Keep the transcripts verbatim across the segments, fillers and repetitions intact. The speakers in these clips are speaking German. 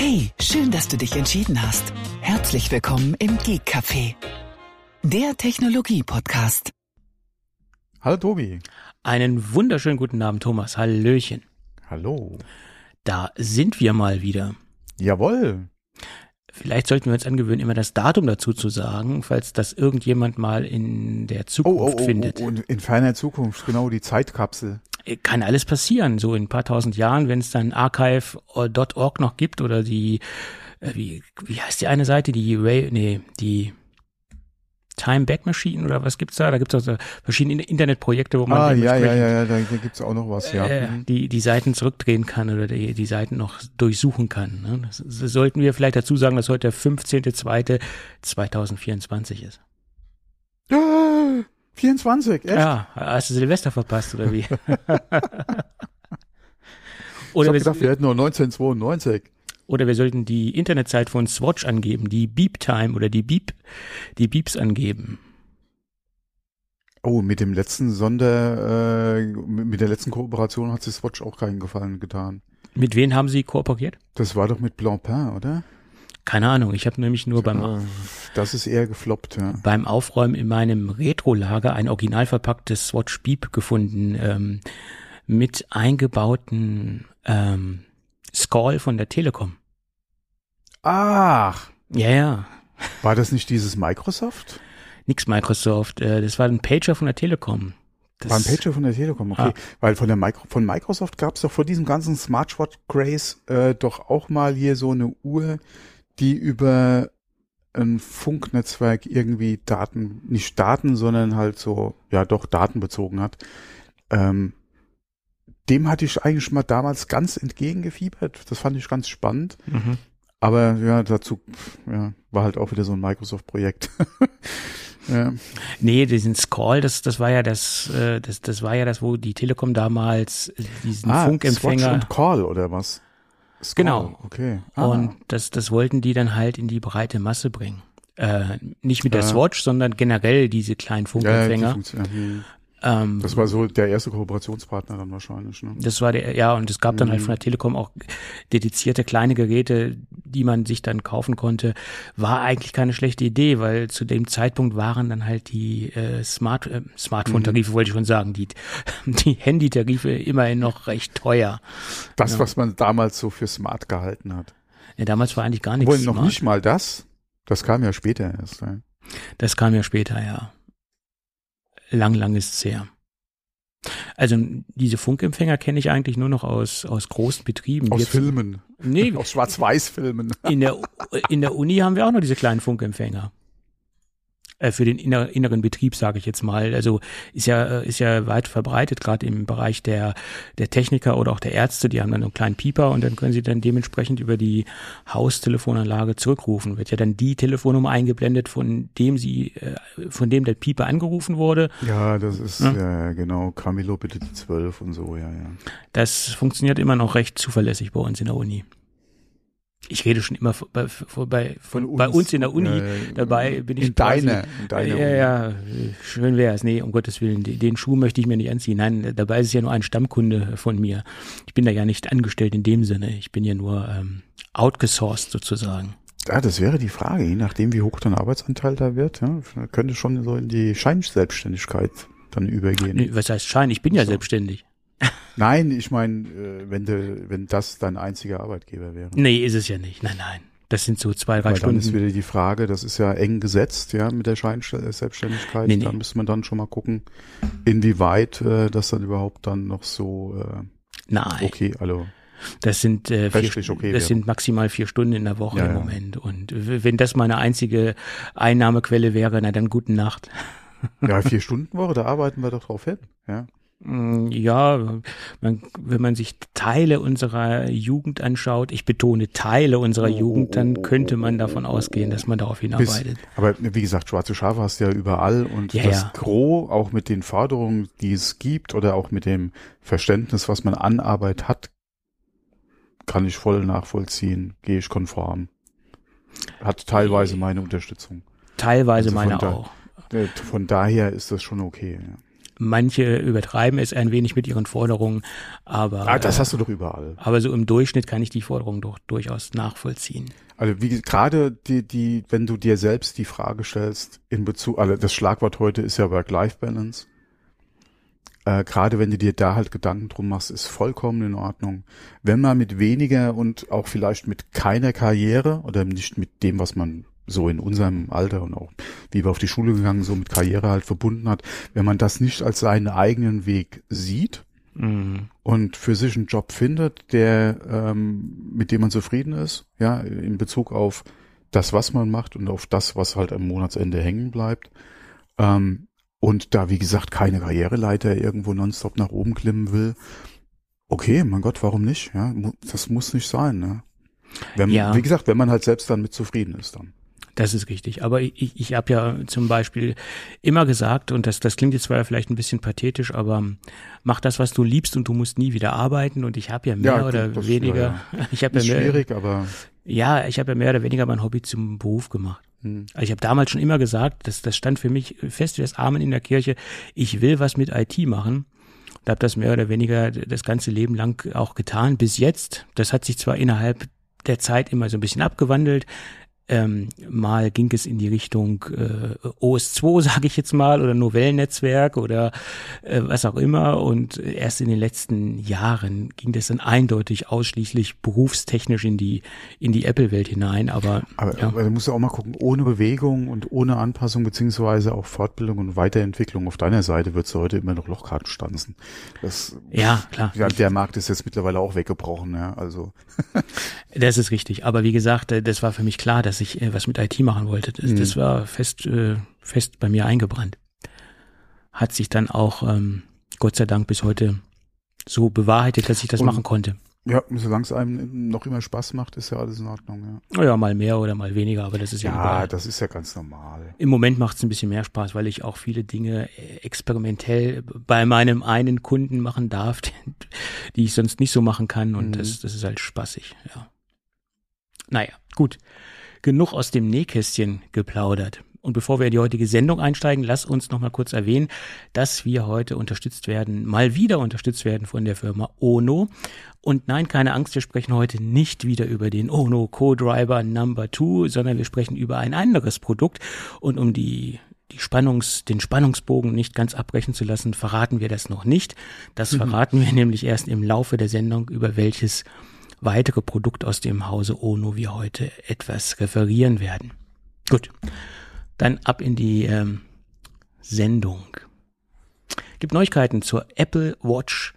Hey, schön, dass du dich entschieden hast. Herzlich willkommen im Geek Café, der Technologie-Podcast. Hallo Tobi. Einen wunderschönen guten Abend, Thomas. Hallöchen. Hallo. Da sind wir mal wieder. Jawohl. Vielleicht sollten wir uns angewöhnen, immer das Datum dazu zu sagen, falls das irgendjemand mal in der Zukunft oh, oh, oh, findet. Oh, und in ferner Zukunft, genau, die Zeitkapsel. Kann alles passieren, so in ein paar tausend Jahren, wenn es dann archive Punkt org noch gibt oder die, äh, wie, wie heißt die eine Seite, die Ray, nee, die Time Back Machine oder was gibt's da? Da gibt's auch so verschiedene Internetprojekte, wo man Ah, ja, ja, ja, ja, da, da gibt's auch noch was, ja. Äh, die, die Seiten zurückdrehen kann oder die, die Seiten noch durchsuchen kann. Ne? Das, das sollten wir vielleicht dazu sagen, dass heute der fünfzehnter zweiter zweitausendvierundzwanzig ist. vierundzwanzig, echt? Ja, hast du Silvester verpasst oder wie? Oder ich hab gedacht, wir hätten nur neunzehnhundertzweiundneunzig. Oder wir sollten die Internetzeit von Swatch angeben, die Beep Time oder die Beep, die Beeps angeben. Oh, mit dem letzten Sonder, äh, mit der letzten Kooperation hat sich Swatch auch keinen Gefallen getan. Mit wem haben Sie kooperiert? Das war doch mit Blancpain, oder? Keine Ahnung, ich habe nämlich nur beim ja, das ist eher gefloppt, ja. beim Aufräumen in meinem Retro-Lager ein original verpacktes Swatch Beep gefunden, ähm, mit eingebauten ähm, Scroll von der Telekom. Ach. Ja, ja. War das nicht dieses Microsoft? Nix Microsoft, äh, das war ein Pager von der Telekom. Das war ein Pager von der Telekom, okay. Ah. Weil von der Micro, von Microsoft gab es doch vor diesem ganzen Smartwatch-Craze äh, doch auch mal hier so eine Uhr, die über ein Funknetzwerk irgendwie Daten, nicht Daten, sondern halt so, ja doch Daten bezogen hat. Ähm, dem hatte ich eigentlich mal damals ganz entgegengefiebert. Das fand ich ganz spannend. Mhm. Aber ja, dazu ja, war halt auch wieder so ein Microsoft-Projekt. ja. Nee, diesen Scroll, das das war ja das, äh, das das war ja das, wo die Telekom damals diesen ah, Funkempfänger. Swatch und Call oder was? Scroll. Genau. Okay. Ah. Und das das wollten die dann halt in die breite Masse bringen. Äh, nicht mit der ja. Swatch, sondern generell diese kleinen Funkempfänger. Ja, die Ähm, das war so der erste Kooperationspartner dann wahrscheinlich, ne? Das war der, ja, und es gab dann mhm. halt von der Telekom auch dedizierte kleine Geräte, die man sich dann kaufen konnte. War eigentlich keine schlechte Idee, weil zu dem Zeitpunkt waren dann halt die äh, Smart äh, Smartphone-Tarife, mhm. wollte ich schon sagen, die die Handy-Tarife immerhin noch recht teuer. Das, ja. was man damals so für smart gehalten hat. Ja, damals war eigentlich gar nichts smart. Noch nicht mal das. Das kam ja später erst. Ja. Das kam ja später, ja. Lang, lang ist's her. Also diese Funkempfänger kenne ich eigentlich nur noch aus aus großen Betrieben. Aus Jetzt, Filmen. Nee. Aus Schwarz-Weiß-Filmen. In der, in der Uni haben wir auch noch diese kleinen Funkempfänger. Äh, für den inner, inneren Betrieb, sage ich jetzt mal. Also ist ja ist ja weit verbreitet, gerade im Bereich der der Techniker oder auch der Ärzte. Die haben dann einen kleinen Pieper und dann können sie dann dementsprechend über die Haustelefonanlage zurückrufen. Wird ja dann die Telefonnummer eingeblendet, von dem sie, äh, von dem der Pieper angerufen wurde. Ja, das ist ja, ja genau. Camillo bitte die zwölf und so, ja, ja. Das funktioniert immer noch recht zuverlässig bei uns in der Uni. Ich rede schon immer bei, bei, von, uns, bei uns in der Uni, äh, dabei bin ich in deiner, in deiner ja, Uni. Ja, schön wär's. Nee, um Gottes Willen, den Schuh möchte ich mir nicht anziehen. Nein, dabei ist es ja nur ein Stammkunde von mir. Ich bin da ja nicht angestellt in dem Sinne. Ich bin ja nur ähm, outgesourced sozusagen. Ja, das wäre die Frage, je nachdem, wie hoch dein Arbeitsanteil da wird. Ja, könnte schon so in die Scheinselbstständigkeit dann übergehen. Nee, was heißt Schein? Ich bin ja so. selbstständig. Nein, ich meine, wenn du, wenn das dein einziger Arbeitgeber wäre. Nee, ist es ja nicht. Nein, nein. Das sind so zwei, drei Weil Stunden. Dann ist wieder die Frage, das ist ja eng gesetzt, ja, mit der Scheinselbstständigkeit. Nee, nee. Da müsste man dann schon mal gucken, inwieweit äh, das dann überhaupt dann noch so äh, Nein. Okay, also Das sind äh, vier, okay das sind maximal vier Stunden in der Woche ja, im ja. Moment. Und wenn das meine einzige Einnahmequelle wäre, na dann gute Nacht. Ja, vier Stunden Woche, da arbeiten wir doch drauf hin, ja. Ja, man, wenn man sich Teile unserer Jugend anschaut, ich betone Teile unserer oh, Jugend, dann oh, oh, könnte man oh, davon oh, ausgehen, dass man darauf hinarbeitet. Bis, aber wie gesagt, schwarze Schafe hast du ja überall und ja, das ja. Gros, auch mit den Forderungen, die es gibt oder auch mit dem Verständnis, was man an Arbeit hat, kann ich voll nachvollziehen, gehe ich konform. Hat teilweise meine Unterstützung. Teilweise also meine da, auch. Von daher ist das schon okay, ja. manche übertreiben es ein wenig mit ihren Forderungen, aber ah, das hast du doch überall. Aber so im Durchschnitt kann ich die Forderungen doch durchaus nachvollziehen. Also wie gerade die, die, wenn du dir selbst die Frage stellst in Bezug, also das Schlagwort heute ist ja Work-Life-Balance. Äh, gerade wenn du dir da halt Gedanken drum machst, ist vollkommen in Ordnung. Wenn man mit weniger und auch vielleicht mit keiner Karriere oder nicht mit dem, was man so in unserem Alter und auch wie wir auf die Schule gegangen, so mit Karriere halt verbunden hat, wenn man das nicht als seinen eigenen Weg sieht mhm. und für sich einen Job findet, der ähm, mit dem man zufrieden ist, ja, in Bezug auf das, was man macht und auf das, was halt am Monatsende hängen bleibt, ähm, und da, wie gesagt, keine Karriereleiter irgendwo nonstop nach oben klimmen will, okay, mein Gott, warum nicht? Ja, das muss nicht sein, ne? Wenn, ja. Wie gesagt, wenn man halt selbst dann mit zufrieden ist dann. Das ist richtig. Aber ich, ich habe ja zum Beispiel immer gesagt, und das, das klingt jetzt zwar vielleicht ein bisschen pathetisch, aber mach das, was du liebst und du musst nie wieder arbeiten. Und ich habe ja mehr ja, oder das, weniger. Ja, ja. Ich habe ja mehr, schwierig, aber ja, ich habe ja mehr oder weniger mein Hobby zum Beruf gemacht. Hm. Also ich habe damals schon immer gesagt, das, das stand für mich fest wie das Amen in der Kirche. Ich will was mit I T machen. Da habe das mehr oder weniger das ganze Leben lang auch getan bis jetzt. Das hat sich zwar innerhalb der Zeit immer so ein bisschen abgewandelt. Ähm, mal ging es in die Richtung äh, O S zwei, sage ich jetzt mal, oder Novellennetzwerk oder äh, was auch immer. Und erst in den letzten Jahren ging das dann eindeutig ausschließlich berufstechnisch in die in die Apple-Welt hinein. Aber, aber, ja. aber du musst ja auch mal gucken, ohne Bewegung und ohne Anpassung beziehungsweise auch Fortbildung und Weiterentwicklung auf deiner Seite würdest du heute immer noch Lochkarten stanzen. Das, ja, klar. Ja, der Markt ist jetzt mittlerweile auch weggebrochen, ja, also. Das ist richtig. Aber wie gesagt, das war für mich klar, dass ich äh, was mit I T machen wollte. Das, mhm. das war fest, äh, fest bei mir eingebrannt. Hat sich dann auch, ähm, Gott sei Dank, bis heute so bewahrheitet, dass ich das Und, machen konnte. Ja, solange es einem noch immer Spaß macht, ist ja alles in Ordnung. Ja, ja mal mehr oder mal weniger, aber das ist ja Ja, egal. Das ist ja ganz normal. Im Moment macht es ein bisschen mehr Spaß, weil ich auch viele Dinge experimentell bei meinem einen Kunden machen darf, die ich sonst nicht so machen kann. Und mhm. das, das ist halt spaßig, ja. Naja, gut. Genug aus dem Nähkästchen geplaudert. Und bevor wir in die heutige Sendung einsteigen, lass uns noch mal kurz erwähnen, dass wir heute unterstützt werden, mal wieder unterstützt werden von der Firma Ono. Und nein, keine Angst, wir sprechen heute nicht wieder über den Ono Co-Driver Number zwei, sondern wir sprechen über ein anderes Produkt. Und um die die Spannungs, den Spannungsbogen nicht ganz abbrechen zu lassen, verraten wir das noch nicht. Das mhm. verraten wir nämlich erst im Laufe der Sendung, über welches weitere Produkt aus dem Hause Ono wir heute etwas referieren werden. Gut, dann ab in die ähm, Sendung. Gibt Neuigkeiten zur Apple Watch.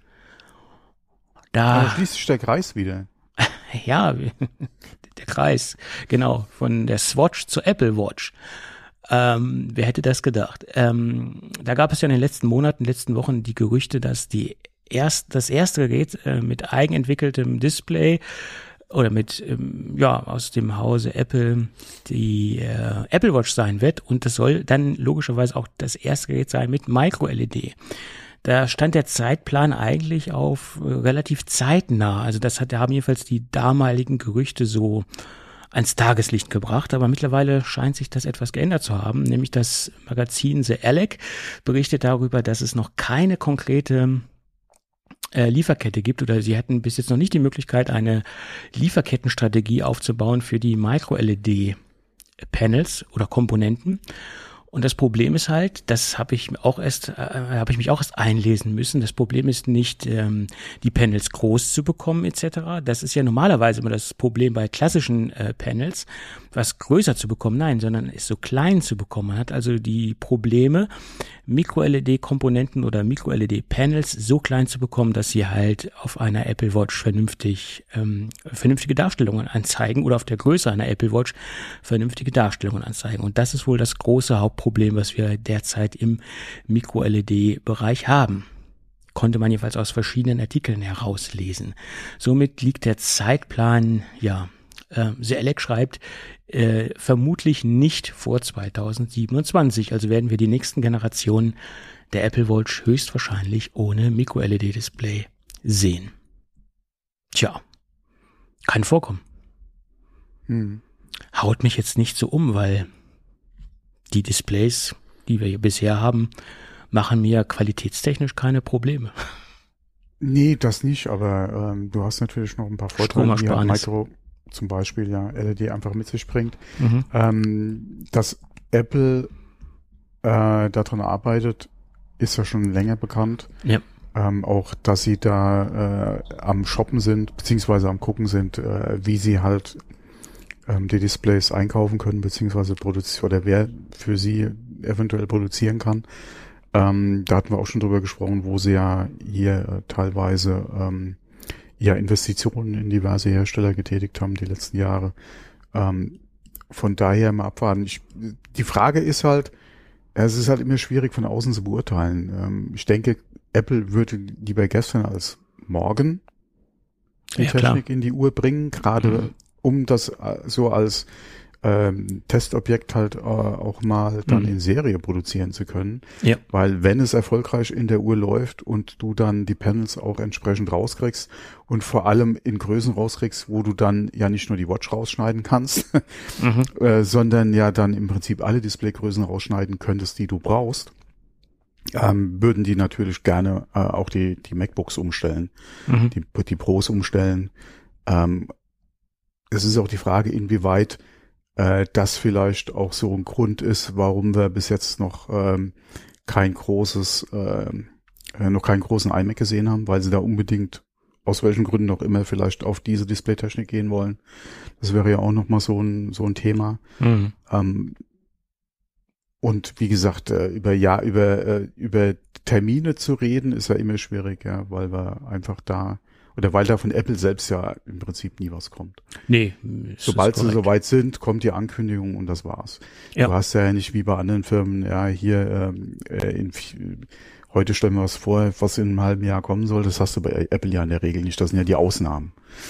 Da, da schließt sich der Kreis wieder. Ja, der Kreis, genau, von der Swatch zur Apple Watch. Ähm, wer hätte das gedacht? Ähm, da gab es ja in den letzten Monaten, letzten Wochen die Gerüchte, dass die erst das erste Gerät äh, mit eigenentwickeltem Display oder mit ähm, ja aus dem Hause Apple die äh, Apple Watch sein wird, und das soll dann logischerweise auch das erste Gerät sein mit Micro-L E D. Da stand der Zeitplan eigentlich auf äh, relativ zeitnah. Also das hat, da haben jedenfalls die damaligen Gerüchte so ans Tageslicht gebracht, aber mittlerweile scheint sich das etwas geändert zu haben, nämlich das Magazin The Alec berichtet darüber, dass es noch keine konkrete äh, Lieferkette gibt, oder sie hatten bis jetzt noch nicht die Möglichkeit, eine Lieferkettenstrategie aufzubauen für die Micro-L E D-Panels oder Komponenten. Und das Problem ist halt, das habe ich auch erst, äh, habe ich mich auch erst einlesen müssen. Das Problem ist nicht, ähm, die Panels groß zu bekommen et cetera. Das ist ja normalerweise immer das Problem bei klassischen äh, Panels, was größer zu bekommen. Nein, sondern es so klein zu bekommen. Man hat also die Probleme, Micro-L E D-Komponenten oder Micro-L E D-Panels so klein zu bekommen, dass sie halt auf einer Apple Watch vernünftig ähm, vernünftige Darstellungen anzeigen oder auf der Größe einer Apple Watch vernünftige Darstellungen anzeigen. Und das ist wohl das große Hauptproblem, was wir derzeit im Micro-L E D-Bereich haben. Konnte man jedenfalls aus verschiedenen Artikeln herauslesen. Somit liegt der Zeitplan, ja, äh, The Alec schreibt, äh, vermutlich nicht vor zweitausendsiebenundzwanzig. Also werden wir die nächsten Generationen der Apple Watch höchstwahrscheinlich ohne Micro-L E D-Display sehen. Tja, kann vorkommen. Hm. Haut mich jetzt nicht so um, weil die Displays, die wir hier bisher haben, machen mir qualitätstechnisch keine Probleme. Nee, das nicht, aber ähm, du hast natürlich noch ein paar Vorteile, die Micro zum Beispiel ja L E D einfach mit sich bringt. Mhm. Ähm, dass Apple äh, daran arbeitet, ist ja schon länger bekannt. Ja. Ähm, auch, dass sie da äh, am Shoppen sind, beziehungsweise am Gucken sind, äh, wie sie halt ähm, die Displays einkaufen können, beziehungsweise produzieren, oder wer für sie eventuell produzieren kann. Ähm, da hatten wir auch schon drüber gesprochen, wo sie ja hier äh, teilweise ähm, ja Investitionen in diverse Hersteller getätigt haben die letzten Jahre. Ähm, von daher mal abwarten. Ich, die Frage ist halt, es ist halt immer schwierig von außen zu beurteilen. Ähm, ich denke, Apple würde lieber gestern als morgen die ja, Technik klar. in die Uhr bringen, gerade mhm. um das so als ähm, Testobjekt halt äh, auch mal dann mhm. in Serie produzieren zu können. Ja. Weil wenn es erfolgreich in der Uhr läuft und du dann die Panels auch entsprechend rauskriegst und vor allem in Größen rauskriegst, wo du dann ja nicht nur die Watch rausschneiden kannst, mhm. äh, sondern ja dann im Prinzip alle Displaygrößen rausschneiden könntest, die du brauchst, ähm, würden die natürlich gerne äh, auch die die MacBooks umstellen, mhm. die, die Pros umstellen. Ähm, es ist auch die Frage, inwieweit äh, das vielleicht auch so ein Grund ist, warum wir bis jetzt noch ähm, kein großes, äh, noch keinen großen iMac gesehen haben, weil sie da unbedingt aus welchen Gründen auch immer vielleicht auf diese Displaytechnik gehen wollen. Das wäre ja auch nochmal so ein so ein Thema. Mhm. Ähm, und wie gesagt, äh, über ja über äh, über Termine zu reden ist ja immer schwierig, ja, weil wir einfach da oder weil da von Apple selbst ja im Prinzip nie was kommt. Nee. Sobald sie soweit sind, kommt die Ankündigung und das war's. Ja. Du hast ja nicht wie bei anderen Firmen, ja, hier ähm, in, heute stellen wir was vor, was in einem halben Jahr kommen soll. Das hast du bei Apple ja in der Regel nicht. Das sind ja die Ausnahmen.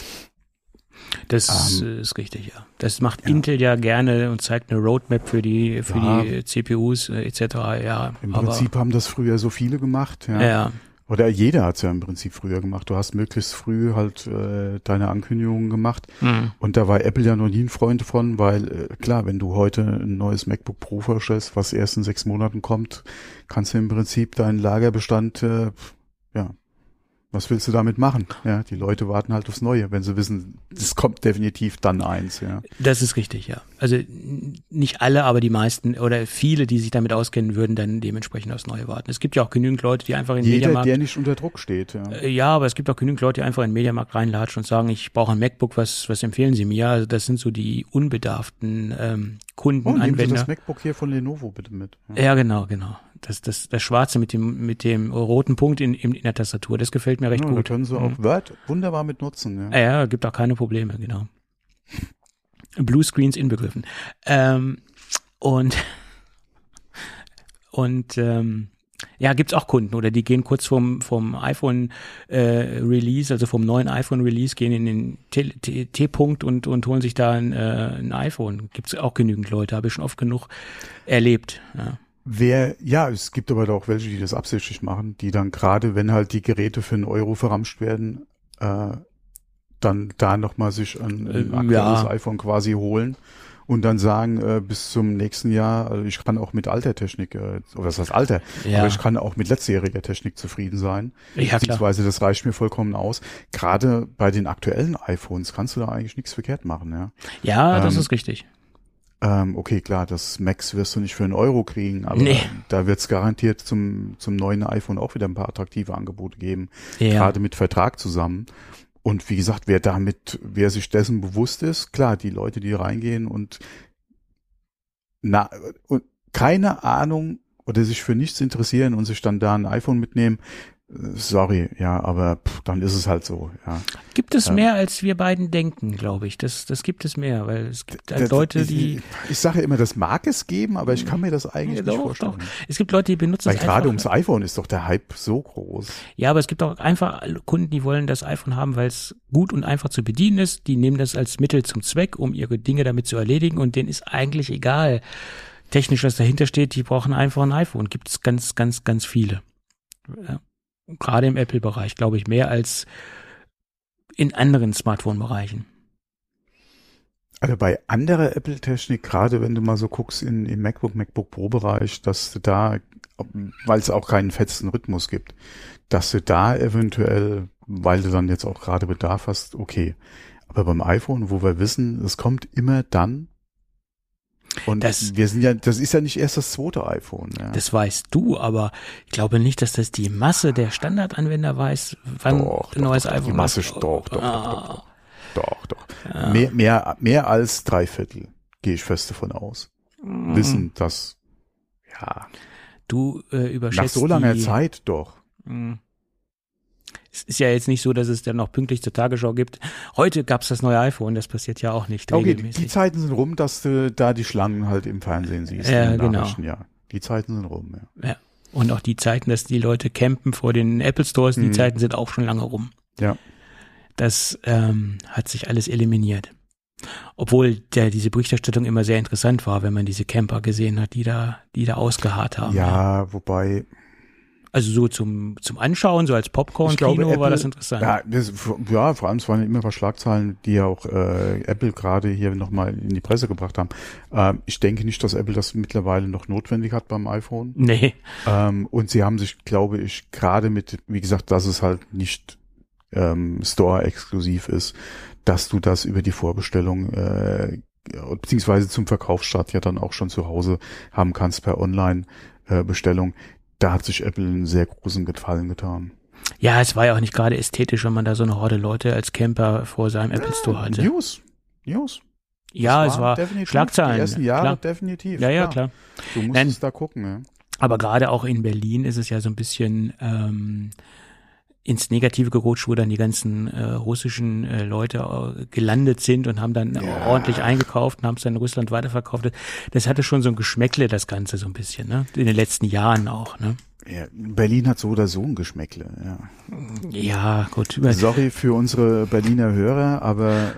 Das ähm, ist richtig, ja. Das macht ja. Intel ja gerne und zeigt eine Roadmap für die für ja. die C P Us äh, et cetera. Ja, im Prinzip haben das früher so viele gemacht. Ja. ja. Oder jeder hat es ja im Prinzip früher gemacht. Du hast möglichst früh halt äh, deine Ankündigungen gemacht. Mhm. Und da war Apple ja noch nie ein Freund von, weil äh, klar, wenn du heute ein neues MacBook Pro vorstellst, was erst in sechs Monaten kommt, kannst du im Prinzip deinen Lagerbestand, äh, ja, was willst du damit machen? Ja, die Leute warten halt aufs Neue, wenn sie wissen, es kommt definitiv dann eins, ja. Das ist richtig, ja. Also nicht alle, aber die meisten oder viele, die sich damit auskennen, würden dann dementsprechend aufs Neue warten. Es gibt ja auch genügend Leute, die einfach in den Jeder, Mediamarkt... der nicht unter Druck steht, ja. Ja, aber es gibt auch genügend Leute, die einfach in den Mediamarkt reinlatschen und sagen, ich brauche ein MacBook, was was empfehlen Sie mir? Also das sind so die unbedarften ähm, Kunden, oh, nehmen Anwender. Sie das MacBook hier von Lenovo bitte mit. Ja, ja genau, genau. Das, das, das Schwarze mit dem, mit dem roten Punkt in, in, in der Tastatur, das gefällt mir recht ja, gut. Da können Sie auch mhm. Word wunderbar mit nutzen. Ja. ja, gibt auch keine Probleme, genau. Bluescreens inbegriffen. Ähm, und und ähm, ja, gibt's auch Kunden, oder die gehen kurz vom vom iPhone äh, Release, also vom neuen iPhone Release, gehen in den T-Punkt und und holen sich da ein, äh, ein iPhone. Gibt's auch genügend Leute, habe ich schon oft genug erlebt. Ja. Wer, ja, es gibt aber auch welche, die das absichtlich machen, die dann gerade, wenn halt die Geräte für einen Euro verramscht werden, äh, dann da nochmal sich ein, ein aktuelles ja. iPhone quasi holen und dann sagen, äh, bis zum nächsten Jahr, also ich kann auch mit alter Technik, äh, oder das heißt Alter, ja. aber ich kann auch mit letztjähriger Technik zufrieden sein. Ja, beziehungsweise das reicht mir vollkommen aus. Gerade bei den aktuellen iPhones kannst du da eigentlich nichts verkehrt machen, ja. Ja, das ähm, ist richtig. Ähm, okay, klar, das Max wirst du nicht für einen Euro kriegen, aber nee. da wird es garantiert zum zum neuen iPhone auch wieder ein paar attraktive Angebote geben, ja. gerade mit Vertrag zusammen. Und wie gesagt, wer damit, wer sich dessen bewusst ist, klar, die Leute, die reingehen und na und keine Ahnung oder sich für nichts interessieren und sich dann da ein iPhone mitnehmen, sorry, ja, aber pff, dann ist es halt so, ja. Gibt es ja. mehr, als wir beiden denken, glaube ich. Das, das gibt es mehr, weil es gibt halt das, Leute, ich, die... Ich sage ja immer, das mag es geben, aber ich kann mir das eigentlich ja, nicht doch, vorstellen. Doch. Es gibt Leute, die benutzen weil es gerade einfach... ums iPhone ist doch der Hype so groß. Ja, aber es gibt auch einfach Kunden, die wollen das iPhone haben, weil es gut und einfach zu bedienen ist. Die nehmen das als Mittel zum Zweck, um ihre Dinge damit zu erledigen, und denen ist eigentlich egal, technisch, was dahinter steht. Die brauchen einfach ein iPhone. Gibt es ganz, ganz, ganz viele. Ja. Gerade im Apple-Bereich, glaube ich, mehr als in anderen Smartphone-Bereichen. Also bei anderer Apple-Technik, gerade wenn du mal so guckst in, im MacBook, MacBook Pro-Bereich, dass du da, weil es auch keinen festen Rhythmus gibt, dass du da eventuell, weil du dann jetzt auch gerade Bedarf hast, okay. Aber beim iPhone, wo wir wissen, es kommt immer dann, und das, wir sind ja, das ist ja nicht erst das zweite iPhone. Ja. Das weißt du, aber ich glaube nicht, dass das die Masse der Standardanwender weiß, wann doch, ein neues doch, doch, iPhone die Masse, ist. doch, doch, ah. doch, doch, doch, doch. Ja. Mehr, mehr, mehr als drei Viertel, gehe ich fest davon aus. Mhm. Wissen, dass, ja. Du äh, überschätzt nach so langer die, Zeit doch. Mh. Es ist ja jetzt nicht so, dass es dann noch pünktlich zur Tagesschau gibt. Heute gab es das neue iPhone, das passiert ja auch nicht Okay, regelmäßig. die Zeiten sind rum, dass du da die Schlangen halt im Fernsehen siehst. Ja, genau. Ja, die Zeiten sind rum, ja. Ja. Und auch die Zeiten, dass die Leute campen vor den Apple Stores, die Mhm. Zeiten sind auch schon lange rum. Ja. Das ähm, hat sich alles eliminiert. Obwohl der, diese Berichterstattung immer sehr interessant war, wenn man diese Camper gesehen hat, die da, die da ausgeharrt haben. Ja, wobei. Also so zum, zum Anschauen, so als Ich glaube, Popcorn-Kino Apple- war das interessant. Ja, das, ja, vor allem es waren immer was Schlagzeilen, die ja auch äh, Apple gerade hier nochmal in die Presse gebracht haben. Ähm, ich denke nicht, dass Apple das mittlerweile noch notwendig hat beim iPhone. Nee. Ähm, und sie haben sich, glaube ich, gerade mit, wie gesagt, dass es halt nicht ähm, Store-exklusiv ist, dass du das über die Vorbestellung äh, beziehungsweise zum Verkaufsstart ja dann auch schon zu Hause haben kannst per Online-Bestellung. Da hat sich Apple einen sehr großen Gefallen getan. Ja, es war ja auch nicht gerade ästhetisch, wenn man da so eine Horde Leute als Camper vor seinem Apple Store hatte. News, News. Ja, Das es war definitiv Schlagzeilen. Die ersten Jahre klar. definitiv. Ja, ja, klar. Du musst Nein. es da gucken, ja. Aber gerade auch in Berlin ist es ja so ein bisschen ähm, ins Negative gerutscht, wo dann die ganzen äh, russischen äh, Leute äh, gelandet sind und haben dann Ja. ordentlich eingekauft und haben es dann in Russland weiterverkauft. Das hatte schon so ein Geschmäckle, das Ganze so ein bisschen, ne? In den letzten Jahren auch, ne? Ja, Berlin hat so oder so ein Geschmäckle, ja. Ja, gut. Über, Sorry für unsere Berliner Hörer, aber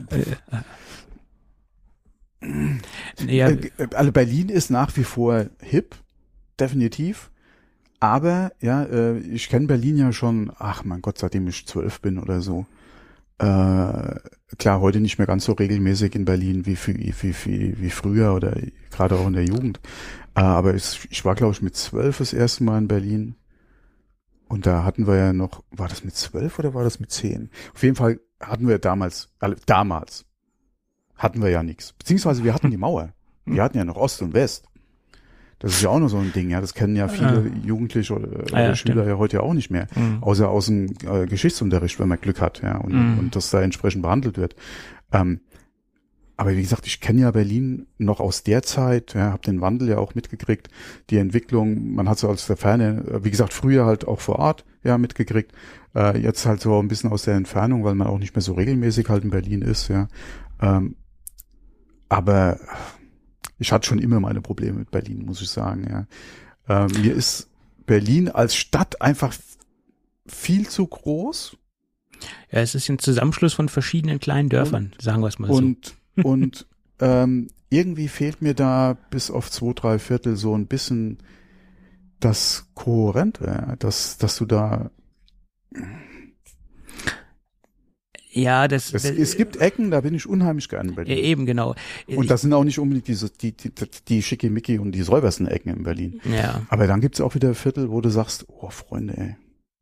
ähm, ja, äh, also Berlin ist nach wie vor hip, definitiv. Aber ja, äh, ich kenne Berlin ja schon, ach mein Gott, seitdem ich zwölf bin oder so. Äh, klar, heute nicht mehr ganz so regelmäßig in Berlin wie, wie, wie, wie, wie früher oder gerade auch in der Jugend. Äh, aber ich, ich war, glaube ich, mit zwölf das erste Mal in Berlin. Und da hatten wir ja noch, war das mit zwölf oder war das mit zehn? Auf jeden Fall hatten wir damals, also damals hatten wir ja nichts. Beziehungsweise wir hatten die Mauer. Wir hatten ja noch Ost und West. Das ist ja auch noch so ein Ding, ja. Das kennen ja viele Ja. Jugendliche oder, oder Ah, ja, Schüler stimmt. ja heute ja auch nicht mehr. Mhm. Außer aus dem äh, Geschichtsunterricht, wenn man Glück hat, ja. Und, Mhm. und das da entsprechend behandelt wird. Ähm, aber wie gesagt, ich kenne ja Berlin noch aus der Zeit, ja, habe den Wandel ja auch mitgekriegt, die Entwicklung, man hat so aus der Ferne, äh, wie gesagt, früher halt auch vor Ort, ja, mitgekriegt, äh, jetzt halt so ein bisschen aus der Entfernung, weil man auch nicht mehr so regelmäßig halt in Berlin ist, ja. Ähm, aber ich hatte schon immer meine Probleme mit Berlin, muss ich sagen, ja. Ähm, mir ist Berlin als Stadt einfach viel zu groß. ja, es ist ein Zusammenschluss von verschiedenen kleinen Dörfern, sagen wir es mal so. Und, und ähm, irgendwie fehlt mir da bis auf zwei, drei Viertel so ein bisschen das Kohärente, ja, dass, dass du da, Ja, das, es, das es gibt Ecken, da bin ich unheimlich gern bei ja, dir. eben genau. Und das sind auch nicht unbedingt diese, die, die, die schickimicki und die säubersten Ecken in Berlin. Ja, Aber dann gibt's auch wieder Viertel, wo du sagst, oh Freunde, ey.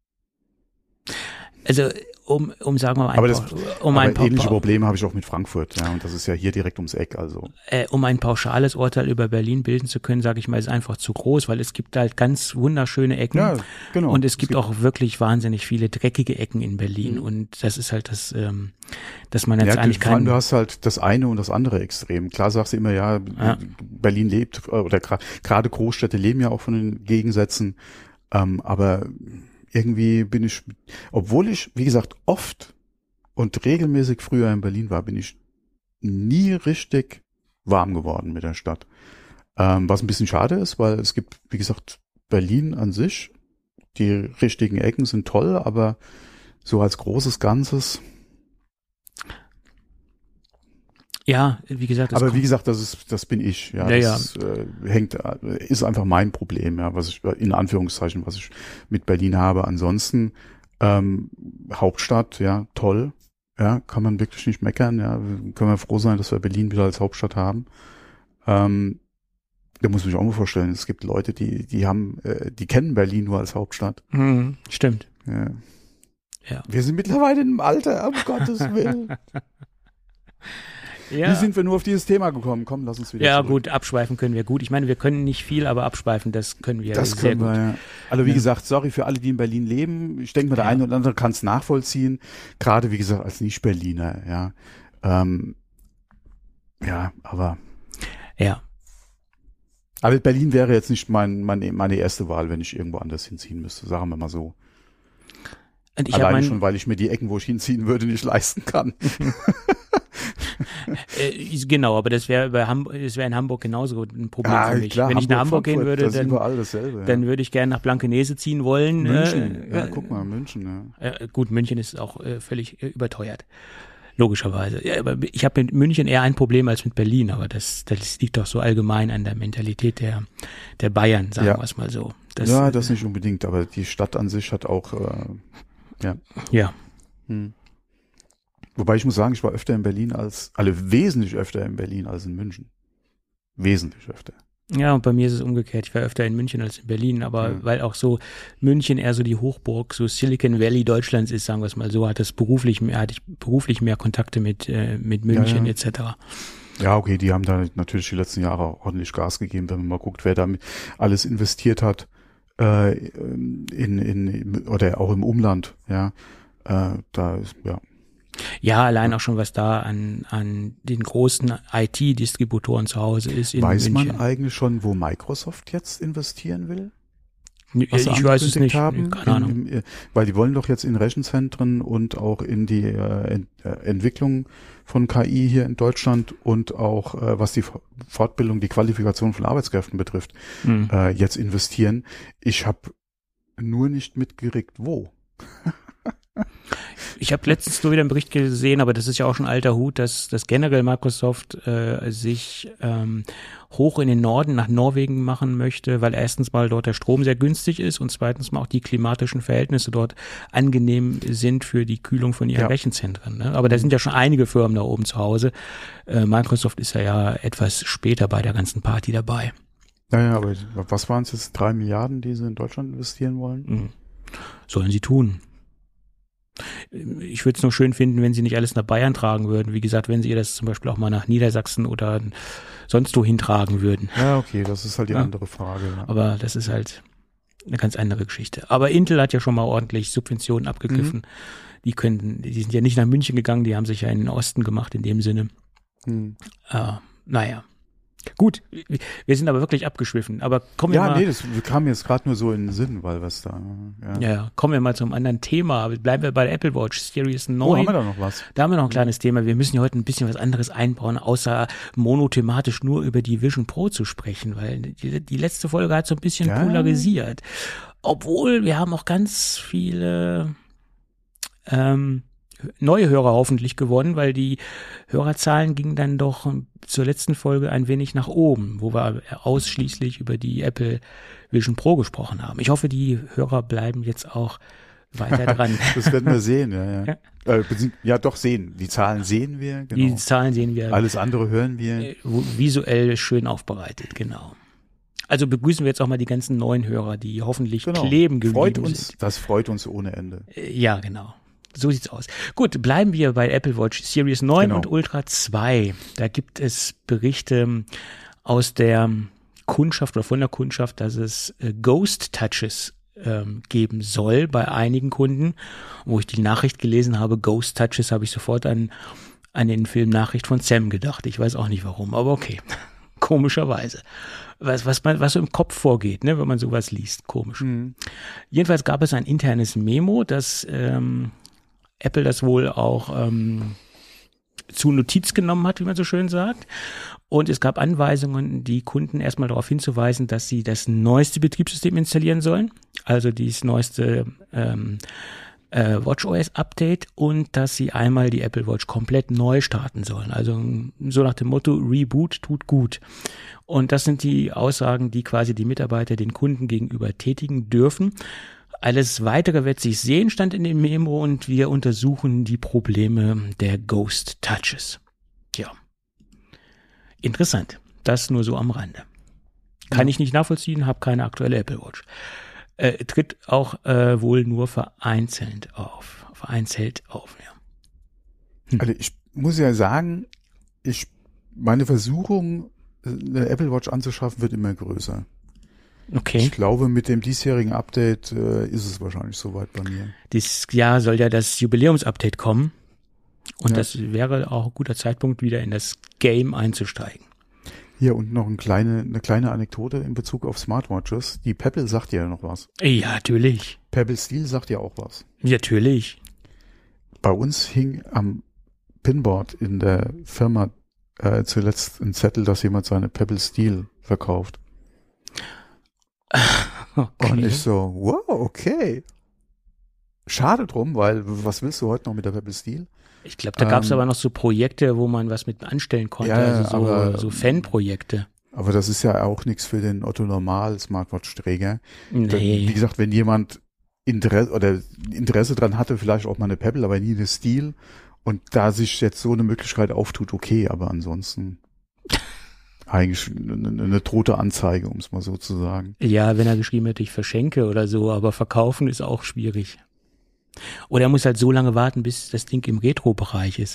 also um um sagen wir mal ein Aber das- paar, um Aber ein paar, ähnliche Probleme habe ich auch mit Frankfurt, ja, und das ist ja hier direkt ums Eck, also. äh, um ein pauschales Urteil über Berlin bilden zu können, sage ich mal, ist einfach zu groß, weil es gibt halt ganz wunderschöne Ecken. Ja, genau. Und es gibt auch wirklich wahnsinnig viele dreckige Ecken in Berlin. Mhm. Und das ist halt das, ähm, dass man jetzt Ja, eigentlich vor allem kein, du hast halt das eine und das andere Extrem. Klar sagst du immer, ja, Ja. Berlin lebt, oder gra- gerade Großstädte leben ja auch von den Gegensätzen, ähm, aber irgendwie bin ich, obwohl ich, wie gesagt, oft und regelmäßig früher in Berlin war, bin ich nie richtig warm geworden mit der Stadt. Ähm, was ein bisschen schade ist, weil es gibt, wie gesagt, Berlin an sich, die richtigen Ecken sind toll, aber so als großes Ganzes. ja, wie gesagt, das Aber kommt- wie gesagt, das ist, das bin ich. Ja, Ja, das Äh, hängt, äh, ist einfach mein Problem, ja, was ich in Anführungszeichen, was ich mit Berlin habe. Ansonsten ähm, Hauptstadt, ja, toll, Ja, kann man wirklich nicht meckern. Ja, können wir froh sein, dass wir Berlin wieder als Hauptstadt haben. Ähm, da muss man sich auch mal vorstellen, es gibt Leute, die die haben, äh, die kennen Berlin nur als Hauptstadt. Hm, stimmt. Ja. Ja. Wir sind mittlerweile im Alter, um Gottes Willen. Ja. Wie sind wir nur auf dieses Thema gekommen? Komm, lass uns wieder Ja, zurück. gut, abschweifen können wir gut. Ich meine, wir können nicht viel, aber abschweifen, das können wir Das sehr können gut. wir, ja. Also wie Ja. gesagt, sorry für alle, die in Berlin leben. Ich denke mal, der Ja. eine oder andere kann es nachvollziehen. Gerade, wie gesagt, als Nicht-Berliner, ja. Ähm, ja, aber Ja. aber Berlin wäre jetzt nicht mein, meine, meine erste Wahl, wenn ich irgendwo anders hinziehen müsste, sagen wir mal so. Und ich habe Alleine mein, schon, weil ich mir die Ecken, wo ich hinziehen würde, nicht leisten kann. äh, genau, aber das wäre bei Hamburg, das wäre in Hamburg genauso ein Problem Ah, für mich. klar, Wenn ich nach Hamburg Frankfurt, gehen würde, das ist dann, überall dasselbe. Ja. dann würde ich gerne nach Blankenese ziehen wollen. München, Äh, ja, guck mal, München, ja. Äh, gut, München ist auch äh, völlig äh, überteuert. Logischerweise. Ja, aber ich habe mit München eher ein Problem als mit Berlin, aber das, das liegt doch so allgemein an der Mentalität der, der Bayern, sagen Ja. wir es mal so. Das, ja, das nicht unbedingt, aber die Stadt an sich hat auch, äh, ja. Ja. Hm. Wobei ich muss sagen, ich war öfter in Berlin als, alle wesentlich öfter in Berlin als in München. Wesentlich öfter. Ja, und bei mir ist es umgekehrt. Ich war öfter in München als in Berlin, aber Ja. weil auch so München eher so die Hochburg, so Silicon Valley Deutschlands ist, sagen wir es mal so, hat das beruflich mehr, hatte ich beruflich mehr Kontakte mit, äh, mit München Ja, ja. et cetera. Ja, okay, die haben da natürlich die letzten Jahre ordentlich Gas gegeben, wenn man mal guckt, wer da alles investiert hat, äh, in, in, oder auch im Umland, ja, äh, da ist, ja. Ja, allein auch schon, was da an, an den großen I T-Distributoren zu Hause ist in Weiß München. man eigentlich schon, wo Microsoft jetzt investieren will? Ich Was sie weiß es angekündigt nicht, haben? Nee, keine Ahnung. In, im, weil die wollen doch jetzt in Rechenzentren und auch in die äh, Ent, äh, Entwicklung von K I hier in Deutschland und auch äh, was die Fortbildung, die Qualifikation von Arbeitskräften betrifft, Hm. äh, jetzt investieren. Ich habe nur nicht mitgerickt, wo. Ich habe letztens nur wieder einen Bericht gesehen, aber das ist ja auch schon alter Hut, dass, dass generell Microsoft äh, sich ähm, hoch in den Norden nach Norwegen machen möchte, weil erstens mal dort der Strom sehr günstig ist und zweitens mal auch die klimatischen Verhältnisse dort angenehm sind für die Kühlung von ihren Ja. Rechenzentren. Ne? Aber da sind ja schon einige Firmen da oben zu Hause. Äh, Microsoft ist ja, ja etwas später bei der ganzen Party dabei. Naja, aber was waren es jetzt? Drei Milliarden, die sie in Deutschland investieren wollen? Mhm. Sollen sie tun. Ich würde es nur schön finden, wenn sie nicht alles nach Bayern tragen würden. Wie gesagt, wenn sie ihr das zum Beispiel auch mal nach Niedersachsen oder sonst wohin tragen würden. Ja, okay, das ist halt die Ja. andere Frage. Ja. Aber das ist halt eine ganz andere Geschichte. Aber Intel hat ja schon mal ordentlich Subventionen abgegriffen. Mhm. Die können, die sind ja nicht nach München gegangen, die haben sich ja in den Osten gemacht in dem Sinne. Hm. Äh, naja. Gut, wir sind aber wirklich abgeschwiffen. Aber kommen wir Ja, mal. nee, das kam mir jetzt gerade nur so in den Sinn, weil was da. Ja. Ja, kommen wir mal zum anderen Thema. Bleiben wir bei der Apple Watch Series neun. Oh, haben wir da noch was? Da haben wir noch ein kleines Thema. Wir müssen ja heute ein bisschen was anderes einbauen, außer monothematisch nur über die Vision Pro zu sprechen, weil die, die letzte Folge hat so ein bisschen Ja. polarisiert. Obwohl wir haben auch ganz viele ähm, neue Hörer hoffentlich gewonnen, weil die Hörerzahlen gingen dann doch zur letzten Folge ein wenig nach oben, wo wir ausschließlich über die Apple Vision Pro gesprochen haben. Ich hoffe, die Hörer bleiben jetzt auch weiter dran. Das werden wir sehen, ja, ja. Ja. Äh, bezieh- ja, doch sehen. Die Zahlen sehen wir, Die genau. Zahlen sehen wir Alles andere hören wir. äh, visuell schön aufbereitet, genau. Also begrüßen wir jetzt auch mal die ganzen neuen Hörer, die hoffentlich Genau. kleben geblieben Freut uns, sind. das freut uns ohne Ende. Äh, Ja, genau. So sieht's aus. Gut, bleiben wir bei Apple Watch Series neun Genau. und Ultra zwei. Da gibt es Berichte aus der Kundschaft oder von der Kundschaft, dass es äh, Ghost Touches ähm, geben soll bei einigen Kunden. Wo ich die Nachricht gelesen habe, Ghost Touches, habe ich sofort an, an den Film Nachricht von Sam gedacht. Ich weiß auch nicht warum, aber okay. Komischerweise. Was, was, man, was so im Kopf vorgeht, ne, wenn man sowas liest. Komisch. Mhm. Jedenfalls gab es ein internes Memo, dass ähm, Apple das wohl auch ähm, zu Notiz genommen hat, wie man so schön sagt. Und es gab Anweisungen, die Kunden erstmal darauf hinzuweisen, dass sie das neueste Betriebssystem installieren sollen, also dieses neueste ähm, äh, WatchOS-Update, und dass sie einmal die Apple Watch komplett neu starten sollen. Also so nach dem Motto, Reboot tut gut. Und das sind die Aussagen, die quasi die Mitarbeiter den Kunden gegenüber tätigen dürfen. Alles Weitere wird sich sehen, stand in dem Memo, und wir untersuchen die Probleme der Ghost Touches. Ja. Interessant. Das nur so am Rande. Kann ja. ich nicht nachvollziehen, habe keine aktuelle Apple Watch. Äh, tritt auch äh, wohl nur vereinzelt auf. Vereinzelt auf, ja. Hm. Also ich muss ja sagen, ich meine Versuchung, eine Apple Watch anzuschaffen, wird immer größer. Okay. Ich glaube, mit dem diesjährigen Update äh, ist es wahrscheinlich soweit bei mir. Dieses Jahr soll ja das Jubiläumsupdate kommen. Und ja. das wäre auch ein guter Zeitpunkt, wieder in das Game einzusteigen. Hier und noch eine kleine, eine kleine Anekdote in Bezug auf Smartwatches. Die Pebble sagt ja noch was. Ja, natürlich. Pebble Steel sagt ja auch was. Natürlich. Bei uns hing am Pinboard in der Firma äh, zuletzt ein Zettel, dass jemand seine Pebble Steel verkauft. Okay. Und ich so, wow, okay. Schade drum, weil was willst du heute noch mit der Pebble Steel? Ich glaube, da gab es ähm, aber noch so Projekte, wo man was mit anstellen konnte, ja, also so, aber, so Fanprojekte. Aber das ist ja auch nichts für den Otto-Normal-Smartwatch-Träger. Nee. Wie gesagt, wenn jemand Interesse oder Interesse dran hatte, vielleicht auch mal eine Pebble, aber nie eine Steel, und da sich jetzt so eine Möglichkeit auftut, okay, aber ansonsten eigentlich eine, eine tote Anzeige, um es mal so zu sagen. Ja, wenn er geschrieben hätte, ich verschenke oder so, aber verkaufen ist auch schwierig. Oder er muss halt so lange warten, bis das Ding im Retro-Bereich ist.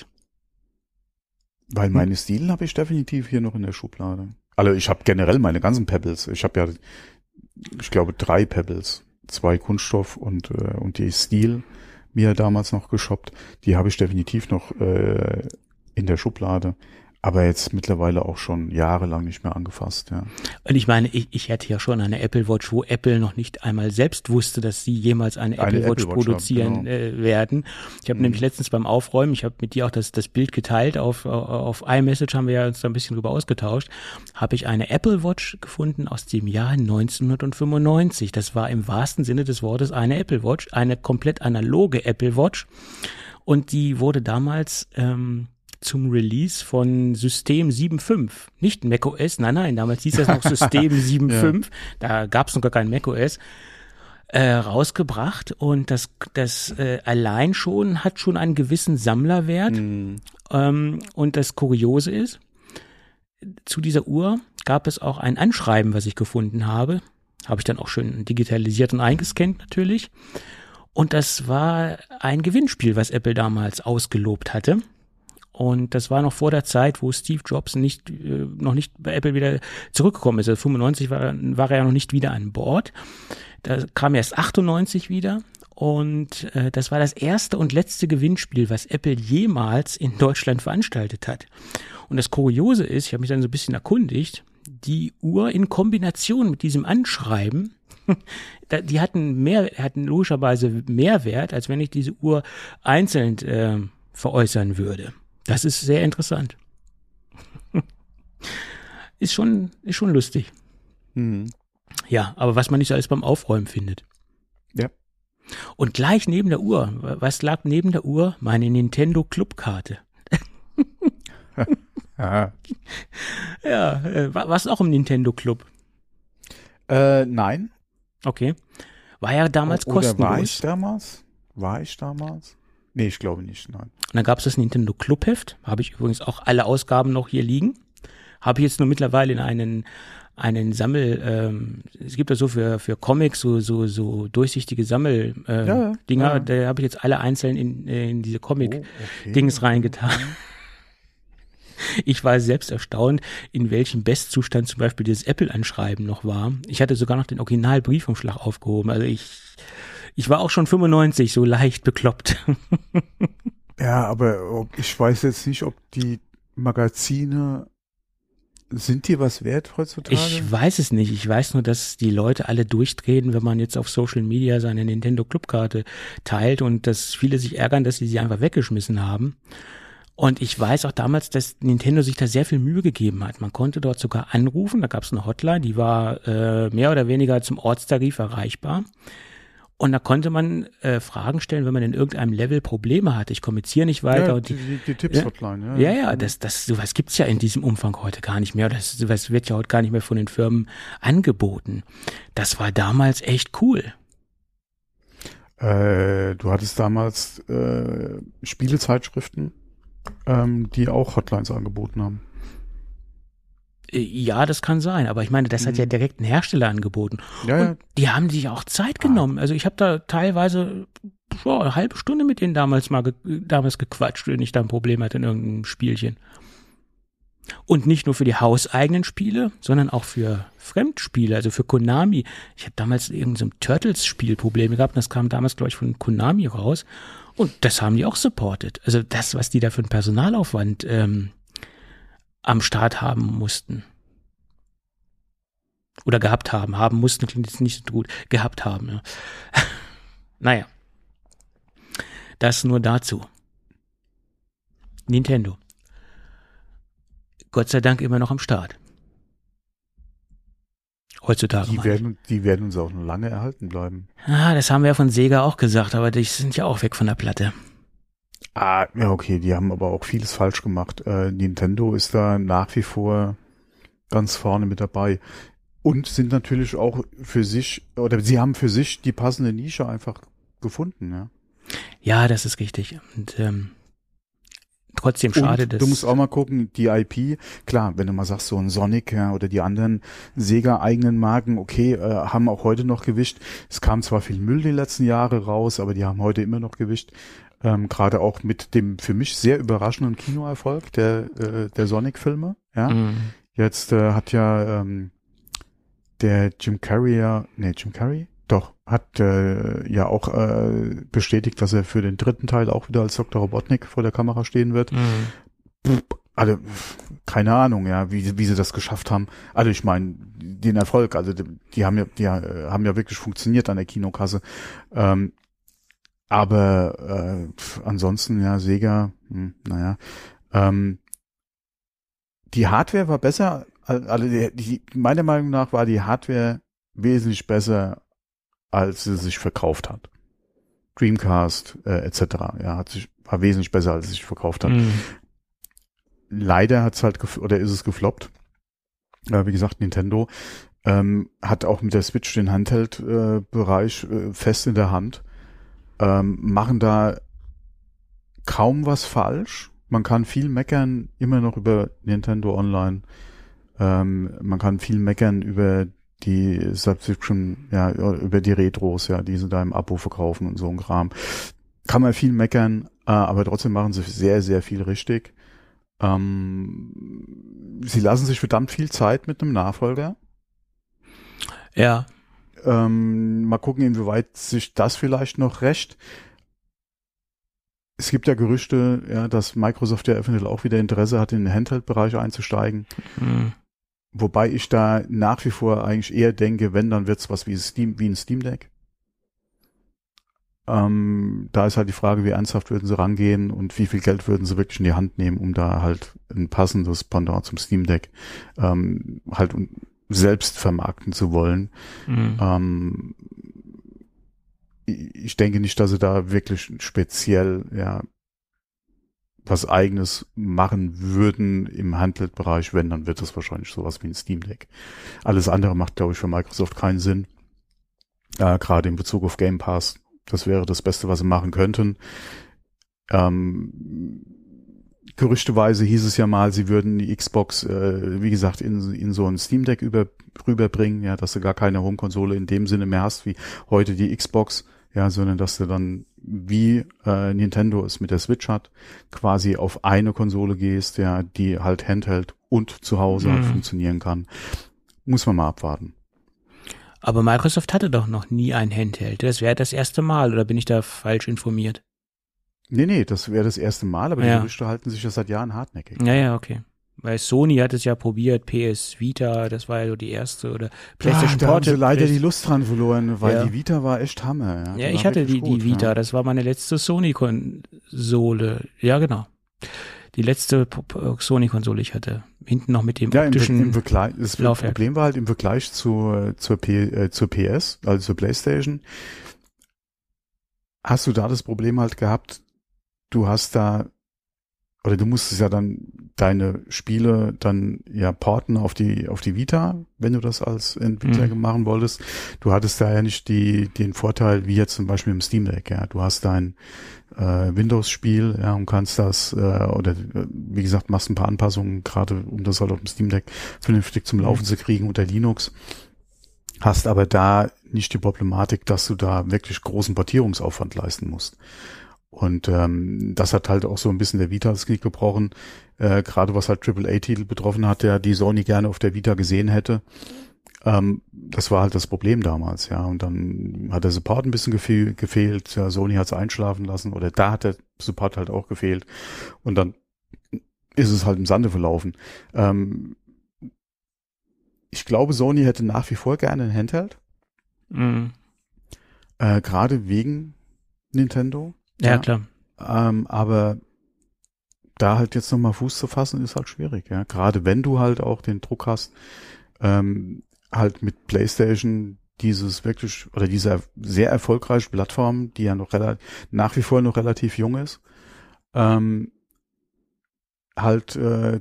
Weil meine hm. Steel habe ich definitiv hier noch in der Schublade. Also ich habe generell meine ganzen Pebbles. Ich habe ja, ich glaube, drei Pebbles. Zwei Kunststoff und äh, und die Steel mir damals noch geshoppt. Die habe ich definitiv noch äh, in der Schublade. Aber jetzt mittlerweile auch schon jahrelang nicht mehr angefasst, ja. Und ich meine, ich, ich hätte ja schon eine Apple Watch, wo Apple noch nicht einmal selbst wusste, dass sie jemals eine, eine Apple Watch Apple Watch produzieren haben, genau. äh, werden. Ich habe mhm. nämlich letztens beim Aufräumen, ich habe mit dir auch das, das Bild geteilt, auf, auf iMessage haben wir ja uns da ein bisschen drüber ausgetauscht, habe ich eine Apple Watch gefunden aus dem Jahr neunzehnhundertfünfundneunzig. Das war im wahrsten Sinne des Wortes eine Apple Watch, eine komplett analoge Apple Watch. Und die wurde damals ähm, zum Release von System sieben Punkt fünf. Nicht macOS, nein, nein, damals hieß das noch System sieben Punkt fünf. Ja. Da gab es noch gar kein macOS. Äh, rausgebracht, und das, das äh, allein schon hat schon einen gewissen Sammlerwert. Mhm. Ähm, und das Kuriose ist, zu dieser Uhr gab es auch ein Anschreiben, was ich gefunden habe. Habe ich dann auch schön digitalisiert und eingescannt natürlich. Und das war ein Gewinnspiel, was Apple damals ausgelobt hatte. Und das war noch vor der Zeit, wo Steve Jobs nicht, äh, noch nicht bei Apple wieder zurückgekommen ist. Also fünfundneunzig war, war er ja noch nicht wieder an Bord. Da kam erst achtundneunzig wieder. Und äh, das war das erste und letzte Gewinnspiel, was Apple jemals in Deutschland veranstaltet hat. Und das Kuriose ist, ich habe mich dann so ein bisschen erkundigt, die Uhr in Kombination mit diesem Anschreiben, die hatten mehr, hatten logischerweise mehr Wert, als wenn ich diese Uhr einzeln äh, veräußern würde. Das ist sehr interessant. Ist schon, ist schon lustig. Mhm. Ja, aber was man nicht so alles beim Aufräumen findet. Ja. Und gleich neben der Uhr, was lag neben der Uhr? Meine Nintendo Clubkarte. Ja. Ja, äh, war es auch im Nintendo Club? Äh, nein. Okay. War ja damals Oder kostenlos. War ich damals? War ich damals? Nee, ich glaube nicht, nein. Und dann gab es das Nintendo Clubheft. Habe ich übrigens auch alle Ausgaben noch hier liegen. Habe ich jetzt nur mittlerweile in einen einen Sammel, ähm, es gibt ja so für für Comics so so so durchsichtige Sammel äh, ja, Dinger, ja. Da habe ich jetzt alle einzeln in in diese Comic oh, okay. Dings reingetan. Ich war selbst erstaunt, in welchem Bestzustand zum Beispiel dieses Apple-Anschreiben noch war. Ich hatte sogar noch den Original-Briefumschlag aufgehoben. Also ich ich war auch schon fünfundneunzig so leicht bekloppt. Ja, aber ich weiß jetzt nicht, ob die Magazine, sind die was wert heutzutage? Ich weiß es nicht. Ich weiß nur, dass die Leute alle durchdrehen, wenn man jetzt auf Social Media seine Nintendo Clubkarte teilt, und dass viele sich ärgern, dass sie sie einfach weggeschmissen haben. Und ich weiß auch damals, dass Nintendo sich da sehr viel Mühe gegeben hat. Man konnte dort sogar anrufen, da gab es eine Hotline, die war äh, mehr oder weniger zum Ortstarif erreichbar. Und da konnte man äh, Fragen stellen, wenn man in irgendeinem Level Probleme hatte. Ich komme jetzt hier nicht weiter. Ja, und die, die, die Tipps-Hotline. Ja, ja, ja, das, das, sowas gibt's ja in diesem Umfang heute gar nicht mehr. Das, sowas wird ja heute gar nicht mehr von den Firmen angeboten. Das war damals echt cool. Äh, du hattest damals äh, Spielezeitschriften, ähm, die auch Hotlines angeboten haben. Ja, das kann sein, aber ich meine, das hat ja direkt ein Hersteller angeboten. Ja, und ja. die haben sich auch Zeit genommen. Also ich habe da teilweise boah, eine halbe Stunde mit denen damals mal ge damals gequatscht, wenn ich da ein Problem hatte in irgendeinem Spielchen. Und nicht nur für die hauseigenen Spiele, sondern auch für Fremdspiele, also für Konami. Ich habe damals irgendein so Turtles-Spiel Probleme gehabt, das kam damals, glaube ich, von Konami raus. Und das haben die auch supported. Also das, was die da für einen Personalaufwand ähm, am Start haben mussten. Oder gehabt haben. Haben mussten klingt jetzt nicht so gut. Gehabt haben, ja. Naja. Das nur dazu. Nintendo. Gott sei Dank immer noch am Start. Heutzutage. Die werden, die werden uns auch noch lange erhalten bleiben. Ah, das haben wir ja von Sega auch gesagt, aber die sind ja auch weg von der Platte. Ah, ja, okay, die haben aber auch vieles falsch gemacht. Äh, Nintendo ist da nach wie vor ganz vorne mit dabei. Und sind natürlich auch für sich, oder sie haben für sich die passende Nische einfach gefunden, ja. Ja, das ist richtig. Und ähm, trotzdem schade, Und dass... du musst auch mal gucken, die I P, klar, wenn du mal sagst, so ein Sonic ja, oder die anderen Sega-eigenen Marken, okay, äh, haben auch heute noch Gewicht. Es kam zwar viel Müll die letzten Jahre raus, aber die haben heute immer noch Gewicht. Ähm, gerade auch mit dem für mich sehr überraschenden Kinoerfolg der, äh, der Sonic-Filme, ja. Mhm. Jetzt äh, hat ja ähm, der Jim Carrey ja, nee, Jim Carrey? Doch, hat äh, ja auch äh, bestätigt, dass er für den dritten Teil auch wieder als Doktor Robotnik vor der Kamera stehen wird. Mhm. Also, keine Ahnung, ja, wie, wie sie das geschafft haben. Also ich meine, den Erfolg, also die, die haben ja, die äh, haben ja wirklich funktioniert an der Kinokasse. Ähm, aber äh, ansonsten, ja, Sega, hm, naja. Ähm, die Hardware war besser, also die, die, meiner Meinung nach war die Hardware wesentlich besser, als sie sich verkauft hat. Dreamcast äh, et cetera. Ja, hat sich war wesentlich besser, als sie sich verkauft hat. Mhm. Leider hat's halt gef- oder ist es gefloppt. Äh, wie gesagt, Nintendo ähm, hat auch mit der Switch den Handheld-Bereich äh, fest in der Hand. Ähm, machen da kaum was falsch. Man kann viel meckern, immer noch über Nintendo Online. Ähm, man kann viel meckern über die Subscription, ja, über die Retros, ja, die sie da im Abo verkaufen und so ein Kram. Kann man viel meckern, äh, aber trotzdem machen sie sehr, sehr viel richtig. Ähm, sie lassen sich verdammt viel Zeit mit einem Nachfolger. Ja. Ähm, mal gucken, inwieweit sich das vielleicht noch rächt. Es gibt ja Gerüchte, ja, dass Microsoft ja eventuell auch wieder Interesse hat, in den Handheld-Bereich einzusteigen. Mhm. Wobei ich da nach wie vor eigentlich eher denke, wenn, dann wird's was wie Steam, wie ein Steam Deck. Ähm, da ist halt die Frage, wie ernsthaft würden sie rangehen und wie viel Geld würden sie wirklich in die Hand nehmen, um da halt ein passendes Pendant zum Steam Deck ähm, halt selbst vermarkten zu wollen. Mhm. Ähm, ich denke nicht, dass sie da wirklich speziell, ja, was Eigenes machen würden im Handheld-Bereich. Wenn, dann wird das wahrscheinlich sowas wie ein Steam Deck. Alles andere macht, glaube ich, für Microsoft keinen Sinn. Äh, gerade in Bezug auf Game Pass. Das wäre das Beste, was sie machen könnten. Ähm, gerüchteweise hieß es ja mal, sie würden die Xbox, äh, wie gesagt, in, in so ein Steam Deck über, rüberbringen, ja, dass du gar keine Home-Konsole in dem Sinne mehr hast, wie heute die Xbox. Ja, sondern dass du dann, wie äh, Nintendo es mit der Switch hat, quasi auf eine Konsole gehst, ja, die halt Handheld und zu Hause halt Mhm. funktionieren kann. Muss man mal abwarten. Aber Microsoft hatte doch noch nie ein Handheld. Das wäre das erste Mal, oder bin ich da falsch informiert? Nee, nee, das wäre das erste Mal, aber Ja. die Gerüchte halten sich ja seit Jahren hartnäckig. Ja, ja, okay. Weil Sony hat es ja probiert, P S Vita, das war ja so die erste, oder Ah, PlayStation da haben sie Portable. leider die Lust dran verloren, weil Ja. die Vita war echt Hammer. Ja, Ja, Die ich war hatte die, wirklich die gut, Vita, Ja. das war meine letzte Sony-Konsole. Ja, genau. Die letzte P- P- Sony-Konsole ich hatte. Hinten noch mit dem Ja, im, Ver- optischen im Vergleich, das Laufwerk. Problem war halt im Vergleich zu, zur, P, äh, zur P S, also zur PlayStation, hast du da das Problem halt gehabt, du hast da, oder du musstest ja dann deine Spiele dann ja porten auf die auf die Vita, wenn du das als Entwickler mhm. machen wolltest. Du hattest da ja nicht die den Vorteil wie jetzt zum Beispiel im Steam Deck. Ja, du hast dein äh, Windows-Spiel, ja, und kannst das äh, oder äh, wie gesagt machst ein paar Anpassungen, gerade um das halt auf dem Steam Deck vernünftig zum Laufen mhm. zu kriegen unter Linux. Hast aber da nicht die Problematik, dass du da wirklich großen Portierungsaufwand leisten musst. Und ähm, das hat halt auch so ein bisschen der Vita das Knick gebrochen, äh, gerade was halt Triple A Titel betroffen hat, der die Sony gerne auf der Vita gesehen hätte. Ähm, das war halt das Problem damals, ja. Und dann hat der Support ein bisschen gefehl, gefehlt, ja, Sony hat es einschlafen lassen oder da hat der Support halt auch gefehlt. Und dann ist es halt im Sande verlaufen. Ähm, ich glaube, Sony hätte nach wie vor gerne ein Handheld. Mhm. Äh, gerade wegen Nintendo. Ja, ja, klar. Ähm, aber da halt jetzt nochmal Fuß zu fassen, ist halt schwierig, ja. Gerade wenn du halt auch den Druck hast, ähm, halt mit PlayStation dieses wirklich, oder diese sehr erfolgreiche Plattform, die ja noch relativ, nach wie vor noch relativ jung ist, ähm, halt äh,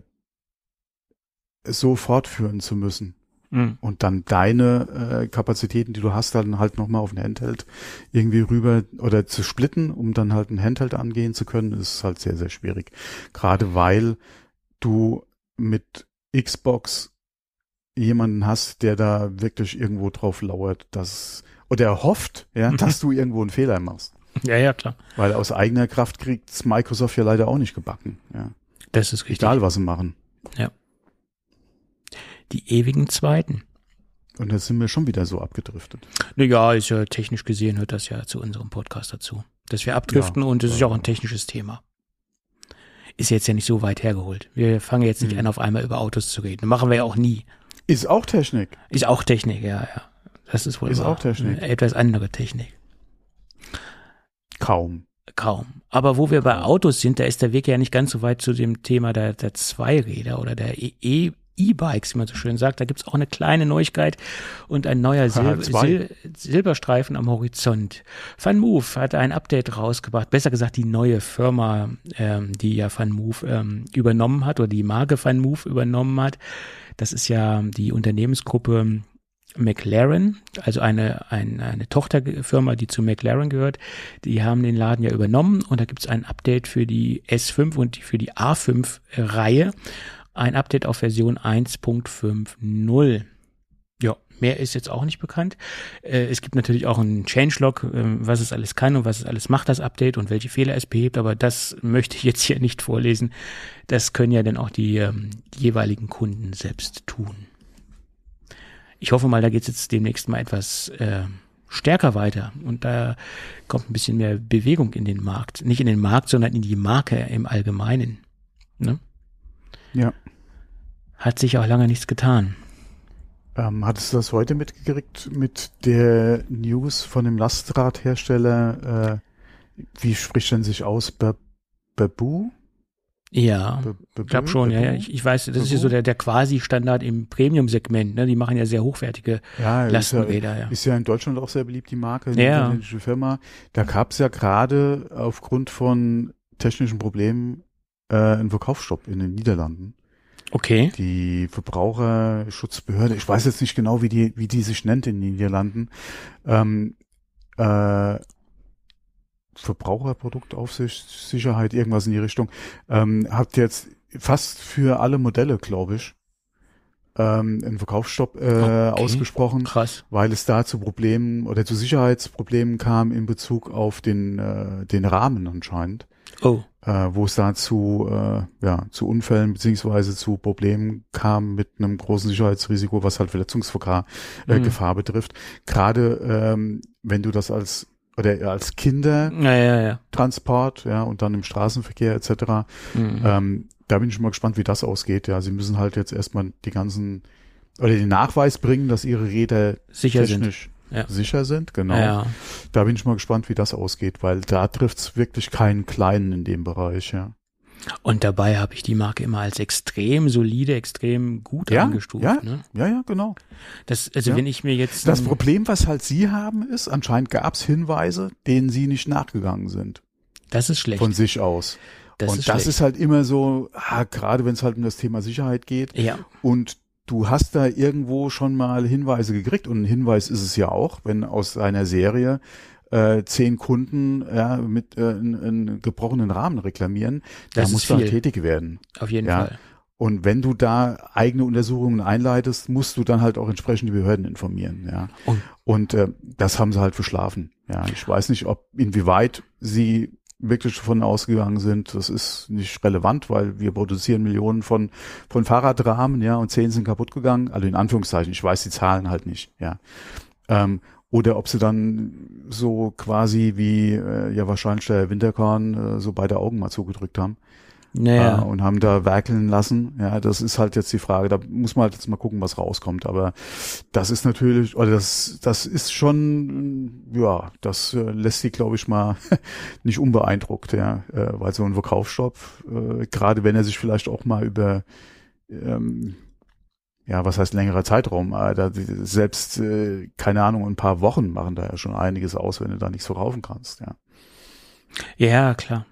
so fortführen zu müssen. Mhm. Und dann deine äh, Kapazitäten, die du hast, dann halt nochmal auf ein Handheld irgendwie rüber oder zu splitten, um dann halt ein Handheld angehen zu können, ist halt sehr, sehr schwierig. Gerade weil du mit Xbox jemanden hast, der da wirklich irgendwo drauf lauert, dass oder er hofft, ja, mhm. dass du irgendwo einen Fehler machst. Ja, ja, klar. Weil aus eigener Kraft kriegt's Microsoft ja leider auch nicht gebacken. Ja. Das ist richtig. Egal, was sie machen. Ja. Die ewigen Zweiten. Und jetzt sind wir schon wieder so abgedriftet. Naja, ist ja technisch gesehen, hört das ja zu unserem Podcast dazu. Dass wir abdriften ja, und das ist ja auch ein technisches Thema. Ist jetzt ja nicht so weit hergeholt. Wir fangen jetzt nicht mhm. an, auf einmal über Autos zu reden. Machen wir ja auch nie. Ist auch Technik. Ist auch Technik, ja, ja. Das ist wohl Ist auch Technik. Eine etwas andere Technik. Kaum. Kaum. Aber wo wir bei Autos sind, da ist der Weg ja nicht ganz so weit zu dem Thema der, der Zweiräder oder der E- E-Bikes, wie man so schön sagt. Da gibt's auch eine kleine Neuigkeit und ein neuer Sil- Sil- Silberstreifen am Horizont. VanMoof hat ein Update rausgebracht, besser gesagt die neue Firma, ähm, die ja VanMoof ähm, übernommen hat oder die Marke VanMoof übernommen hat. Das ist ja die Unternehmensgruppe McLaren, also eine, eine, eine Tochterfirma, die zu McLaren gehört. Die haben den Laden ja übernommen und da gibt's ein Update für die S fünf und die, für die A fünf Reihe. Ein Update auf Version eins Punkt fünf Punkt null. Ja, mehr ist jetzt auch nicht bekannt. Äh, es gibt natürlich auch einen Changelog, äh, was es alles kann und was es alles macht, das Update und welche Fehler es behebt, aber das möchte ich jetzt hier nicht vorlesen. Das können ja dann auch die, ähm, die jeweiligen Kunden selbst tun. Ich hoffe mal, da geht es jetzt demnächst mal etwas äh, stärker weiter und da kommt ein bisschen mehr Bewegung in den Markt. Nicht in den Markt, sondern in die Marke im Allgemeinen. Ne? Ja. Hat sich auch lange nichts getan. Ähm, hattest du das heute mitgekriegt mit der News von dem Lastradhersteller? Äh, wie spricht denn sich aus? Baboo? Ja, ich glaube schon, ja, ja. Ich, ich weiß, das Baboo? Ist ja so der, der Quasi-Standard im Premium-Segment, ne? Die machen ja sehr hochwertige ja, Lastenräder. Ist ja, ja. ist ja in Deutschland auch sehr beliebt, die Marke, eine ja. italienische Firma. Da gab es ja gerade aufgrund von technischen Problemen äh, einen Verkaufsstopp in den Niederlanden. Okay. Die Verbraucherschutzbehörde, ich weiß jetzt nicht genau, wie die, wie die sich nennt in den Niederlanden, ähm, äh, Verbraucherproduktaufsicht, Sicherheit, irgendwas in die Richtung, ähm, hat jetzt fast für alle Modelle, glaube ich, ähm, einen Verkaufsstopp äh, okay. ausgesprochen, krass, weil es da zu Problemen oder zu Sicherheitsproblemen kam in Bezug auf den äh, den Rahmen anscheinend. Oh. Äh, wo es da zu, äh, ja, zu Unfällen beziehungsweise zu Problemen kam mit einem großen Sicherheitsrisiko, was halt Verletzungsgefahr äh, mhm. Gefahr betrifft. Gerade ähm, wenn du das als oder als Kindertransport, ja, ja, ja. ja, und dann im Straßenverkehr et cetera. Mhm. Ähm, da bin ich schon mal gespannt, wie das ausgeht. Ja, sie müssen halt jetzt erstmal die ganzen oder den Nachweis bringen, dass ihre Räder sicher technisch sind. Ja. sicher sind, genau. Ja. Da bin ich mal gespannt, wie das ausgeht, weil da trifft's wirklich keinen Kleinen in dem Bereich, ja. Und dabei habe ich die Marke immer als extrem solide, extrem gut ja, eingestuft. Ja, ne? ja, ja, genau. Das, also ja. wenn ich mir jetzt... Das Problem, was halt Sie haben, ist, anscheinend gab's Hinweise, denen Sie nicht nachgegangen sind. Das ist schlecht. Von sich aus. Das und ist das schlecht. ist halt immer so, ah, gerade wenn es halt um das Thema Sicherheit geht. Ja. Und du hast da irgendwo schon mal Hinweise gekriegt. Und ein Hinweis ist es ja auch, wenn aus einer Serie äh, zehn Kunden ja, mit äh, einen gebrochenen Rahmen reklamieren, Das da musst ist du halt viel. tätig werden. Auf jeden Ja. Fall. Und wenn du da eigene Untersuchungen einleitest, musst du dann halt auch entsprechend die Behörden informieren, ja. Und, Und äh, das haben sie halt verschlafen. Ja, ich weiß nicht, ob inwieweit sie wirklich davon ausgegangen sind, das ist nicht relevant, weil wir produzieren Millionen von von Fahrradrahmen, ja, und zehn sind kaputt gegangen. Also in Anführungszeichen, ich weiß die Zahlen halt nicht, ja. Ähm, oder ob sie dann so quasi wie äh, ja wahrscheinlich der Winterkorn äh, so beide Augen mal zugedrückt haben. naja. Äh, und haben da werkeln lassen. Ja, das ist halt jetzt die Frage. Da muss man halt jetzt mal gucken, was rauskommt. Aber das ist natürlich, oder das, das ist schon, ja, das äh, lässt sie, glaube ich, mal nicht unbeeindruckt, ja, äh, weil so ein Verkaufsstopp, äh, gerade wenn er sich vielleicht auch mal über, ähm, ja, was heißt längerer Zeitraum, äh, da, selbst, äh, keine Ahnung, ein paar Wochen machen da ja schon einiges aus, wenn du da nichts verkaufen kannst, ja. Ja, klar.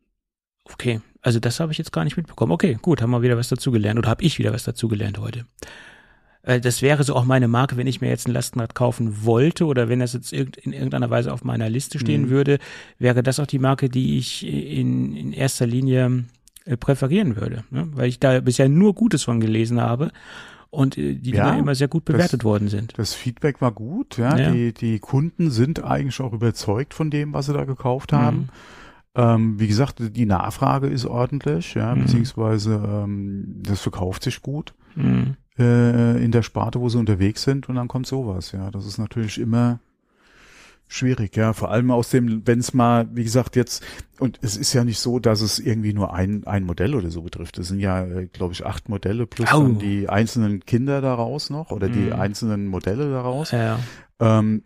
Okay, also das habe ich jetzt gar nicht mitbekommen. Okay, gut, haben wir wieder was dazugelernt oder habe ich wieder was dazugelernt heute. Äh, das wäre so auch meine Marke, wenn ich mir jetzt ein Lastenrad kaufen wollte oder wenn das jetzt irg- in irgendeiner Weise auf meiner Liste stehen Mhm. würde, wäre das auch die Marke, die ich in, in erster Linie äh, präferieren würde, ne? Weil ich da bisher nur Gutes von gelesen habe und äh, die Ja, Dinger immer sehr gut das- bewertet worden sind. Das Feedback war gut, ja. Ja. Die, die Kunden sind eigentlich auch überzeugt von dem, was sie da gekauft haben. Mhm. Ähm, wie gesagt, die Nachfrage ist ordentlich, ja, Mhm. beziehungsweise ähm, das verkauft sich gut Mhm. äh, in der Sparte, wo sie unterwegs sind, und dann kommt sowas, ja. Das ist natürlich immer schwierig, ja. Vor allem aus dem, wenn es mal, wie gesagt, jetzt, und es ist ja nicht so, dass es irgendwie nur ein ein Modell oder so betrifft. Es sind ja, äh, glaube ich, acht Modelle plus Au. dann die einzelnen Kinder daraus noch oder die Mhm. einzelnen Modelle daraus. Ja. Ähm,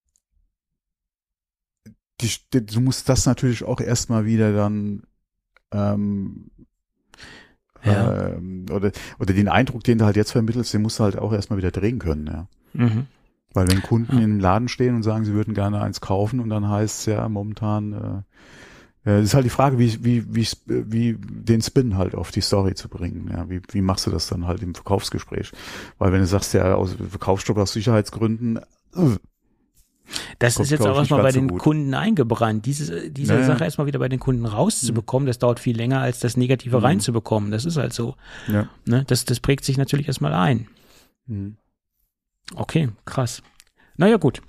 die, die, du musst das natürlich auch erstmal wieder dann ähm, Ja. ähm, oder oder den Eindruck, den du halt jetzt vermittelst, den musst du halt auch erstmal wieder drehen können, ja. Mhm. Weil wenn Kunden Ja. im Laden stehen und sagen, sie würden gerne eins kaufen, und dann heißt es ja momentan, äh, äh, ist halt die Frage, wie wie wie wie den Spin halt auf die Story zu bringen, ja. Wie wie machst du das dann halt im Verkaufsgespräch? Weil wenn du sagst, ja, aus Verkaufsstopp aus Sicherheitsgründen, äh, Das Kommt, ist jetzt glaub auch ich, nicht erstmal bei ganz so den gut. Kunden eingebrannt. Diese, diese Naja. Sache erstmal wieder bei den Kunden rauszubekommen, das dauert viel länger, als das Negative Mhm. reinzubekommen. Das ist halt so. ja. Ne? Das, das prägt sich natürlich erstmal ein. Mhm. Okay, krass. Naja, gut.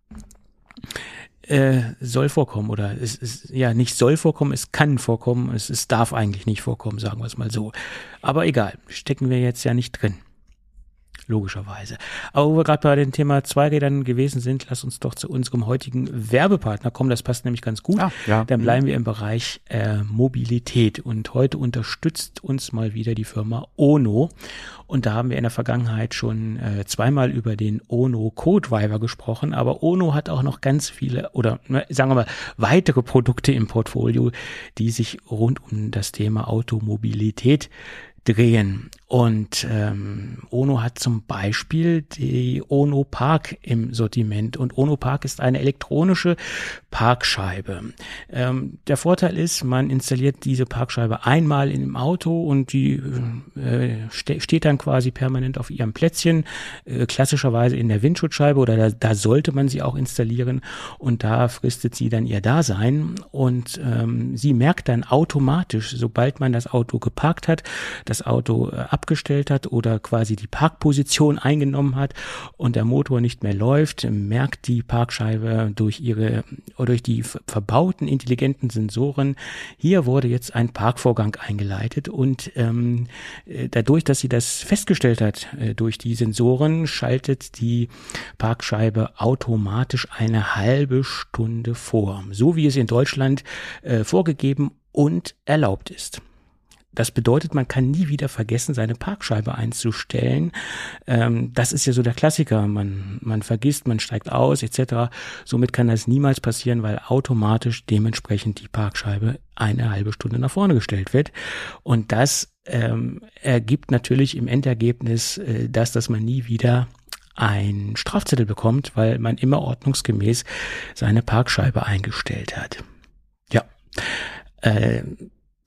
Äh, soll vorkommen oder es ist, ja, nicht soll vorkommen, es kann vorkommen, es, es darf eigentlich nicht vorkommen, sagen wir es mal so. Aber egal, stecken wir jetzt ja nicht drin. Logischerweise. Aber wo wir gerade bei dem Thema Zweirädern gewesen sind, lass uns doch zu unserem heutigen Werbepartner kommen. Das passt nämlich ganz gut. Ah, ja. Dann bleiben wir im Bereich äh, Mobilität. Und heute unterstützt uns mal wieder die Firma Ono. Und da haben wir in der Vergangenheit schon äh, zweimal über den Ono Co-Driver gesprochen. Aber Ono hat auch noch ganz viele oder ne, sagen wir mal weitere Produkte im Portfolio, die sich rund um das Thema Automobilität drehen. Und ähm, Ono hat zum Beispiel die Ono Park im Sortiment. Und Ono Park ist eine elektronische Parkscheibe. Ähm, der Vorteil ist, man installiert diese Parkscheibe einmal in dem Auto und die äh, ste- steht dann quasi permanent auf ihrem Plätzchen, äh, klassischerweise in der Windschutzscheibe, oder da, da sollte man sie auch installieren, und da fristet sie dann ihr Dasein, und ähm, sie merkt dann automatisch, sobald man das Auto geparkt hat, das Auto äh, abgestellt hat oder quasi die Parkposition eingenommen hat und der Motor nicht mehr läuft, merkt die Parkscheibe durch ihre oder durch die verbauten intelligenten Sensoren, hier wurde jetzt ein Parkvorgang eingeleitet, und ähm, dadurch, dass sie das festgestellt hat äh, durch die Sensoren, schaltet die Parkscheibe automatisch eine halbe Stunde vor, so wie es in Deutschland äh, vorgegeben und erlaubt ist. Das bedeutet, man kann nie wieder vergessen, seine Parkscheibe einzustellen. Ähm, das ist ja so der Klassiker. Man, man vergisst, man steigt aus et cetera. Somit kann das niemals passieren, weil automatisch dementsprechend die Parkscheibe eine halbe Stunde nach vorne gestellt wird. Und das ähm, ergibt natürlich im Endergebnis äh, das, dass man nie wieder einen Strafzettel bekommt, weil man immer ordnungsgemäß seine Parkscheibe eingestellt hat. Ja, äh,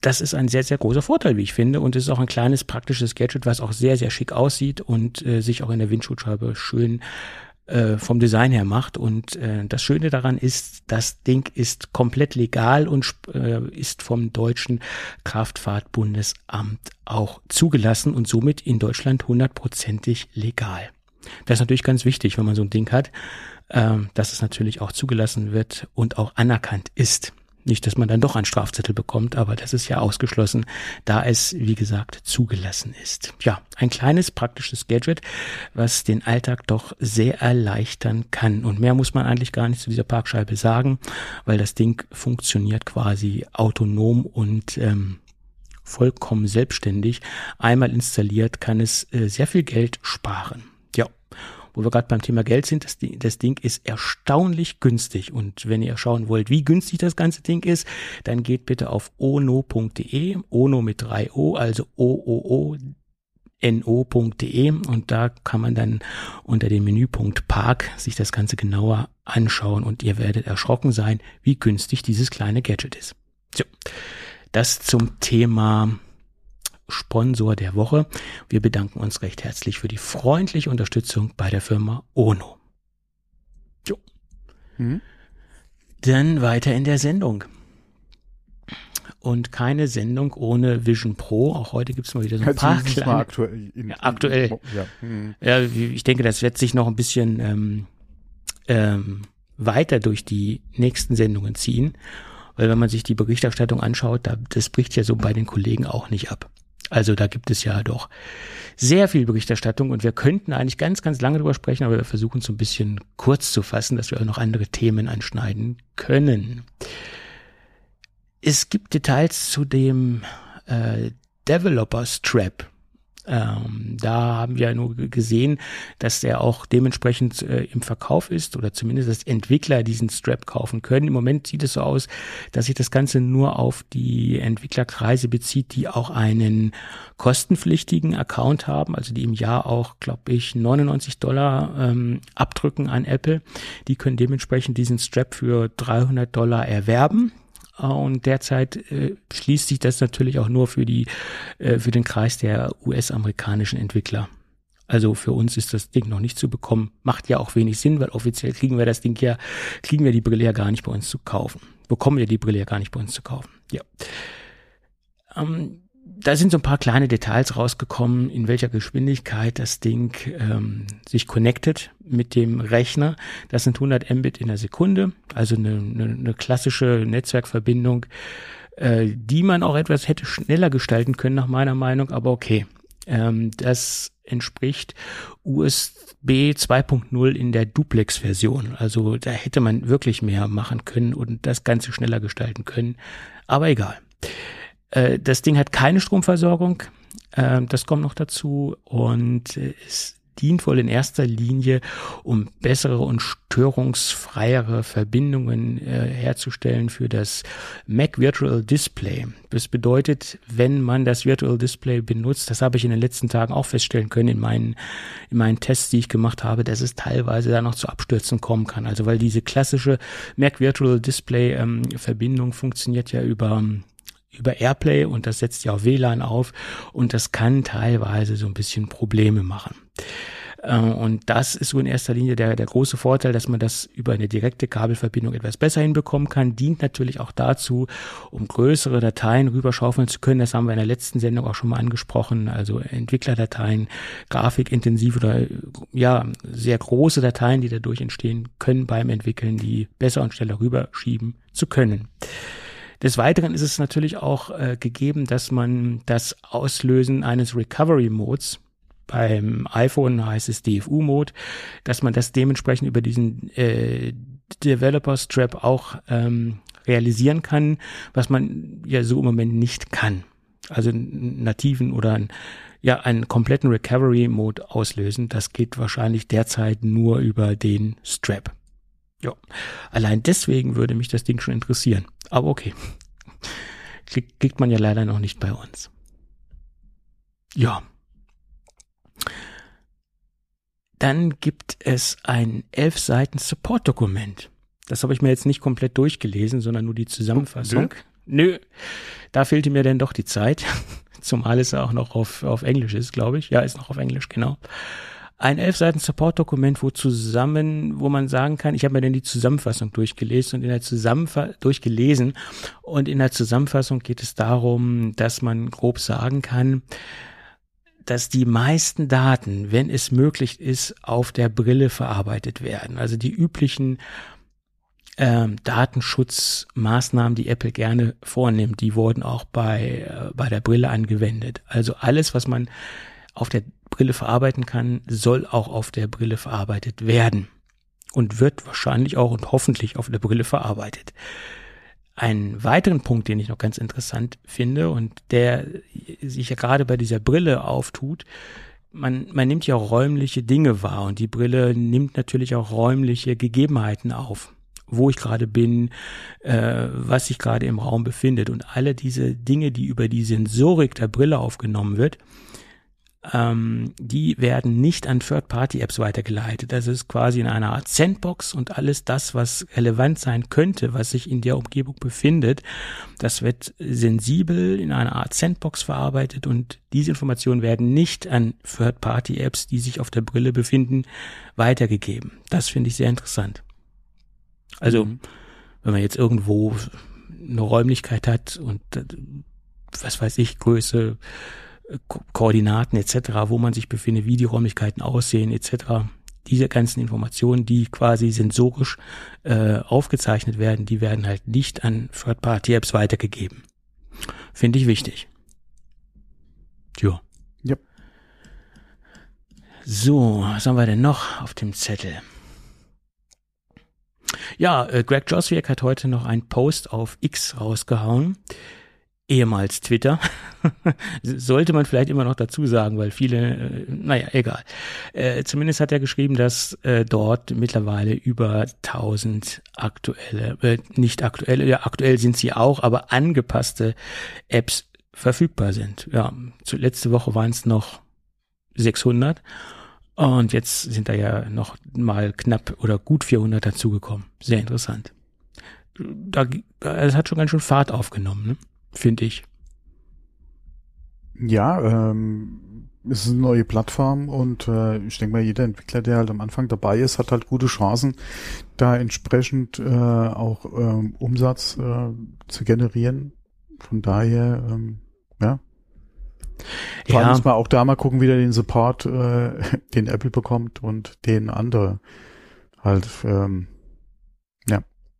das ist ein sehr, sehr großer Vorteil, wie ich finde. Und es ist auch ein kleines, praktisches Gadget, was auch sehr, sehr schick aussieht und äh, sich auch in der Windschutzscheibe schön äh, vom Design her macht. Und äh, das Schöne daran ist, das Ding ist komplett legal und äh, ist vom Deutschen Kraftfahrtbundesamt auch zugelassen und somit in Deutschland hundertprozentig legal. Das ist natürlich ganz wichtig, wenn man so ein Ding hat, äh, dass es natürlich auch zugelassen wird und auch anerkannt ist. Nicht, dass man dann doch einen Strafzettel bekommt, aber das ist ja ausgeschlossen, da es, wie gesagt, zugelassen ist. Ja, ein kleines praktisches Gadget, was den Alltag doch sehr erleichtern kann. Und mehr muss man eigentlich gar nicht zu dieser Parkscheibe sagen, weil das Ding funktioniert quasi autonom und ähm, vollkommen selbstständig. Einmal installiert kann es äh, sehr viel Geld sparen. Ja. Wo wir gerade beim Thema Geld sind, das Ding, das Ding ist erstaunlich günstig. Und wenn ihr schauen wollt, wie günstig das ganze Ding ist, dann geht bitte auf ono punkt de, ono mit drei O, also o o o n o punkt de, und da kann man dann unter dem Menüpunkt Park sich das Ganze genauer anschauen und ihr werdet erschrocken sein, wie günstig dieses kleine Gadget ist. So, das zum Thema Sponsor der Woche. Wir bedanken uns recht herzlich für die freundliche Unterstützung bei der Firma Ono. Jo. Mhm. Dann weiter in der Sendung. Und keine Sendung ohne Vision Pro. Auch heute gibt es mal wieder so ein also paar kleine... Mal aktuell. In, ja, aktuell. In, ja. Mhm. Ja, ich denke, das wird sich noch ein bisschen ähm, ähm, weiter durch die nächsten Sendungen ziehen. Weil wenn man sich die Berichterstattung anschaut, da, das bricht ja so bei den Kollegen auch nicht ab. Also da gibt es ja doch sehr viel Berichterstattung und wir könnten eigentlich ganz, ganz lange drüber sprechen, aber wir versuchen es so ein bisschen kurz zu fassen, dass wir auch noch andere Themen anschneiden können. Es gibt Details zu dem äh, Developer Strap. Ähm, da haben wir nur gesehen, dass der auch dementsprechend äh, im Verkauf ist oder zumindest, dass Entwickler diesen Strap kaufen können. Im Moment sieht es so aus, dass sich das Ganze nur auf die Entwicklerkreise bezieht, die auch einen kostenpflichtigen Account haben, also die im Jahr auch, glaube ich, neunundneunzig Dollar ähm, abdrücken an Apple. Die können dementsprechend diesen Strap für dreihundert Dollar erwerben. Und derzeit äh, schließt sich das natürlich auch nur für die äh, für den Kreis der U S-amerikanischen Entwickler. Also für uns ist das Ding noch nicht zu bekommen. Macht ja auch wenig Sinn, weil offiziell kriegen wir das Ding ja, kriegen wir die Brille ja gar nicht bei uns zu kaufen. Bekommen wir die Brille ja gar nicht bei uns zu kaufen. Ja. Ähm, da sind so ein paar kleine Details rausgekommen, in welcher Geschwindigkeit das Ding ähm, sich connectet mit dem Rechner. Das sind hundert Mbit in der Sekunde, also eine, eine, eine klassische Netzwerkverbindung, äh, die man auch etwas hätte schneller gestalten können, nach meiner Meinung, aber okay. Ähm, das entspricht U S B zwei Punkt null in der Duplex-Version. Also da hätte man wirklich mehr machen können und das Ganze schneller gestalten können, aber egal. Das Ding hat keine Stromversorgung, das kommt noch dazu und es dient wohl in erster Linie, um bessere und störungsfreiere Verbindungen herzustellen für das Mac Virtual Display. Das bedeutet, wenn man das Virtual Display benutzt, das habe ich in den letzten Tagen auch feststellen können in meinen, in meinen Tests, die ich gemacht habe, dass es teilweise da noch zu Abstürzen kommen kann. Also weil diese klassische Mac Virtual Display ähm, Verbindung funktioniert ja über über Airplay und das setzt ja auch W L A N auf und das kann teilweise so ein bisschen Probleme machen. Und das ist so in erster Linie der, der große Vorteil, dass man das über eine direkte Kabelverbindung etwas besser hinbekommen kann. Dient natürlich auch dazu, um größere Dateien rüberschaufeln zu können. Das haben wir in der letzten Sendung auch schon mal angesprochen. Also Entwicklerdateien, grafikintensiv oder ja sehr große Dateien, die dadurch entstehen können beim Entwickeln, die besser und schneller rüberschieben zu können. Des Weiteren ist es natürlich auch äh, gegeben, dass man das Auslösen eines Recovery-Modes, beim iPhone heißt es D F U-Mode, dass man das dementsprechend über diesen äh, Developer-Strap auch ähm, realisieren kann, was man ja so im Moment nicht kann. Also einen nativen oder einen, ja, einen kompletten Recovery-Mode auslösen, das geht wahrscheinlich derzeit nur über den Strap. Ja, allein deswegen würde mich das Ding schon interessieren. Aber okay, kriegt man ja leider noch nicht bei uns. Ja. Dann gibt es ein elf Seiten Support-Dokument. Das habe ich mir jetzt nicht komplett durchgelesen, sondern nur die Zusammenfassung. Nö, da fehlte mir denn doch die Zeit, zumal es auch noch auf, auf Englisch ist, glaube ich. Ja, ist noch auf Englisch, genau. Ein elf Seiten Support-Dokument, wo zusammen, wo man sagen kann, ich habe mir dann die Zusammenfassung durchgelesen und in der Zusammenfassung durchgelesen und in der Zusammenfassung geht es darum, dass man grob sagen kann, dass die meisten Daten, wenn es möglich ist, auf der Brille verarbeitet werden. Also die üblichen ähm, Datenschutzmaßnahmen, die Apple gerne vornimmt, die wurden auch bei äh, bei der Brille angewendet. Also alles, was man auf der Brille verarbeiten kann, soll auch auf der Brille verarbeitet werden und wird wahrscheinlich auch und hoffentlich auf der Brille verarbeitet. Einen weiteren Punkt, den ich noch ganz interessant finde und der sich ja gerade bei dieser Brille auftut, man, man nimmt ja auch räumliche Dinge wahr und die Brille nimmt natürlich auch räumliche Gegebenheiten auf, wo ich gerade bin, äh, was sich gerade im Raum befindet und alle diese Dinge, die über die Sensorik der Brille aufgenommen wird, Ähm, die werden nicht an Third-Party-Apps weitergeleitet. Das ist quasi in einer Art Sandbox und alles das, was relevant sein könnte, was sich in der Umgebung befindet, das wird sensibel in einer Art Sandbox verarbeitet und diese Informationen werden nicht an Third-Party-Apps, die sich auf der Brille befinden, weitergegeben. Das finde ich sehr interessant. Also, mhm. wenn man jetzt irgendwo eine Räumlichkeit hat und was weiß ich, Größe, Ko- Koordinaten et cetera, wo man sich befindet, wie die Räumlichkeiten aussehen et cetera. Diese ganzen Informationen, die quasi sensorisch äh, aufgezeichnet werden, die werden halt nicht an Third-Party-Apps weitergegeben. Finde ich wichtig. Ja. Yep. So, was haben wir denn noch auf dem Zettel? Ja, äh, Greg Joswiak hat heute noch einen Post auf X rausgehauen. Ehemals Twitter. Sollte man vielleicht immer noch dazu sagen, weil viele, äh, naja, egal. Äh, zumindest hat er geschrieben, dass äh, dort mittlerweile über tausend aktuelle, äh, nicht aktuelle, ja, aktuell sind sie auch, aber angepasste Apps verfügbar sind. Ja, zu, letzte Woche waren es noch sechshundert und jetzt sind da ja noch mal knapp oder gut vierhundert dazugekommen. Sehr interessant. Da, es hat schon ganz schön Fahrt aufgenommen, ne? Finde ich. Ja, ähm, es ist eine neue Plattform und äh, ich denke mal, jeder Entwickler, der halt am Anfang dabei ist, hat halt gute Chancen, da entsprechend äh, auch ähm, Umsatz äh, zu generieren. Von daher, ähm, ja. Vor allem Ja. muss man auch da mal gucken, wie der den Support, äh, den Apple bekommt und den andere halt, ähm, ja.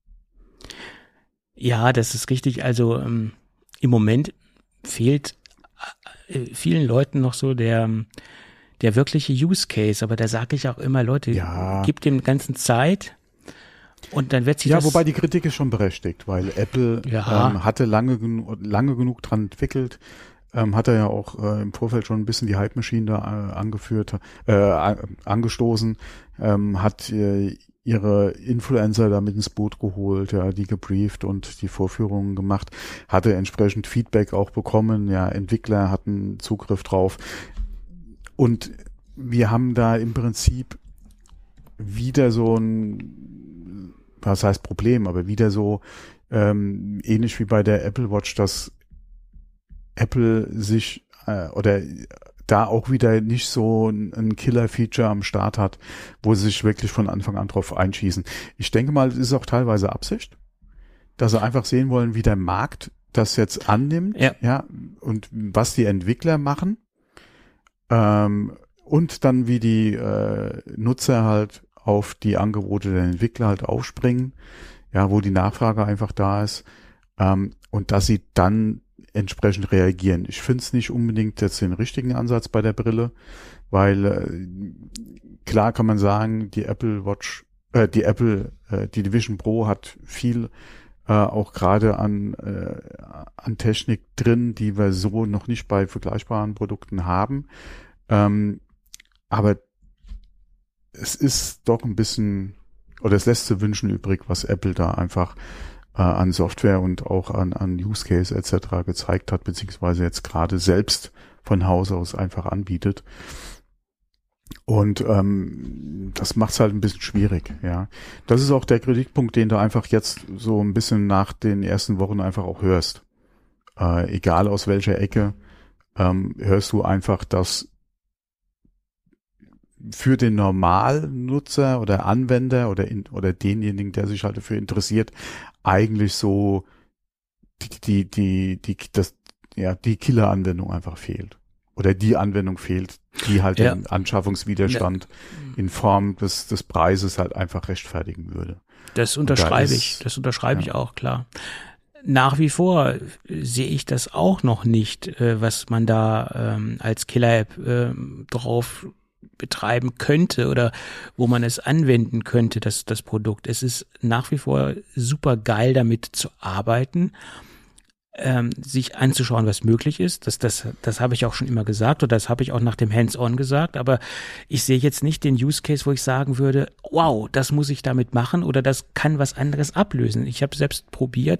Ja, das ist richtig. Also ähm, im Moment fehlt äh, vielen Leuten noch so der der wirkliche Use Case. Aber da sage ich auch immer, Leute, Ja. gebt dem Ganzen Zeit und dann wird sich Ja, das... wobei die Kritik ist schon berechtigt, weil Apple Ja. ähm, hatte lange, genu- lange genug dran entwickelt, ähm, hat er ja auch äh, im Vorfeld schon ein bisschen die Hype-Maschine da äh, angeführt, äh, an- angestoßen, ähm, hat äh, ihre Influencer da mit ins Boot geholt, ja, die gebrieft und die Vorführungen gemacht, hatte entsprechend Feedback auch bekommen, ja, Entwickler hatten Zugriff drauf und wir haben da im Prinzip wieder so ein, was heißt Problem, aber wieder so ähm, ähnlich wie bei der Apple Watch, dass Apple sich äh, oder da auch wieder nicht so ein, ein Killer-Feature am Start hat, wo sie sich wirklich von Anfang an drauf einschießen. Ich denke mal, es ist auch teilweise Absicht, dass sie einfach sehen wollen, wie der Markt das jetzt annimmt, Ja. ja, und was die Entwickler machen, ähm, und dann wie die äh, Nutzer halt auf die Angebote der Entwickler halt aufspringen, ja, wo die Nachfrage einfach da ist, ähm, und dass sie dann entsprechend reagieren. Ich finde es nicht unbedingt jetzt den richtigen Ansatz bei der Brille, weil äh, klar kann man sagen, die Apple Watch, äh, die Apple, äh, die Vision Pro hat viel äh, auch gerade an äh, an Technik drin, die wir so noch nicht bei vergleichbaren Produkten haben. Ähm, aber es ist doch ein bisschen, oder es lässt zu wünschen übrig, was Apple da einfach äh, an Software und auch an, an Use Case et cetera gezeigt hat, beziehungsweise jetzt gerade selbst von Haus aus einfach anbietet. Und ähm, das macht es halt ein bisschen schwierig, ja. Das ist auch der Kritikpunkt, den du einfach jetzt so ein bisschen nach den ersten Wochen einfach auch hörst. Äh, egal aus welcher Ecke, ähm, hörst du einfach, dass für den Normalnutzer oder Anwender oder in, oder denjenigen, der sich halt dafür interessiert, eigentlich so die die die die das ja die Killer-Anwendung einfach fehlt. Oder die Anwendung fehlt, die halt ja. den Anschaffungswiderstand ja. in Form des, des Preises halt einfach rechtfertigen würde. Das unterschreibe da ich, das unterschreibe ja. ich auch, klar. Nach wie vor sehe ich das auch noch nicht, äh, was man da ähm, als Killer-App äh, drauf betreiben könnte oder wo man es anwenden könnte, das, das Produkt. Es ist nach wie vor super geil, damit zu arbeiten. Ähm, sich anzuschauen, was möglich ist. Das, das, das habe ich auch schon immer gesagt oder das habe ich auch nach dem Hands-on gesagt, aber ich sehe jetzt nicht den Use Case, wo ich sagen würde, wow, das muss ich damit machen oder das kann was anderes ablösen. Ich habe selbst probiert,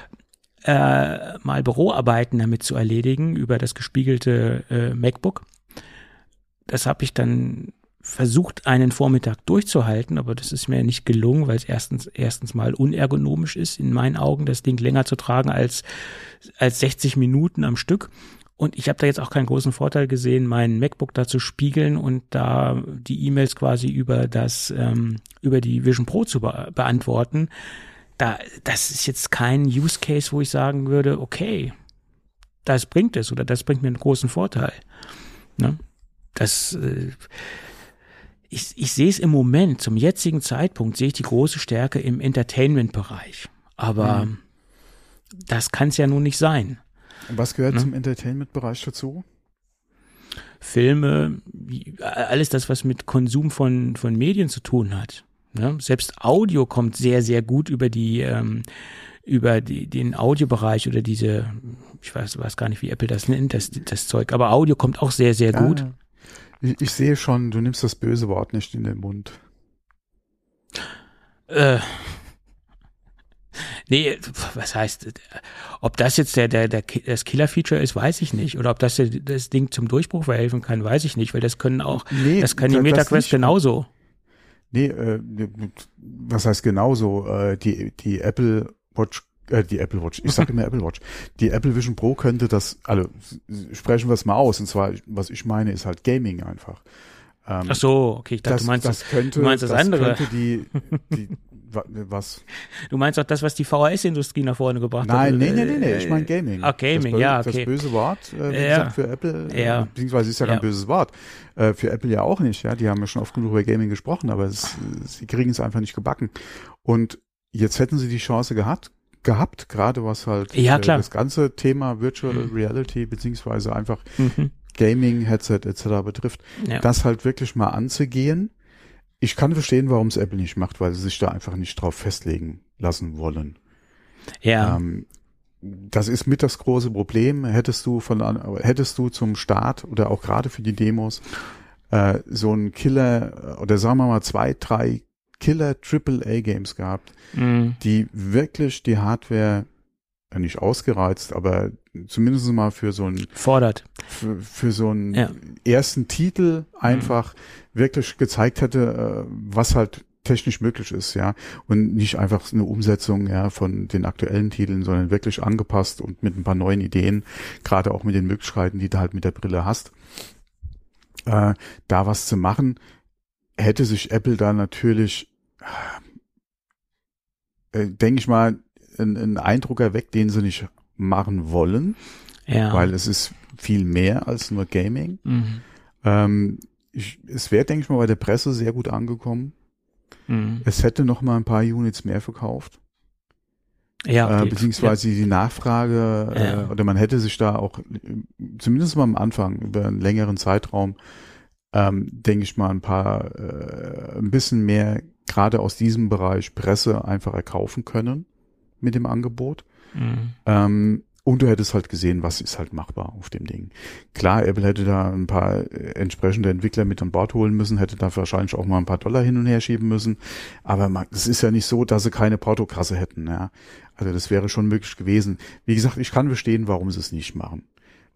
äh, mal Büroarbeiten damit zu erledigen über das gespiegelte äh, MacBook. Das habe ich dann versucht, einen Vormittag durchzuhalten, aber das ist mir nicht gelungen, weil es erstens erstens mal unergonomisch ist, in meinen Augen, das Ding länger zu tragen als als sechzig Minuten am Stück. Und ich habe da jetzt auch keinen großen Vorteil gesehen, mein MacBook da zu spiegeln und da die E-Mails quasi über das ähm, über die Vision Pro zu be- beantworten. Da das ist jetzt kein Use Case, wo ich sagen würde, okay, das bringt es oder das bringt mir einen großen Vorteil. Ne? Das äh, Ich, ich sehe es im Moment, zum jetzigen Zeitpunkt sehe ich die große Stärke im Entertainment-Bereich. Aber mhm. das kann es ja nun nicht sein. Und was gehört ne? zum Entertainment-Bereich dazu? Filme, alles das, was mit Konsum von, von Medien zu tun hat. Ne? Selbst Audio kommt sehr, sehr gut über die, ähm, über die, den Audiobereich oder diese, ich weiß, weiß gar nicht, wie Apple das nennt, das, das Zeug. Aber Audio kommt auch sehr, sehr gut. Ah. Ich, ich sehe schon, du nimmst das böse Wort nicht in den Mund. Äh, nee, was heißt, ob das jetzt der, der, der, das Killer-Feature ist, weiß ich nicht. Oder ob das das Ding zum Durchbruch verhelfen kann, weiß ich nicht, weil das können auch, nee, das kann die MetaQuest genauso. Nee, äh, was heißt genauso? Äh, die, die Apple Watch die Apple Watch, ich sage immer Apple Watch, die Apple Vision Pro könnte das, also sprechen wir es mal aus, und zwar, was ich meine, ist halt Gaming einfach. Ähm, Ach so, okay, ich dachte, das, du meinst das, könnte, du meinst das, das andere. Könnte die, die, was? Du meinst auch das, was die V H S-Industrie nach vorne gebracht Nein, hat? Nein, nee, nee, nee, ich meine Gaming. Ah, Gaming, das, ja, okay. Das böse Wort, äh, wie ja. gesagt, für Apple, ja. äh, beziehungsweise ist ja kein ja. böses Wort, äh, für Apple ja auch nicht, ja, die haben ja schon oft genug über Gaming gesprochen, aber es, sie kriegen es einfach nicht gebacken. Und jetzt hätten sie die Chance gehabt, gehabt, gerade was halt ja, äh, das ganze Thema Virtual mhm. Reality beziehungsweise einfach mhm. Gaming, Headset et cetera betrifft, ja. das halt wirklich mal anzugehen. Ich kann verstehen, warum es Apple nicht macht, weil sie sich da einfach nicht drauf festlegen lassen wollen. Ja. Ähm, das ist mit das große Problem. Hättest du von hättest du zum Start oder auch gerade für die Demos äh, so einen Killer oder sagen wir mal zwei, drei Killer Triple A Games gehabt, mhm. die wirklich die Hardware ja nicht ausgereizt, aber zumindest mal für so einen fordert für, für so einen ja. ersten Titel einfach mhm. wirklich gezeigt hätte, was halt technisch möglich ist, ja, und nicht einfach eine Umsetzung ja von den aktuellen Titeln, sondern wirklich angepasst und mit ein paar neuen Ideen, gerade auch mit den Möglichkeiten, die du halt mit der Brille hast, äh, da was zu machen. Hätte sich Apple da natürlich, äh, denke ich mal, einen Eindruck erweckt, den sie nicht machen wollen, ja. weil es ist viel mehr als nur Gaming. Mhm. Ähm, ich, es wäre, denke ich mal, bei der Presse sehr gut angekommen. Mhm. Es hätte noch mal ein paar Units mehr verkauft. Ja, äh, beziehungsweise ja. die Nachfrage, ja. äh, oder man hätte sich da auch, zumindest mal am Anfang, über einen längeren Zeitraum, ähm, denke ich mal, ein paar, äh, ein bisschen mehr, gerade aus diesem Bereich Presse einfach erkaufen können mit dem Angebot. Mhm. Ähm, und du hättest halt gesehen, was ist halt machbar auf dem Ding. Klar, Apple hätte da ein paar entsprechende Entwickler mit an Bord holen müssen, hätte da wahrscheinlich auch mal ein paar Dollar hin und her schieben müssen. Aber es ist ja nicht so, dass sie keine Portokasse hätten. Ja. Also das wäre schon möglich gewesen. Wie gesagt, ich kann verstehen, warum sie es nicht machen.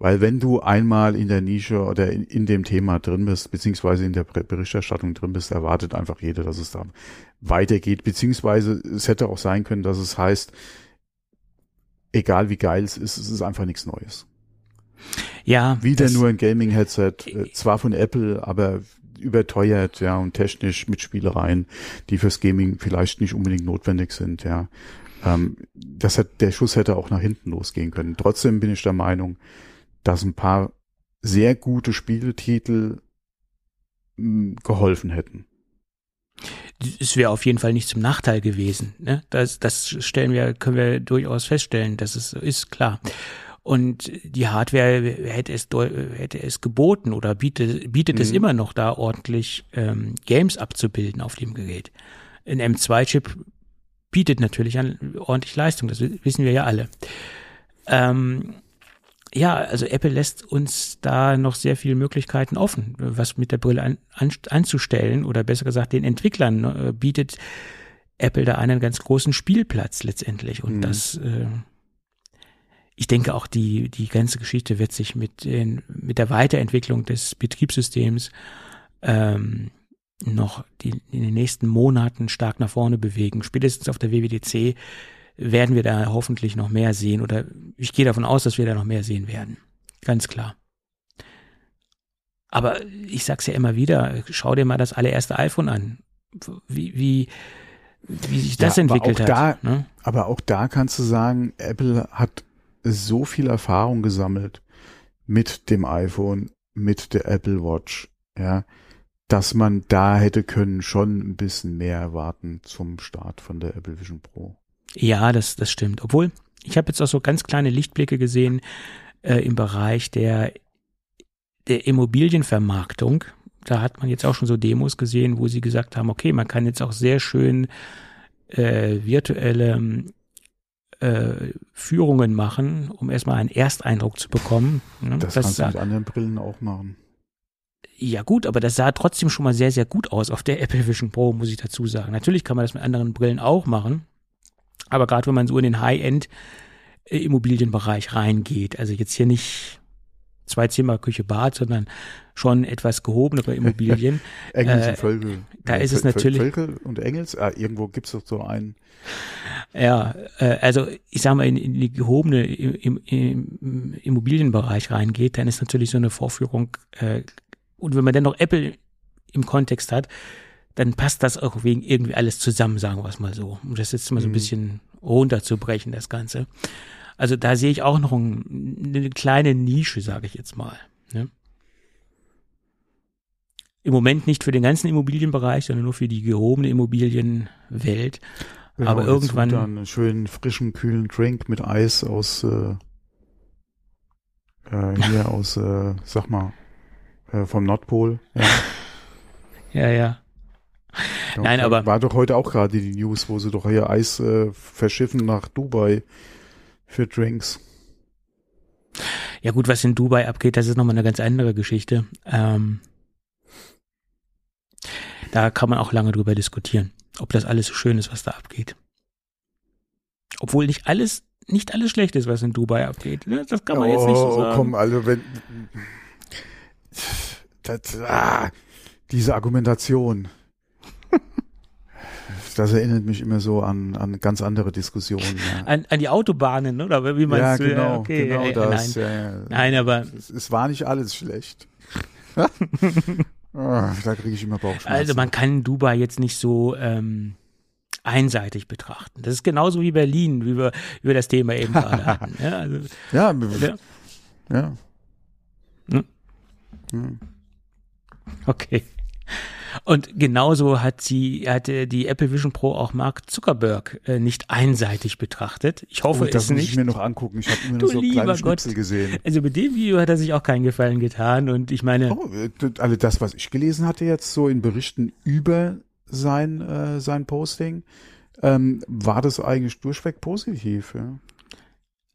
Weil wenn du einmal in der Nische oder in, in dem Thema drin bist, beziehungsweise in der Berichterstattung drin bist, erwartet einfach jeder, dass es da weitergeht. Beziehungsweise es hätte auch sein können, dass es heißt, egal wie geil es ist, es ist einfach nichts Neues. Ja. Wieder nur ein Gaming-Headset, äh, zwar von Apple, aber überteuert, ja, und technisch mit Spielereien, die fürs Gaming vielleicht nicht unbedingt notwendig sind, ja. Ähm, das hat, der Schuss hätte auch nach hinten losgehen können. Trotzdem bin ich der Meinung, dass ein paar sehr gute Spieletitel mh, geholfen hätten. Es wäre auf jeden Fall nicht zum Nachteil gewesen, ne? Das, das stellen wir, können wir durchaus feststellen, dass es ist klar. Und die Hardware hätte es, hätte es geboten oder bietet, bietet mhm. es immer noch da ordentlich ähm, Games abzubilden auf dem Gerät. Ein M zwei Chip bietet natürlich an ordentlich Leistung, das wissen wir ja alle. Ähm, ja, also Apple lässt uns da noch sehr viele Möglichkeiten offen, was mit der Brille an, an, anzustellen oder besser gesagt den Entwicklern äh, bietet Apple da einen ganz großen Spielplatz letztendlich und mhm. das äh, ich denke auch die die ganze Geschichte wird sich mit den, mit der Weiterentwicklung des Betriebssystems ähm, noch die, in den nächsten Monaten stark nach vorne bewegen. Spätestens auf der W W D C werden wir da hoffentlich noch mehr sehen oder ich gehe davon aus, dass wir da noch mehr sehen werden. Ganz klar. Aber ich sag's ja immer wieder, schau dir mal das allererste iPhone an. Wie, wie, wie sich das ja, entwickelt hat. Da, ne? Aber auch da kannst du sagen, Apple hat so viel Erfahrung gesammelt mit dem iPhone, mit der Apple Watch, ja, dass man da hätte können schon ein bisschen mehr erwarten zum Start von der Apple Vision Pro. Ja, das, das stimmt. Obwohl, ich habe jetzt auch so ganz kleine Lichtblicke gesehen äh, im Bereich der, der Immobilienvermarktung. Da hat man jetzt auch schon so Demos gesehen, wo sie gesagt haben, okay, man kann jetzt auch sehr schön äh, virtuelle äh, Führungen machen, um erstmal einen Ersteindruck zu bekommen. Ne? Das, das kannst du mit anderen Brillen auch machen. Ja gut, aber das sah trotzdem schon mal sehr, sehr gut aus auf der Apple Vision Pro, muss ich dazu sagen. Natürlich kann man das mit anderen Brillen auch machen, aber gerade wenn man so in den High-End-Immobilienbereich reingeht, also jetzt hier nicht zwei Zimmer, Küche, Bad, sondern schon etwas gehobenere Immobilien. Engels äh, und Völkel. Da ja, ist es natürlich. Völkel und Engels, ah, irgendwo gibt es doch so einen. Ja, äh, also ich sag mal, in, in die gehobene im, im Immobilienbereich reingeht, dann ist natürlich so eine Vorführung, äh, und wenn man dann noch Apple im Kontext hat, dann passt das auch wegen irgendwie alles zusammen, sagen wir es mal so. Um das jetzt mal so ein Mhm. bisschen runterzubrechen, das Ganze. Also da sehe ich auch noch ein, eine kleine Nische, sage ich jetzt mal. Ne? Im Moment nicht für den ganzen Immobilienbereich, sondern nur für die gehobene Immobilienwelt. Genau, aber irgendwann dann einen schönen, frischen, kühlen Drink mit Eis aus äh, äh, hier aus, äh, sag mal, äh, vom Nordpol. Ja. ja, ja. Da Nein, aber war doch heute auch gerade die News, wo sie doch hier Eis äh, verschiffen nach Dubai für Drinks. Ja gut, was in Dubai abgeht, das ist nochmal eine ganz andere Geschichte. Ähm, da kann man auch lange drüber diskutieren, ob das alles so schön ist, was da abgeht. Obwohl nicht alles, nicht alles schlecht ist, was in Dubai abgeht. Ne? Das kann man oh, jetzt nicht so sagen. Komm, also wenn das, ah, diese Argumentation. Das erinnert mich immer so an, an ganz andere Diskussionen. Ja. An, an die Autobahnen, oder wie meinst ja, du? genau, Ja, okay. genau ja, das. Nein. Ja, ja. nein, aber es, es war nicht alles schlecht. oh, da kriege ich immer Bauchschmerzen. Also man kann Dubai jetzt nicht so ähm, einseitig betrachten. Das ist genauso wie Berlin, wie wir über das Thema eben gerade hatten. Ja, also, ja, ja. ja. Hm? Hm. Okay. Und genauso hat sie, hatte die Apple Vision Pro auch Mark Zuckerberg äh, nicht einseitig betrachtet. Ich hoffe oh, das es muss nicht. ich mir noch angucken. Ich habe immer Du nur so lieber kleine Gott. Schnipsel gesehen. Also mit dem Video hat er sich auch keinen Gefallen getan und ich meine. Oh, also das, was ich gelesen hatte jetzt so in Berichten über sein äh, sein Posting, ähm, war das eigentlich durchweg positiv. Ja.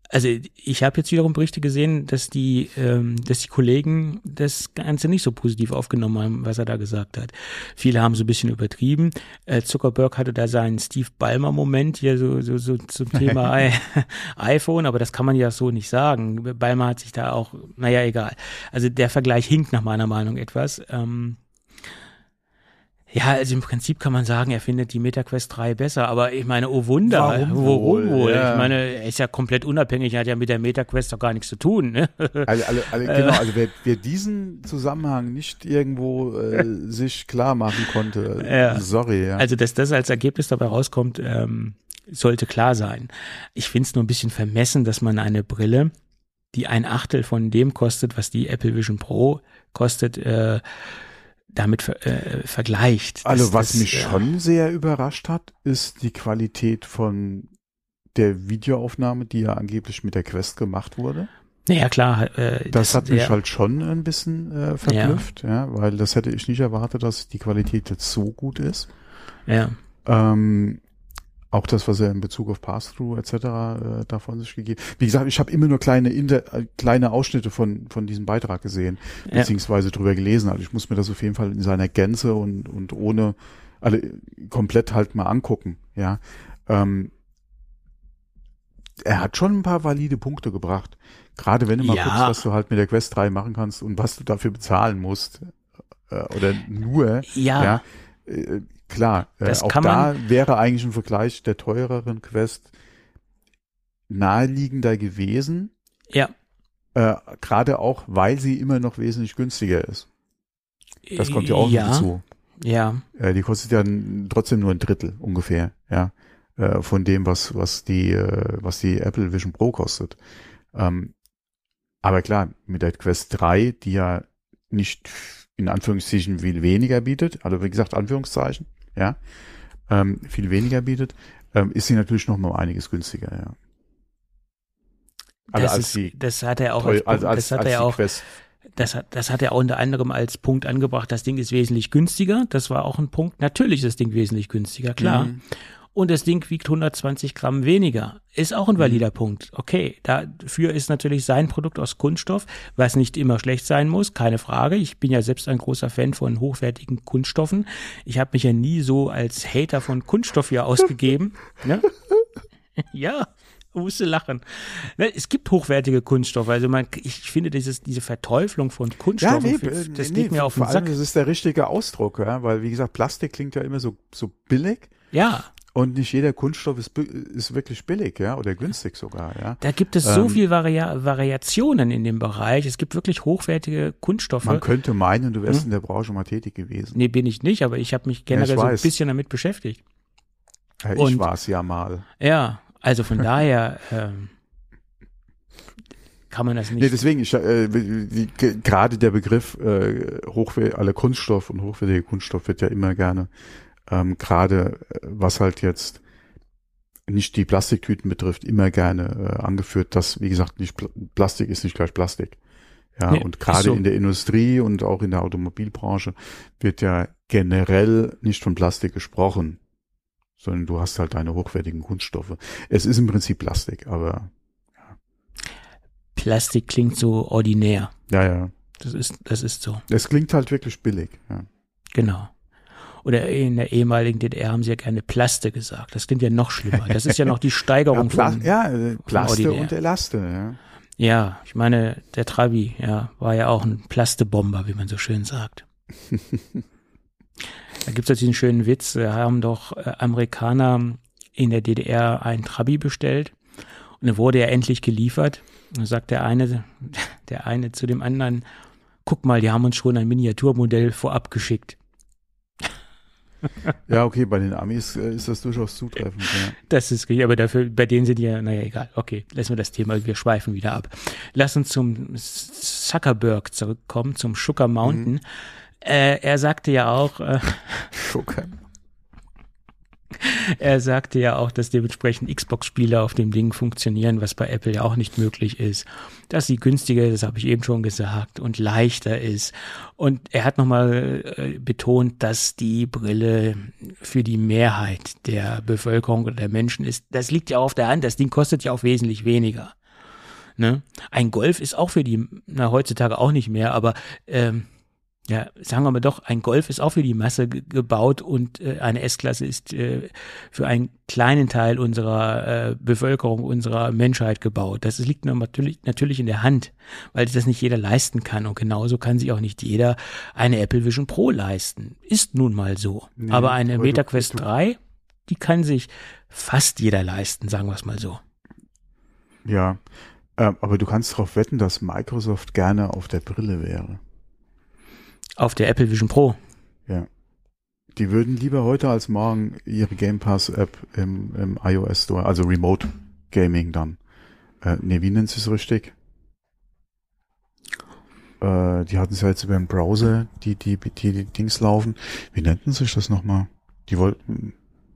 Also ich habe jetzt wiederum Berichte gesehen, dass die, ähm, dass die Kollegen das Ganze nicht so positiv aufgenommen haben, was er da gesagt hat. Viele haben so ein bisschen übertrieben. Äh, Zuckerberg hatte da seinen Steve Ballmer-Moment hier so, so, so zum Thema I- iPhone, aber das kann man ja so nicht sagen. Ballmer hat sich da auch, naja, egal. Also der Vergleich hinkt nach meiner Meinung etwas. Ähm, Ja, also im Prinzip kann man sagen, er findet die MetaQuest drei besser, aber ich meine, oh Wunder, Warum warum wohl? wohl? Ja. Ich meine, er ist ja komplett unabhängig, er hat ja mit der MetaQuest doch gar nichts zu tun. Ne? Also, alle, alle, genau, also wer, wer diesen Zusammenhang nicht irgendwo äh, sich klar machen konnte, Ja. sorry. Ja. Also, dass das als Ergebnis dabei rauskommt, ähm, sollte klar sein. Ich finde es nur ein bisschen vermessen, dass man eine Brille, die ein Achtel von dem kostet, was die Apple Vision Pro kostet, äh, damit ver äh, vergleicht. Also Das- was das, mich äh, schon sehr überrascht hat, ist die Qualität von der Videoaufnahme, die ja angeblich mit der Quest gemacht wurde. Naja, klar. Äh, Das, hat mich ja, halt schon ein bisschen äh, verblüfft, ja. weil das hätte ich nicht erwartet, dass die Qualität jetzt so gut ist. Ja. Ähm, auch das, was er in Bezug auf Pass-Through et cetera äh, da von sich gegeben. Wie gesagt, ich habe immer nur kleine Inter äh, kleine Ausschnitte von von diesem Beitrag gesehen, Ja. beziehungsweise drüber gelesen. Also ich muss mir das auf jeden Fall in seiner Gänze und und ohne alle komplett halt mal angucken. Ja, ähm, er hat schon ein paar valide Punkte gebracht. Gerade wenn du mal Ja. guckst, was du halt mit der Quest drei machen kannst und was du dafür bezahlen musst äh, oder nur. Ja. ja äh, Klar, äh, Das auch kann da man- wäre eigentlich ein Vergleich der teureren Quest naheliegender gewesen, Ja. äh, gerade auch, weil sie immer noch wesentlich günstiger ist. Das kommt ja auch ja. noch dazu. Ja. Äh, die kostet ja n- trotzdem nur ein Drittel ungefähr, ja, äh, von dem, was was die äh, was die Apple Vision Pro kostet. Ähm, aber klar, mit der Quest drei, die ja nicht in Anführungszeichen viel weniger bietet, also wie gesagt Anführungszeichen, ja, ähm, viel weniger bietet, ähm, ist sie natürlich noch mal einiges günstiger, ja. Also Das, als ist, die das hat er auch teuer- als, Punkt, als, als, das hat als er die auch, Quest. das hat, das hat er auch unter anderem als Punkt angebracht, das Ding ist wesentlich günstiger. Das war auch ein Punkt. Natürlich ist das Ding wesentlich günstiger, klar. Mhm. Und das Ding wiegt hundertzwanzig Gramm weniger. Ist auch ein valider Punkt. Okay, dafür ist natürlich sein Produkt aus Kunststoff, was nicht immer schlecht sein muss, keine Frage. Ich bin ja selbst ein großer Fan von hochwertigen Kunststoffen. Ich habe mich ja nie so als Hater von Kunststoff hier ausgegeben. Ne? Ja, musste lachen. Ne, es gibt hochwertige Kunststoffe. Also man, ich finde dieses, diese Verteuflung von Ja, Kunststoffen, nee, das nee, geht nee, mir auf den vor allem, Sack. das ist der richtige Ausdruck, ja, weil wie gesagt, Plastik klingt ja immer so so billig. Ja. Und nicht jeder Kunststoff ist, bi- ist wirklich billig, ja, oder günstig sogar, ja. Da gibt es so Ähm, viel Varia Variationen in dem Bereich. Es gibt wirklich hochwertige Kunststoffe. Man könnte meinen, du wärst Hm? in der Branche mal tätig gewesen. Nee, bin ich nicht, aber ich habe mich generell ich so ein weiß. bisschen damit beschäftigt. Ja, ich und- war es ja mal. Ja, also von daher ähm, kann man das nicht. Nee, deswegen, ich, äh, die- ge- gerade der Begriff äh, hochwer- alle Kunststoff und hochwertiger Kunststoff wird ja immer gerne, ähm, gerade äh, was halt jetzt nicht die Plastiktüten betrifft, immer gerne äh, angeführt, dass, wie gesagt, nicht Pl Plastik ist nicht gleich Plastik. Ja, Nee, und ist gerade so. in der Industrie und auch in der Automobilbranche wird ja generell nicht von Plastik gesprochen, sondern du hast halt deine hochwertigen Kunststoffe. Es ist im Prinzip Plastik, aber Plastik klingt so ordinär. ja, ja. Das ist, das ist so. Es klingt halt wirklich billig, ja. Genau. Oder in der ehemaligen D D R haben sie ja gerne Plaste gesagt. Das klingt ja noch schlimmer. Das ist ja noch die Ja, Steigerung Pla von. ja äh, Plaste ordinär. und Elaste, ja. Ja, ich meine, der Trabi, ja, war ja auch ein Plastebomber, wie man so schön sagt. Da gibt's jetzt diesen schönen Witz, da haben doch äh, Amerikaner in der D D R einen Trabi bestellt und dann wurde er endlich geliefert. Und dann sagt der eine, der eine zu dem anderen, guck mal, die haben uns schon ein Miniaturmodell vorab geschickt. Ja, okay, bei den Amis äh, ist das durchaus zutreffend, ja. Das ist richtig, aber dafür, bei denen sind die ja, naja, egal. Okay, lassen wir das Thema, wir schweifen wieder ab. Lass uns zum Zuckerberg zurückkommen, zum Sugar Mountain. Mhm. Äh, er sagte ja auch, äh, Schocker. er sagte ja auch, dass dementsprechend Xbox-Spiele auf dem Ding funktionieren, was bei Apple ja auch nicht möglich ist. Dass sie günstiger, das habe ich eben schon gesagt, und leichter ist. Und er hat nochmal äh, betont, dass die Brille für die Mehrheit der Bevölkerung oder der Menschen ist. Das liegt ja auch auf der Hand, das Ding kostet ja auch wesentlich weniger. Ne? Ein Golf ist auch für die, na heutzutage auch nicht mehr, aber ähm, ja, sagen wir mal doch, ein Golf ist auch für die Masse ge- gebaut und äh, eine S-Klasse ist äh, für einen kleinen Teil unserer äh, Bevölkerung, unserer Menschheit gebaut. Das liegt natürlich, natürlich in der Hand, weil das nicht jeder leisten kann und genauso kann sich auch nicht jeder eine Apple Vision Pro leisten. Ist nun mal so. Nee, aber eine aber Meta du- Quest du- drei, die kann sich fast jeder leisten, sagen wir es mal so. Ja, ähm, aber du kannst darauf wetten, dass Microsoft gerne auf der Brille wäre. Auf der Apple Vision Pro. Ja. Die würden lieber heute als morgen ihre Game Pass App im, im iOS Store, also Remote Gaming dann. Äh, nee, wie nennt sie es richtig? Äh, die hatten es ja jetzt über den Browser, die, die, die, die Dings laufen. Wie nannten sich das nochmal? Die wollten,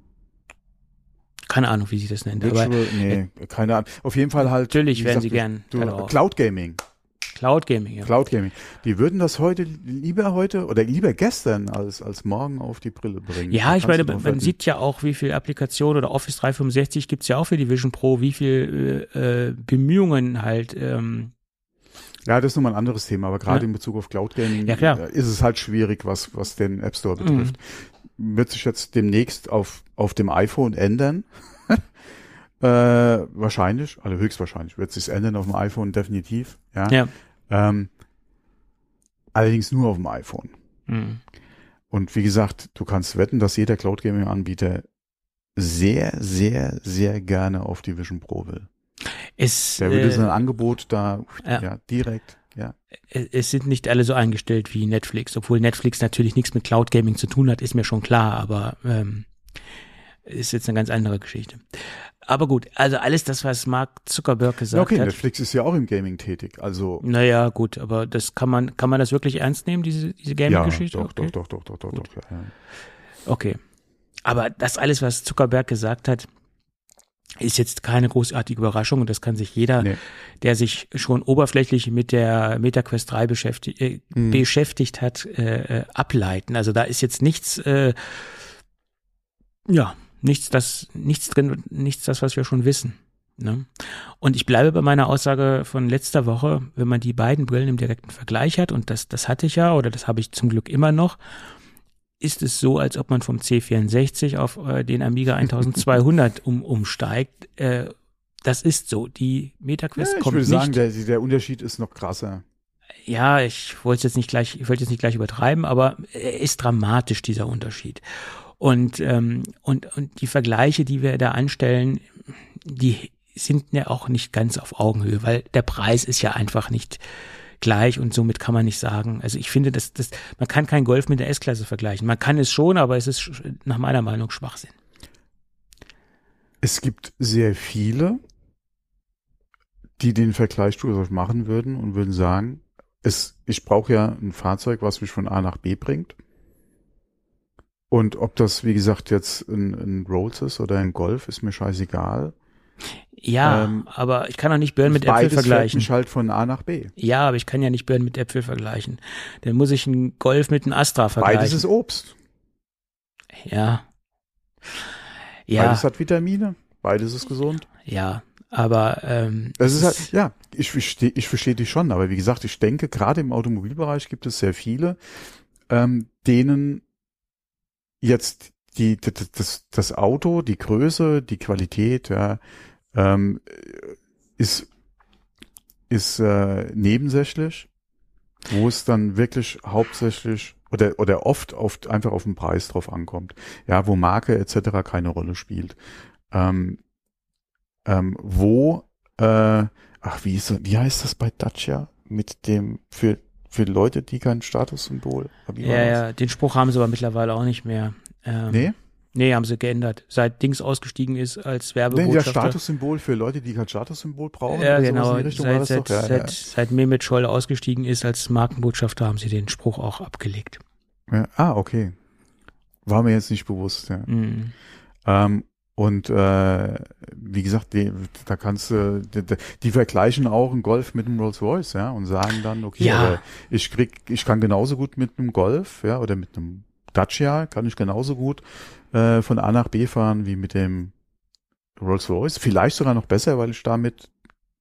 Keine Ahnung, wie sie das nennen. Virtual, Aber nee, keine Ahnung. Auf jeden Fall halt. natürlich wie werden gesagt, sie gern du, darauf. Cloud Gaming. Cloud Gaming, ja. Cloud Gaming. Die würden das heute lieber heute oder lieber gestern als, als morgen auf die Brille bringen. Ja, Da ich kannst meine, du drauf man wetten. sieht ja auch, wie viel Applikationen oder Office dreihundertfünfundsechzig gibt's ja auch für die Vision Pro, wie viel äh, äh, Bemühungen halt. Ähm, Ja, das ist nochmal ein anderes Thema, aber gerade Ja. in Bezug auf Cloud Gaming Ja, klar. äh, ist es halt schwierig, was, was den App Store betrifft. Wird sich jetzt demnächst auf, auf dem iPhone ändern. äh, wahrscheinlich, also höchstwahrscheinlich wird sich ändern auf dem iPhone definitiv. Ja. ja. Ähm, allerdings nur auf dem iPhone. Mhm. Und wie gesagt, du kannst wetten, dass jeder Cloud Gaming Anbieter sehr, sehr, sehr gerne auf die Vision Pro will. Es, Der würde äh, sein Angebot da ja. ja, direkt, ja. es sind nicht alle so eingestellt wie Netflix, obwohl Netflix natürlich nichts mit Cloud Gaming zu tun hat, ist mir schon klar, aber ähm, ist jetzt eine ganz andere Geschichte. Aber gut, also alles das, was Mark Zuckerberg gesagt Ja, okay, hat. Netflix ist ja auch im Gaming tätig, also Naja, gut, aber das kann man, kann man das wirklich ernst nehmen, diese, diese ja, Gaming-Geschichte? doch, Okay. doch, doch, doch, doch, doch, doch, ja, ja. Okay. Aber das alles, was Zuckerberg gesagt hat, ist jetzt keine großartige Überraschung und das kann sich jeder, Nee. der sich schon oberflächlich mit der MetaQuest drei beschäftigt, äh, Mhm. beschäftigt hat, äh, äh, ableiten. Also da ist jetzt nichts, äh, ja, nichts, das, nichts drin, nichts das, was wir schon wissen. Ne? Und ich bleibe bei meiner Aussage von letzter Woche, wenn man die beiden Brillen im direkten Vergleich hat, und das, das hatte ich ja, oder das habe ich zum Glück immer noch, ist es so, als ob man vom C vierundsechzig auf äh, den Amiga eintausendzweihundert um, umsteigt. Äh, das ist so. Die MetaQuest Ja, ich kommt würde nicht. sagen, der, der Unterschied ist noch krasser. Ja, ich wollte jetzt nicht gleich, ich wollte jetzt nicht gleich übertreiben, aber er ist dramatisch, dieser Unterschied. Und, ähm, und, und die Vergleiche, die wir da anstellen, die sind ja auch nicht ganz auf Augenhöhe, weil der Preis ist ja einfach nicht gleich und somit kann man nicht sagen. Also ich finde, dass das, man kann kein Golf mit der S-Klasse vergleichen. Man kann es schon, aber es ist sch- nach meiner Meinung Schwachsinn. Es gibt sehr viele, die den Vergleich durchaus machen würden und würden sagen, es, ich brauche ja ein Fahrzeug, was mich von A nach B bringt. Und ob das, wie gesagt, jetzt ein, ein Rolls ist oder ein Golf, ist mir scheißegal. Ja, Ähm, aber ich kann auch nicht Birnen mit Äpfel Beides fährt vergleichen. mich halt von A nach B. Ja, aber ich kann ja nicht Birnen mit Äpfel vergleichen. Dann muss ich einen Golf mit einem Astra vergleichen. Beides ist Obst. Ja. Ja, Beides hat Vitamine. Beides ist gesund. ja, aber ähm, Das ist halt, ja, ich verstehe, ich verstehe dich schon, aber wie gesagt, ich denke, gerade im Automobilbereich gibt es sehr viele, ähm, denen jetzt die, das, das, das Auto, die Größe, die Qualität, ja, ähm, ist, ist äh, nebensächlich, wo es dann wirklich hauptsächlich oder oder oft oft einfach auf den Preis drauf ankommt, ja, wo Marke et cetera keine Rolle spielt, ähm, ähm, wo äh, ach wie ist, wie heißt das bei Dacia mit dem für für Leute, die kein Statussymbol haben? Wie war ja, das? ja, den Spruch haben sie aber mittlerweile auch nicht mehr. Ähm, Nee? Nee, haben sie geändert. Seit Dings ausgestiegen ist als Nee, ja, Werbebotschafter. Statussymbol für Leute, die kein Statussymbol brauchen. Ja, oder sowas genau. in die Richtung Seit, war das seit, doch? Ja, seit, seit Mehmet Scholl ausgestiegen ist als Markenbotschafter, haben sie den Spruch auch abgelegt. ja. Ja, ah, okay. War mir jetzt nicht bewusst, ja. Mhm. Ähm, und äh, wie gesagt, die, da kannst du, die, die vergleichen auch einen Golf mit einem Rolls Royce, ja, und sagen dann, okay, Ja. aber ich krieg, ich kann genauso gut mit einem Golf, ja, oder mit einem Dacia kann ich genauso gut äh, von A nach B fahren wie mit dem Rolls Royce. Vielleicht sogar noch besser, weil ich damit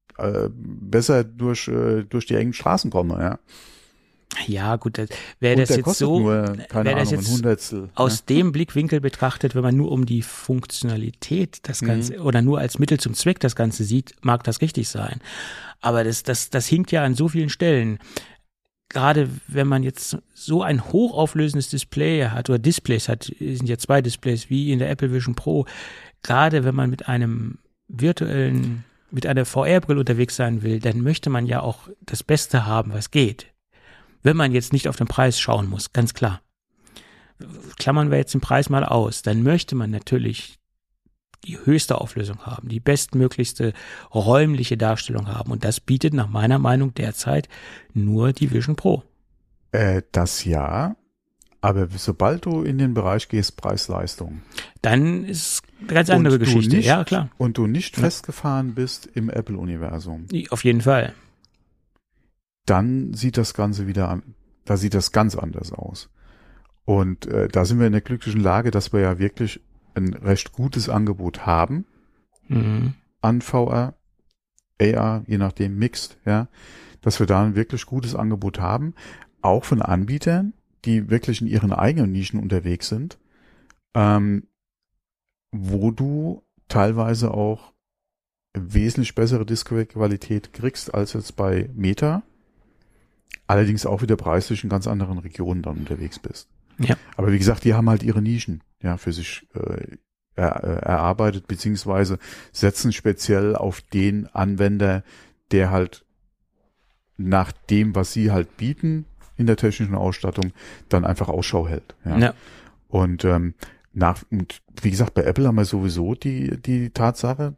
äh, besser durch, äh, durch die engen Straßen komme, ja. Ja, gut, wäre das jetzt so, nur, keine wäre das Ahnung, jetzt ein Hundertstel, aus ne? dem Blickwinkel betrachtet, wenn man nur um die Funktionalität das Ganze mhm. oder nur als Mittel zum Zweck das Ganze sieht, mag das richtig sein. Aber das, das, das hinkt ja an so vielen Stellen. Gerade wenn man jetzt so ein hochauflösendes Display hat oder Displays hat, sind ja zwei Displays wie in der Apple Vision Pro, gerade wenn man mit einem virtuellen, mit einer V R-Brille unterwegs sein will, dann möchte man ja auch das Beste haben, was geht. Wenn man jetzt nicht auf den Preis schauen muss, ganz klar. Klammern wir jetzt den Preis mal aus, dann möchte man natürlich die höchste Auflösung haben, die bestmöglichste räumliche Darstellung haben. Und das bietet nach meiner Meinung derzeit nur die Vision Pro. Äh, das ja, aber sobald du in den Bereich gehst, Preis-Leistung. Dann ist eine ganz andere Geschichte, nicht, ja klar. Und du nicht ja. festgefahren bist im Apple-Universum. Auf jeden Fall. Dann sieht das Ganze wieder an, da sieht das ganz anders aus. Und äh, da sind wir in der glücklichen Lage, dass wir ja wirklich ein recht gutes Angebot haben mhm. an V R, A R, je nachdem Mixed, ja, dass wir da ein wirklich gutes Angebot haben, auch von Anbietern, die wirklich in ihren eigenen Nischen unterwegs sind, ähm, wo du teilweise auch wesentlich bessere Display-Qualität kriegst als jetzt bei Meta, allerdings auch wieder preislich in ganz anderen Regionen dann unterwegs bist. Ja. Aber wie gesagt, die haben halt ihre Nischen ja für sich äh, er, erarbeitet, beziehungsweise setzen speziell auf den Anwender, der halt nach dem, was sie halt bieten in der technischen Ausstattung, dann einfach Ausschau hält. Ja. ja. Und ähm, nach und wie gesagt, bei Apple haben wir sowieso die die Tatsache,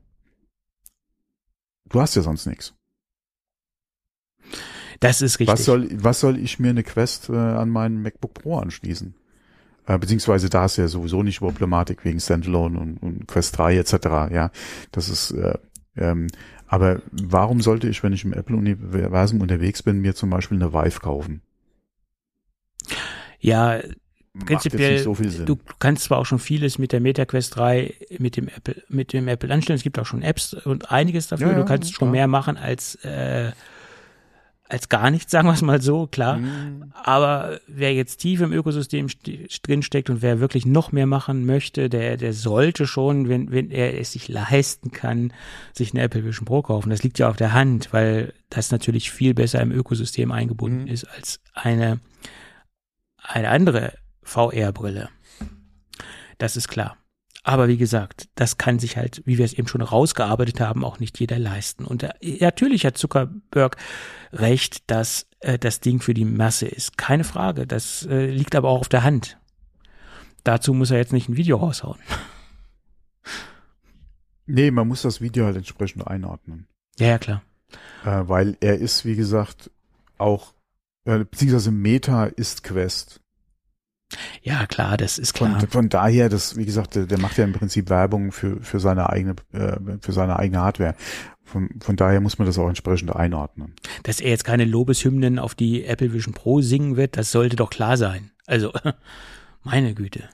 du hast ja sonst nichts. Das ist richtig. Was soll, was soll ich mir eine Quest äh, an meinen MacBook Pro anschließen? Äh, beziehungsweise da ist ja sowieso nicht Problematik wegen Standalone und, und Quest drei et cetera. Ja, das ist. Äh, ähm, aber warum sollte ich, wenn ich im Apple-Universum unterwegs bin, mir zum Beispiel eine Vive kaufen? Ja, prinzipiell. So viel Sinn. Du kannst zwar auch schon vieles mit der Meta Quest drei mit dem Apple mit dem Apple anstellen. Es gibt auch schon Apps und einiges dafür. Ja, du kannst ja, schon mehr machen als äh, als gar nichts, sagen wir es mal so, klar. Mhm. Aber wer jetzt tief im Ökosystem st- drinsteckt und wer wirklich noch mehr machen möchte, der der sollte schon, wenn wenn er es sich leisten kann, sich eine Apple Vision Pro kaufen. Das liegt ja auf der Hand, weil das natürlich viel besser im Ökosystem eingebunden mhm. ist als eine eine andere V R-Brille. Das ist klar. Aber wie gesagt, das kann sich halt, wie wir es eben schon rausgearbeitet haben, auch nicht jeder leisten. Und da, natürlich hat Zuckerberg recht, dass äh, das Ding für die Masse ist. Keine Frage. Das äh, liegt aber auch auf der Hand. Dazu muss er jetzt nicht ein Video raushauen. Nee, man muss das Video halt entsprechend einordnen. Ja, ja, klar. Äh, weil er ist, wie gesagt, auch, äh, beziehungsweise Meta ist Quest. Ja, klar, das ist klar. Von, von daher, das, wie gesagt, der, der macht ja im Prinzip Werbung für, für seine eigene, äh, für seine eigene Hardware. Von, von daher muss man das auch entsprechend einordnen. Dass er jetzt keine Lobeshymnen auf die Apple Vision Pro singen wird, das sollte doch klar sein. Also, meine Güte.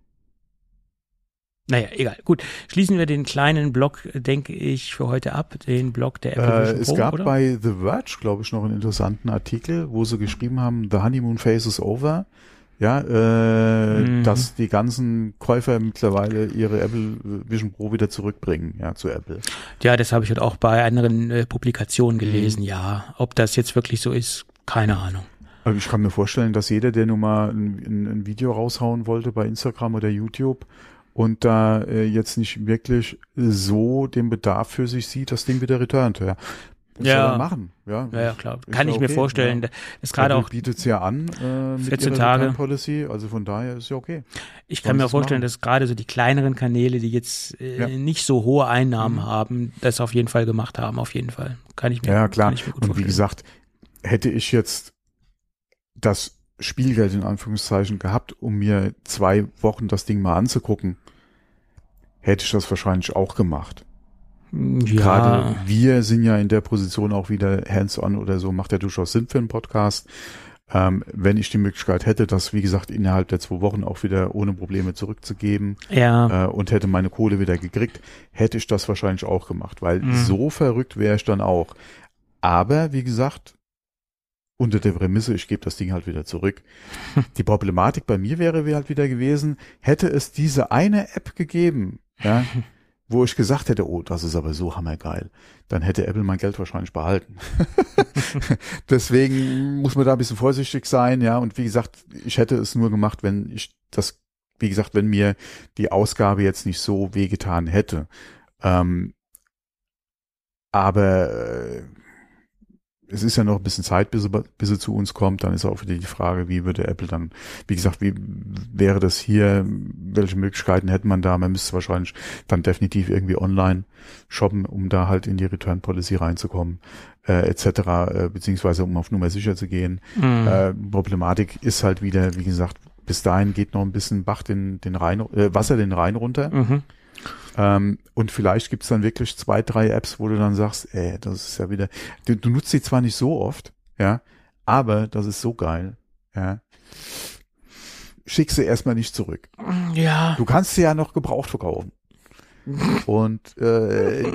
Naja, egal. Gut, schließen wir den kleinen Blog, denke ich, für heute ab, den Blog der Apple Vision äh, es Pro, Es gab oder? bei The Verge, glaube ich, noch einen interessanten Artikel, wo sie geschrieben haben, The Honeymoon Phase is over. Ja, äh, mhm. dass die ganzen Käufer mittlerweile ihre Apple Vision Pro wieder zurückbringen, ja, zu Apple. Ja, das habe ich halt auch bei anderen äh, Publikationen gelesen, mhm. ja. Ob das jetzt wirklich so ist, keine Ahnung. Aber ich kann mir vorstellen, dass jeder, der nun mal ein, ein, ein Video raushauen wollte bei Instagram oder YouTube und da äh, jetzt nicht wirklich so den Bedarf für sich sieht, das Ding wieder returnt, ja. Das ja. soll er machen, ja. Ja, ja, klar. Kann ich okay, mir vorstellen, ja. Das gerade auch. Bietet es ja an, äh, mit vierzehn Tage Policy, also von daher ist ja okay. Ich kann mir vorstellen, machen. dass gerade so die kleineren Kanäle, die jetzt äh, ja. nicht so hohe Einnahmen mhm. haben, das auf jeden Fall gemacht haben, auf jeden Fall. Kann ich mir, ja, klar. Kann ich mir gut Und vorstellen. Wie gesagt, hätte ich jetzt das Spielgeld in Anführungszeichen gehabt, um mir zwei Wochen das Ding mal anzugucken, hätte ich das wahrscheinlich auch gemacht. Ja. Gerade wir sind ja in der Position auch wieder hands-on oder so, macht ja durchaus Sinn für einen Podcast. Ähm, wenn ich die Möglichkeit hätte, das, wie gesagt, innerhalb der zwei Wochen auch wieder ohne Probleme zurückzugeben ja. äh, und hätte meine Kohle wieder gekriegt, hätte ich das wahrscheinlich auch gemacht, weil Mhm. so verrückt wäre ich dann auch. Aber, wie gesagt, unter der Prämisse, ich gebe das Ding halt wieder zurück. Die Problematik bei mir wäre halt wieder gewesen, hätte es diese eine App gegeben, ja, wo ich gesagt hätte, oh, das ist aber so hammergeil, dann hätte Apple mein Geld wahrscheinlich behalten. Deswegen muss man da ein bisschen vorsichtig sein, ja, und wie gesagt, ich hätte es nur gemacht, wenn ich das, wie gesagt, wenn mir die Ausgabe jetzt nicht so wehgetan hätte. Ähm, aber äh, es ist ja noch ein bisschen Zeit, bis, bis sie zu uns kommt. Dann ist auch wieder die Frage, wie würde Apple dann, wie gesagt, wie wäre das hier, welche Möglichkeiten hätte man da? Man müsste wahrscheinlich dann definitiv irgendwie online shoppen, um da halt in die Return Policy reinzukommen, äh, et cetera, äh, beziehungsweise um auf Nummer sicher zu gehen. Mhm. Äh, Problematik ist halt wieder, wie gesagt, bis dahin geht noch ein bisschen Bach den, den Rhein, äh, Wasser den Rhein runter. Mhm. Ähm, und vielleicht gibt's dann wirklich zwei, drei Apps, wo du dann sagst, ey, das ist ja wieder, du, du nutzt sie zwar nicht so oft, ja, aber das ist so geil, ja. Schick sie erstmal nicht zurück. Ja. Du kannst sie ja noch gebraucht verkaufen. Und äh,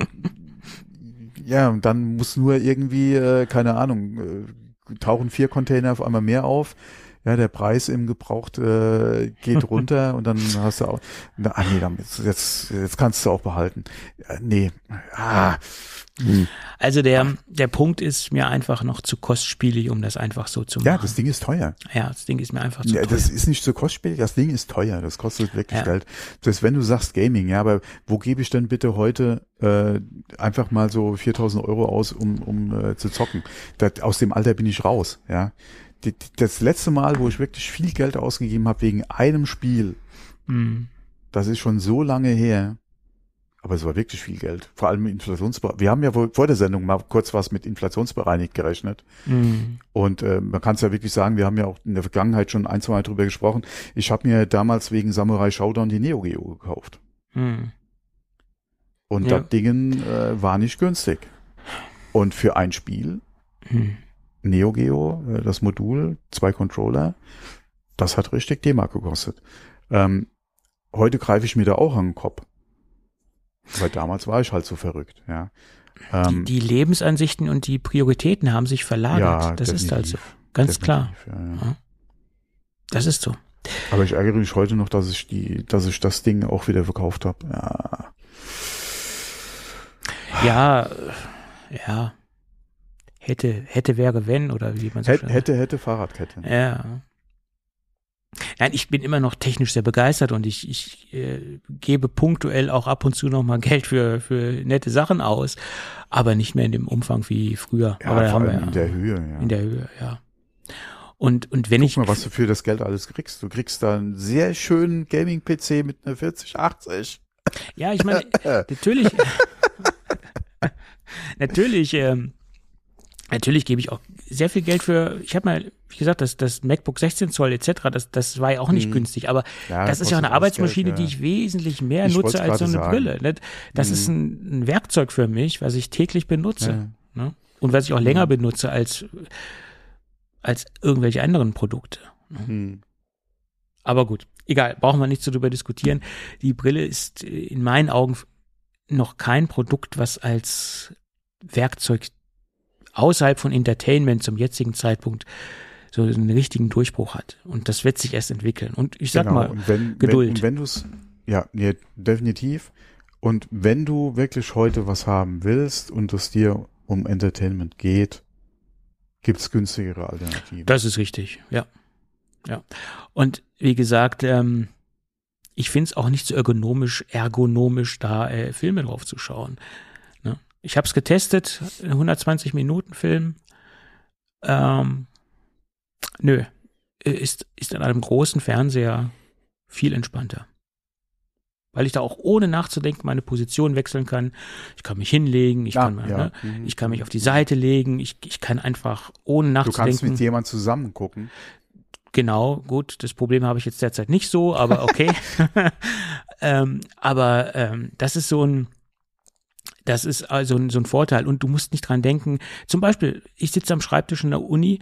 ja, und dann muss nur irgendwie, äh, keine Ahnung, äh, tauchen vier Container auf einmal mehr auf. Ja, der Preis im Gebraucht äh, geht runter und dann hast du auch, na, ah nee, damit, jetzt, jetzt kannst du auch behalten. Ja, nee, ah. Hm. Also der, der Punkt ist mir einfach noch zu kostspielig, um das einfach so zu machen. Ja, das Ding ist teuer. Ja, das Ding ist mir einfach zu Ja, teuer. das ist nicht so kostspielig, das Ding ist teuer, das kostet wirklich Ja. Geld. Das heißt, wenn du sagst Gaming, ja, aber wo gebe ich denn bitte heute äh, einfach mal so viertausend Euro aus, um, um äh, zu zocken? Das, aus dem Alter bin ich raus, ja. Die, das letzte Mal, wo ich wirklich viel Geld ausgegeben habe wegen einem Spiel, Mhm. das ist schon so lange her. Aber es war wirklich viel Geld. Vor allem Inflationsbereinigt. Wir haben ja wohl vor der Sendung mal kurz was mit inflationsbereinigt gerechnet. Mhm. Und äh, man kann es ja wirklich sagen, wir haben ja auch in der Vergangenheit schon ein, zwei Mal drüber gesprochen. Ich habe mir damals wegen Samurai Showdown die Neo Geo gekauft. Mhm. Und Ja. das Ding äh, war nicht günstig. Und für ein Spiel, Mhm. Neo Geo, äh, das Modul, zwei Controller, das hat richtig D-Mark gekostet. Ähm, heute greife ich mir da auch an den Kopf. Weil damals war ich halt so verrückt, ja. Ähm, Die, die Lebensansichten und die Prioritäten haben sich verlagert. ja, das ist halt so. definitiv, Ganz klar. definitiv, ja, ja. Das ist so. Aber ich ärgere mich heute noch, dass ich die, dass ich das Ding auch wieder verkauft habe. Ja. Ja, äh, ja. Hätte, hätte, wäre, wenn, oder wie man so Hätte, schön hätte, hätte Fahrradkette. Ja. Nein, ich bin immer noch technisch sehr begeistert und ich, ich äh, gebe punktuell auch ab und zu noch mal Geld für, für nette Sachen aus, aber nicht mehr in dem Umfang wie früher. Ja, aber da vor haben wir allem ja, in der Höhe, ja. In der Höhe, ja. Und, und wenn Guck ich. mal, was du für das Geld alles kriegst. Du kriegst da einen sehr schönen Gaming-P C mit einer vierzig achtzig. Ja, ich meine, natürlich, natürlich, ähm, natürlich gebe ich auch sehr viel Geld für, ich habe mal, wie gesagt, das, das MacBook sechzehn Zoll et cetera, das, das war ja auch nicht Mhm. günstig, aber Ja, das ist ja auch eine kostet alles Arbeitsmaschine, Geld, ja. die ich wesentlich mehr Ich nutze wollt's als so gerade eine sagen. Brille. Nicht? Das Mhm. ist ein, ein Werkzeug für mich, was ich täglich benutze. Ja. Ne? Und was ich auch länger Mhm. benutze als, als irgendwelche anderen Produkte. Ne? Hm. Aber gut, egal, brauchen wir nicht so drüber diskutieren. Die Brille ist in meinen Augen noch kein Produkt, was als Werkzeug außerhalb von Entertainment zum jetzigen Zeitpunkt so einen richtigen Durchbruch hat. Und das wird sich erst entwickeln. Und ich sag Genau. mal, und wenn, Geduld. Wenn, und wenn du es, ja, nee, definitiv. Und wenn du wirklich heute was haben willst und es dir um Entertainment geht, gibt's günstigere Alternativen. das ist richtig, ja. Ja. Und wie gesagt, ähm, ich finde es auch nicht so ergonomisch, ergonomisch, da äh, Filme drauf zu schauen. Ne? Ich habe es getestet, hundertzwanzig Minuten Film. Ähm, nö, ist, ist an einem großen Fernseher viel entspannter. Weil ich da auch ohne nachzudenken meine Position wechseln kann. Ich kann mich hinlegen, ich, Ja, kann, mal, ja. ne, Mhm. ich kann mich auf die Seite legen, ich, ich kann einfach ohne Du kannst nachzudenken. mit jemand zusammen gucken. Genau, gut, das Problem habe ich jetzt derzeit nicht so, aber okay. ähm, aber ähm, das ist so ein, das ist also ein, so ein Vorteil und du musst nicht dran denken. Zum Beispiel, ich sitze am Schreibtisch in der Uni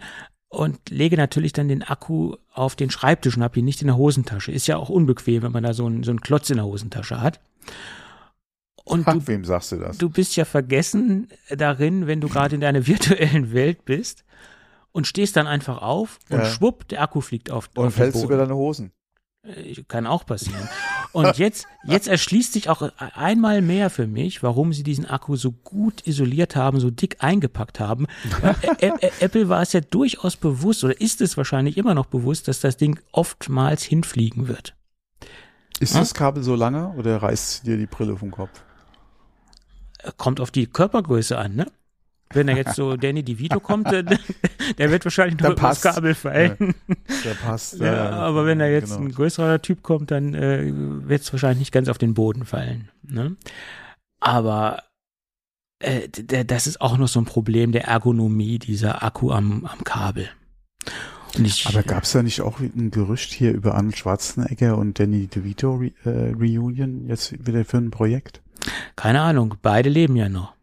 und lege natürlich dann den Akku auf den Schreibtisch und habe ihn nicht in der Hosentasche. Ist ja auch unbequem, wenn man da so einen, so einen Klotz in der Hosentasche hat. Und Ach, du, wem sagst du das? Du bist ja vergessen darin, wenn du gerade in deiner virtuellen Welt bist und stehst dann einfach auf und ja. schwupp, der Akku fliegt auf, und auf fällst den Boden. über deine Hosen. Kann auch passieren. Und jetzt, jetzt erschließt sich auch einmal mehr für mich, warum sie diesen Akku so gut isoliert haben, so dick eingepackt haben. Apple war es ja durchaus bewusst, oder ist es wahrscheinlich immer noch bewusst, dass das Ding oftmals hinfliegen wird. Ist hm? das Kabel so lange oder reißt dir die Brille vom Kopf? Kommt auf die Körpergröße an, ne? Wenn da jetzt so Danny DeVito kommt, der, der wird wahrscheinlich nur über das Kabel fallen. Ja, der passt. Ja, ja, aber wenn da jetzt genau. ein größerer Typ kommt, dann äh, wird es wahrscheinlich nicht ganz auf den Boden fallen. Ne? Aber äh, d- das ist auch noch so ein Problem der Ergonomie, dieser Akku am, am Kabel. Und ich, aber gab es da nicht auch ein Gerücht hier über Arnold Schwarzenegger und Danny DeVito Re- äh, Reunion jetzt wieder für ein Projekt? Keine Ahnung, beide leben ja noch.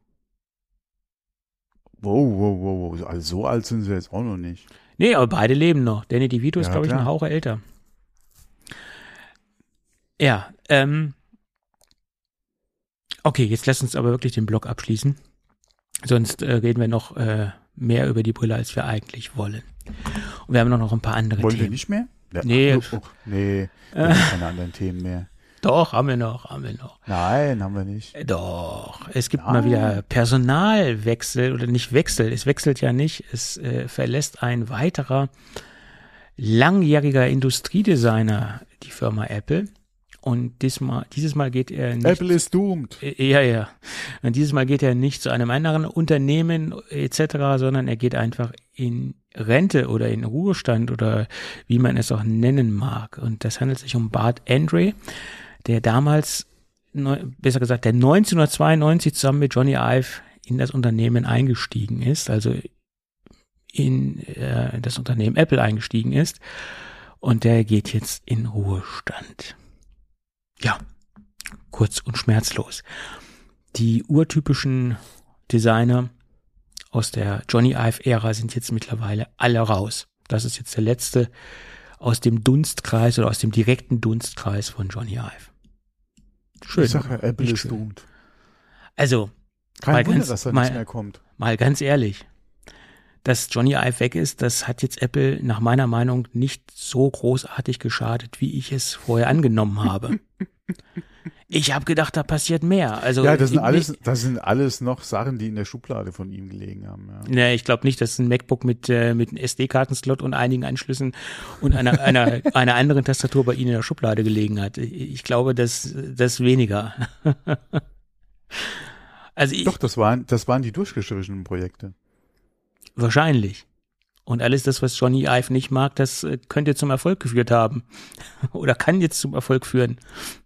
Wow, wow, wow, wow. Also so alt sind sie jetzt auch noch nicht. Nee, aber beide leben noch. Danny DeVito ist, Ja, glaube ich, klar. ein Hauch älter. Ja, ähm. Okay, jetzt lass uns aber wirklich den Blog abschließen. Sonst äh, reden wir noch äh, mehr über die Brille, als wir eigentlich wollen. Und wir haben noch ein paar andere Wollen Themen. wir nicht mehr? Ja, Nee. Oh, oh, nee, wir haben keine anderen Themen mehr. Doch, haben wir noch, haben wir noch. Nein, haben wir nicht. Doch, es gibt Nein. mal wieder Personalwechsel oder nicht Wechsel, es wechselt ja nicht, es äh, verlässt ein weiterer langjähriger Industriedesigner die Firma Apple und diesmal, dieses Mal geht er nicht, Apple is doomed. äh, ja, ja, und dieses Mal geht er nicht zu einem anderen Unternehmen et cetera, sondern er geht einfach in Rente oder in Ruhestand oder wie man es auch nennen mag und das handelt sich um Bart Andre, der damals, besser gesagt, der neunzehnhundertzweiundneunzig zusammen mit Johnny Ive in das Unternehmen eingestiegen ist, also in äh, das Unternehmen Apple eingestiegen ist und der geht jetzt in Ruhestand. Ja, kurz und schmerzlos. Die urtypischen Designer aus der Johnny Ive-Ära sind jetzt mittlerweile alle raus. Das ist jetzt der letzte aus dem Dunstkreis oder aus dem direkten Dunstkreis von Johnny Ive. Schön. Ich sage ja, Apple Nicht is schön. doomed. Also, Kein mal Wunder, ganz- dass er mal- nicht mehr kommt. mal ganz ehrlich, dass Johnny Ive weg ist, das hat jetzt Apple nach meiner Meinung nicht so großartig geschadet, wie ich es vorher angenommen habe. Ich habe gedacht, da passiert mehr. Also Ja, das sind ich- alles, das sind alles noch Sachen, die in der Schublade von ihm gelegen haben. Ja. Ne, ich glaube nicht, dass ein MacBook mit äh, mit einem S D-Kartenslot und einigen Anschlüssen und einer einer einer anderen Tastatur bei Ihnen in der Schublade gelegen hat. Ich, ich glaube, dass das weniger. Also ich, Doch, das waren, das waren die durchgestrichenen Projekte. wahrscheinlich. Und alles das, was Johnny Ive nicht mag, das äh, könnte zum Erfolg geführt haben oder kann jetzt zum Erfolg führen.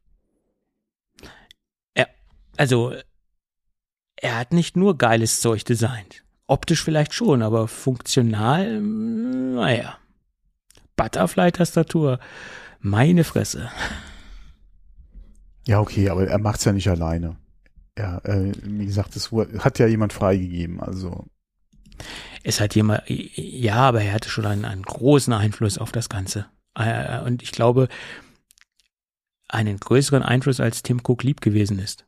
Er, also er hat nicht nur geiles Zeug designt. Optisch vielleicht schon, aber funktional, mm, naja. Butterfly-Tastatur, meine Fresse. Ja, okay, aber er macht's ja nicht alleine. Ja, äh, wie gesagt, es wurde- hat ja jemand freigegeben, also. Es hat jemand, ja, aber er hatte schon einen, einen großen Einfluss auf das Ganze. Äh, Und ich glaube, einen größeren Einfluss als Tim Cook lieb gewesen ist.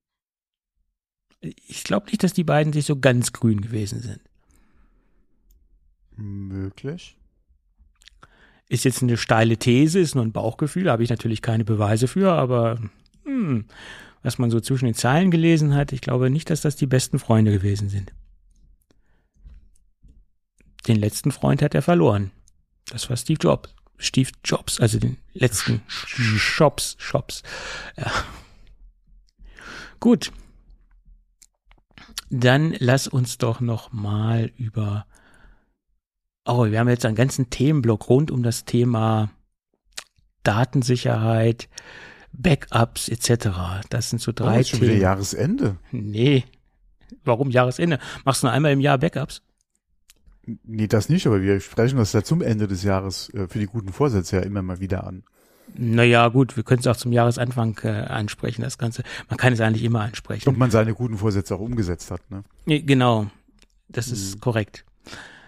Ich glaube nicht, dass die beiden sich so ganz grün gewesen sind. Möglich. Ist jetzt eine steile These, ist nur ein Bauchgefühl, habe ich natürlich keine Beweise für, aber hm, was man so zwischen den Zeilen gelesen hat, ich glaube nicht, dass das die besten Freunde gewesen sind. Den letzten Freund hat er verloren. Das war Steve Jobs. Steve Jobs, also den letzten Shops, Shops. Ja. Gut. Dann lass uns doch noch mal über Oh, wir haben jetzt einen ganzen Themenblock rund um das Thema Datensicherheit, Backups et cetera. Das sind so drei oh, ist schon wieder Themen. Jahresende. Nee. Warum Jahresende? Machst du nur einmal im Jahr Backups? Nee, das nicht, aber wir sprechen das ja zum Ende des Jahres äh, für die guten Vorsätze ja immer mal wieder an. Naja, gut, wir können es auch zum Jahresanfang äh, ansprechen, das Ganze. Man kann es eigentlich immer ansprechen. Ob man seine guten Vorsätze auch umgesetzt hat, ne? Nee, genau, das ist Mhm. korrekt.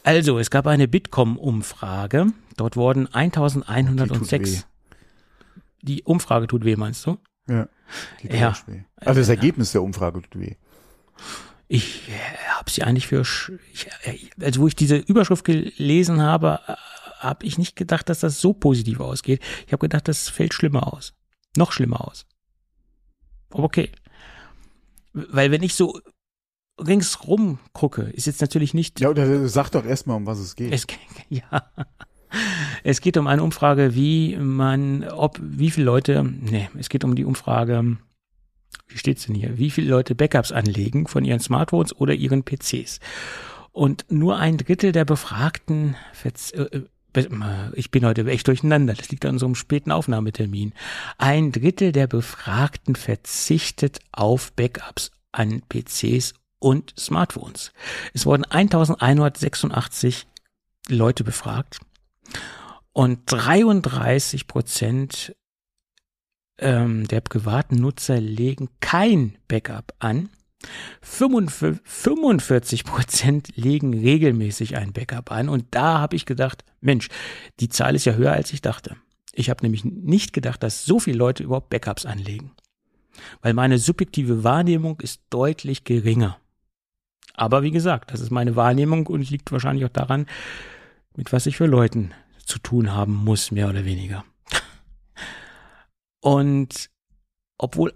Also, es gab eine Bitkom-Umfrage. Dort wurden eintausendeinhundertsechs. Die Umfrage tut weh, meinst du? Ja. Die tut Ja. weh. Also das Ergebnis der Umfrage tut weh. Ich äh, habe sie eigentlich für, sch- ich, äh, also wo ich diese Überschrift gelesen habe, äh, habe ich nicht gedacht, dass das so positiv ausgeht. Ich habe gedacht, das fällt schlimmer aus. Noch schlimmer aus. Aber okay. Weil wenn ich so ringsrum gucke, ist jetzt natürlich nicht... Ja, oder sag doch erstmal, um was es geht. Es, ja. Es geht um eine Umfrage, wie man, ob, wie viele Leute, nee, es geht um die Umfrage, wie steht's denn hier, wie viele Leute Backups anlegen von ihren Smartphones oder ihren P Cs. Und nur ein Drittel der Befragten, äh, ich bin heute echt durcheinander, das liegt an so einem späten Aufnahmetermin, ein Drittel der Befragten verzichtet auf Backups an P Cs und Smartphones. Es wurden eintausendeinhundertsechsundachtzig Leute befragt und dreiunddreißig Prozent ähm, der privaten Nutzer legen kein Backup an. fünfundvierzig Prozent legen regelmäßig ein Backup an und da habe ich gedacht, Mensch, die Zahl ist ja höher, als ich dachte. Ich habe nämlich nicht gedacht, dass so viele Leute überhaupt Backups anlegen, weil meine subjektive Wahrnehmung ist deutlich geringer. Aber wie gesagt, das ist meine Wahrnehmung und liegt wahrscheinlich auch daran, mit was ich für Leuten zu tun haben muss, mehr oder weniger. Und obwohl,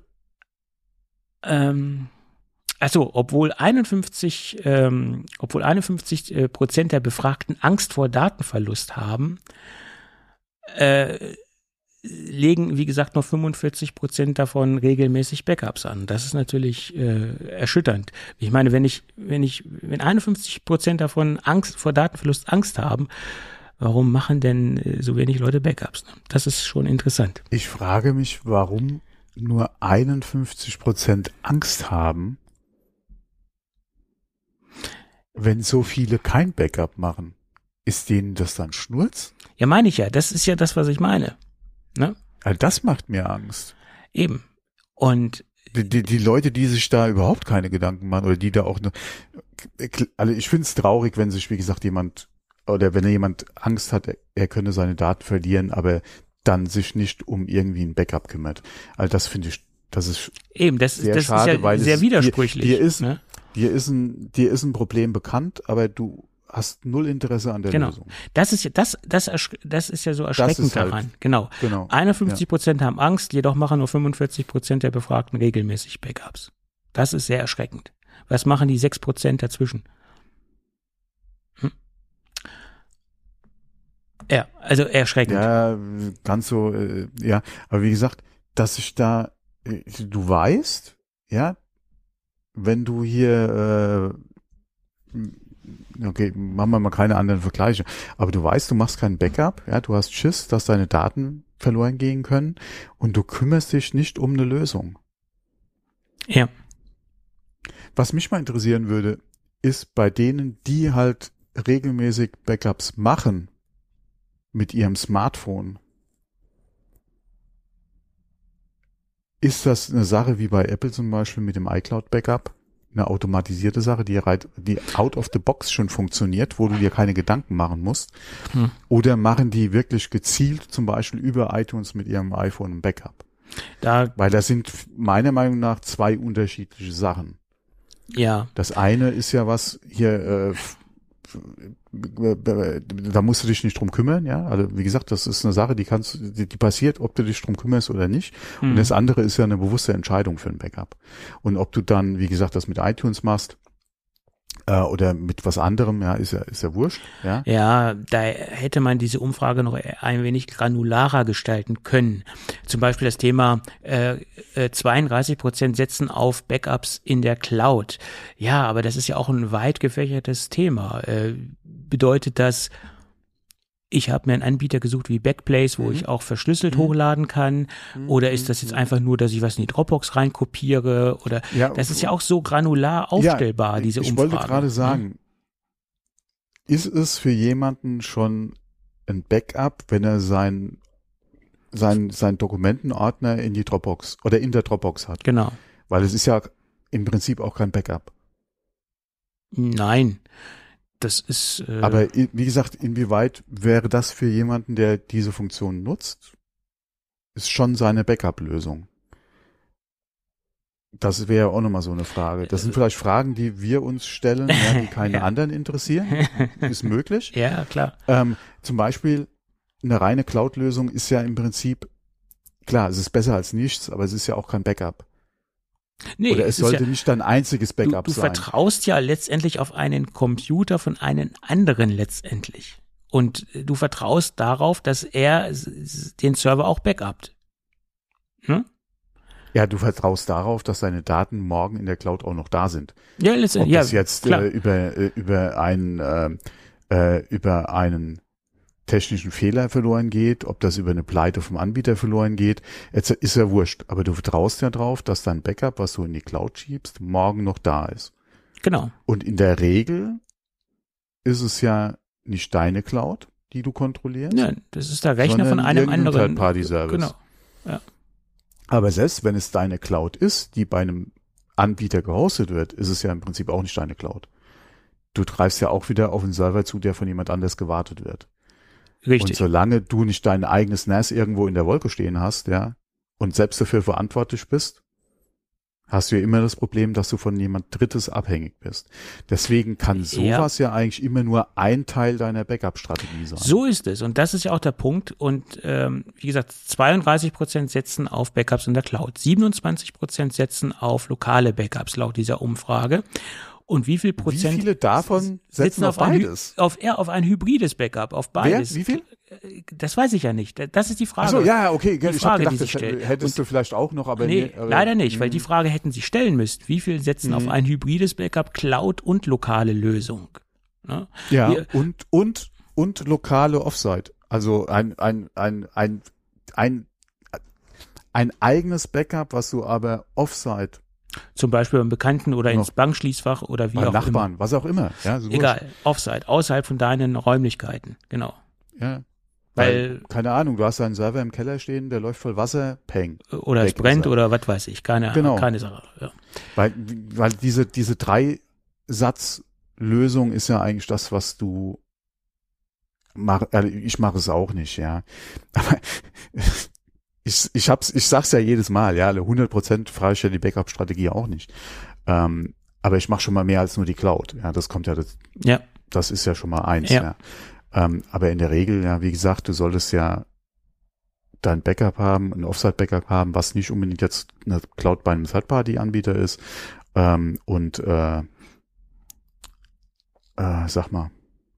ähm, also obwohl einundfünfzig, ähm, obwohl einundfünfzig Prozent der Befragten Angst vor Datenverlust haben, äh, legen, wie gesagt, nur fünfundvierzig Prozent davon regelmäßig Backups an. Das ist natürlich äh, erschütternd. Ich meine, wenn ich, wenn ich, wenn einundfünfzig Prozent davon Angst vor Datenverlust Angst haben, warum machen denn äh, so wenig Leute Backups? Das ist schon interessant. Ich frage mich, warum nur einundfünfzig Prozent Angst haben, wenn so viele kein Backup machen. Ist denen das dann Schnurz? Ja, meine ich ja. Das ist ja das, was ich meine. Ne? Also das macht mir Angst. Eben. Und die, die, die Leute, die sich da überhaupt keine Gedanken machen oder die da auch nur, also ich finde es traurig, wenn sich, wie gesagt, jemand oder wenn jemand Angst hat, er, er könne seine Daten verlieren, aber dann sich nicht um irgendwie ein Backup kümmert. Also das finde ich, das ist eben, das, sehr das schade, ist ja weil sehr es, widersprüchlich. Dir, dir ist, ne? dir ist ein, dir ist ein Problem bekannt, aber du hast null Interesse an der genau. Lösung. Das ist ja, das, das, das ist ja so erschreckend halt, daran. Genau. genau. einundfünfzig Prozent ja. haben Angst, jedoch machen nur fünfundvierzig Prozent der Befragten regelmäßig Backups. Das ist sehr erschreckend. Was machen die sechs Prozent dazwischen? Hm? Ja, also erschreckend. Ja, ganz so, äh, ja. Aber wie gesagt, dass ich da, äh, du weißt, ja, wenn du hier, äh, okay, machen wir mal keine anderen Vergleiche, aber du weißt, du machst kein Backup, ja, du hast Schiss, dass deine Daten verloren gehen können und du kümmerst dich nicht um eine Lösung. Ja. Was mich mal interessieren würde, ist bei denen, die halt regelmäßig Backups machen mit ihrem Smartphone, ist das eine Sache wie bei Apple zum Beispiel mit dem iCloud-Backup? Eine automatisierte Sache, die, die out of the box schon funktioniert, wo du dir keine Gedanken machen musst? Hm. Oder machen die wirklich gezielt zum Beispiel über iTunes mit ihrem iPhone ein Backup? Da, Weil das sind meiner Meinung nach zwei unterschiedliche Sachen. Ja. Das eine ist ja was hier, äh, da musst du dich nicht drum kümmern, ja. Also wie gesagt, das ist eine Sache, die kannst, die, die passiert, ob du dich drum kümmerst oder nicht. Mhm. Und das andere ist ja eine bewusste Entscheidung für ein Backup. Und ob du dann, wie gesagt, das mit iTunes machst äh, oder mit was anderem, ja, ist ja ist ja wurscht, ja. Ja, da hätte man diese Umfrage noch ein wenig granularer gestalten können. Zum Beispiel das Thema äh, zweiunddreißig Prozent setzen auf Backups in der Cloud. Ja, aber das ist ja auch ein weit gefächertes Thema. Äh, bedeutet das, ich habe mir einen Anbieter gesucht wie Backblaze, wo mhm. ich auch verschlüsselt mhm. hochladen kann, mhm. oder ist das jetzt einfach nur, dass ich was in die Dropbox reinkopiere, oder ja, das ist ja auch so granular aufstellbar, ja, diese ich Umfrage. Ich wollte gerade sagen, mhm. ist es für jemanden schon ein Backup, wenn er sein sein sein Dokumentenordner in die Dropbox oder in der Dropbox hat? Genau. Weil es ist ja im Prinzip auch kein Backup. Nein. Das ist. Äh, Aber wie gesagt, inwieweit wäre das für jemanden, der diese Funktion nutzt, ist schon seine Backup-Lösung. Das wäre auch nochmal so eine Frage. Das sind vielleicht Fragen, die wir uns stellen, ja, die keinen ja. anderen interessieren. Ist möglich. Ja, klar. Ähm, zum Beispiel eine reine Cloud-Lösung ist ja im Prinzip, klar, es ist besser als nichts, aber es ist ja auch kein Backup. Nee, Oder es, es sollte ja, nicht dein einziges Backup du, du sein. Du vertraust ja letztendlich auf einen Computer von einem anderen letztendlich. Und du vertraust darauf, dass er den Server auch backupt. Hm? Ja, du vertraust darauf, dass deine Daten morgen in der Cloud auch noch da sind. Ja, letztendlich. Ob das ja, jetzt äh, über äh, über einen äh, äh, über einen technischen Fehler verloren geht, ob das über eine Pleite vom Anbieter verloren geht, jetzt ist ja wurscht. Aber du vertraust ja drauf, dass dein Backup, was du in die Cloud schiebst, morgen noch da ist. Genau. Und in der Regel ist es ja nicht deine Cloud, die du kontrollierst. Ja, das ist der Rechner von einem anderen. Third-Party-Service. Genau. Ja. Aber selbst wenn es deine Cloud ist, die bei einem Anbieter gehostet wird, ist es ja im Prinzip auch nicht deine Cloud. Du greifst ja auch wieder auf einen Server zu, der von jemand anders gewartet wird. Richtig. Und solange du nicht dein eigenes N A S irgendwo in der Wolke stehen hast, ja, und selbst dafür verantwortlich bist, hast du ja immer das Problem, dass du von jemand Drittes abhängig bist. Deswegen kann sowas ja, ja eigentlich immer nur ein Teil deiner Backup-Strategie sein. So ist es. Und das ist ja auch der Punkt. Und ähm, wie gesagt, zweiunddreißig Prozent setzen auf Backups in der Cloud. siebenundzwanzig Prozent setzen auf lokale Backups laut dieser Umfrage. Und wie viel Prozent? Wie viele davon setzen auf, auf ein, beides? Auf eher auf ein hybrides Backup, auf beides. Wer? Wie viel? Das weiß ich ja nicht. Das ist die Frage. Ach so, ja, okay. Die ich Frage, hab gedacht, die sich das stellt. hättest Und, du vielleicht auch noch, aber nee, nee, aber, leider nicht, mh. weil die Frage hätten sie stellen müssen. Wie viel setzen Mhm. auf ein hybrides Backup, Cloud und lokale Lösung? Ne? Ja, Wir, und und und lokale Offsite. Also ein ein ein ein ein ein eigenes Backup, was du aber Offsite zum Beispiel beim Bekannten oder ins Bankschließfach oder wie bei auch Nachbarn, immer. was auch immer. Ja, so Egal, Offsite, außerhalb von deinen Räumlichkeiten, genau. Ja. Weil, Weil, keine Ahnung, du hast einen Server im Keller stehen, der läuft voll Wasser, peng. Oder es brennt oder was weiß ich, keine, genau. keine Sache. Ja. Weil, weil diese, diese Drei-Satz-Lösung ist ja eigentlich das, was du mach, also ich mache es auch nicht, ja. Aber ich, ich hab's, ich sag's ja jedes Mal, ja, hundert Prozent frage ich ja die Backup-Strategie auch nicht. Ähm, aber ich mache schon mal mehr als nur die Cloud. Ja, das kommt ja, das, ja. das ist ja schon mal eins, ja. ja. Ähm, aber in der Regel, ja, wie gesagt, du solltest ja dein Backup haben, ein Offsite-Backup haben, was nicht unbedingt jetzt eine Cloud bei einem Third-Party-Anbieter ist. Ähm, und äh, äh, sag mal,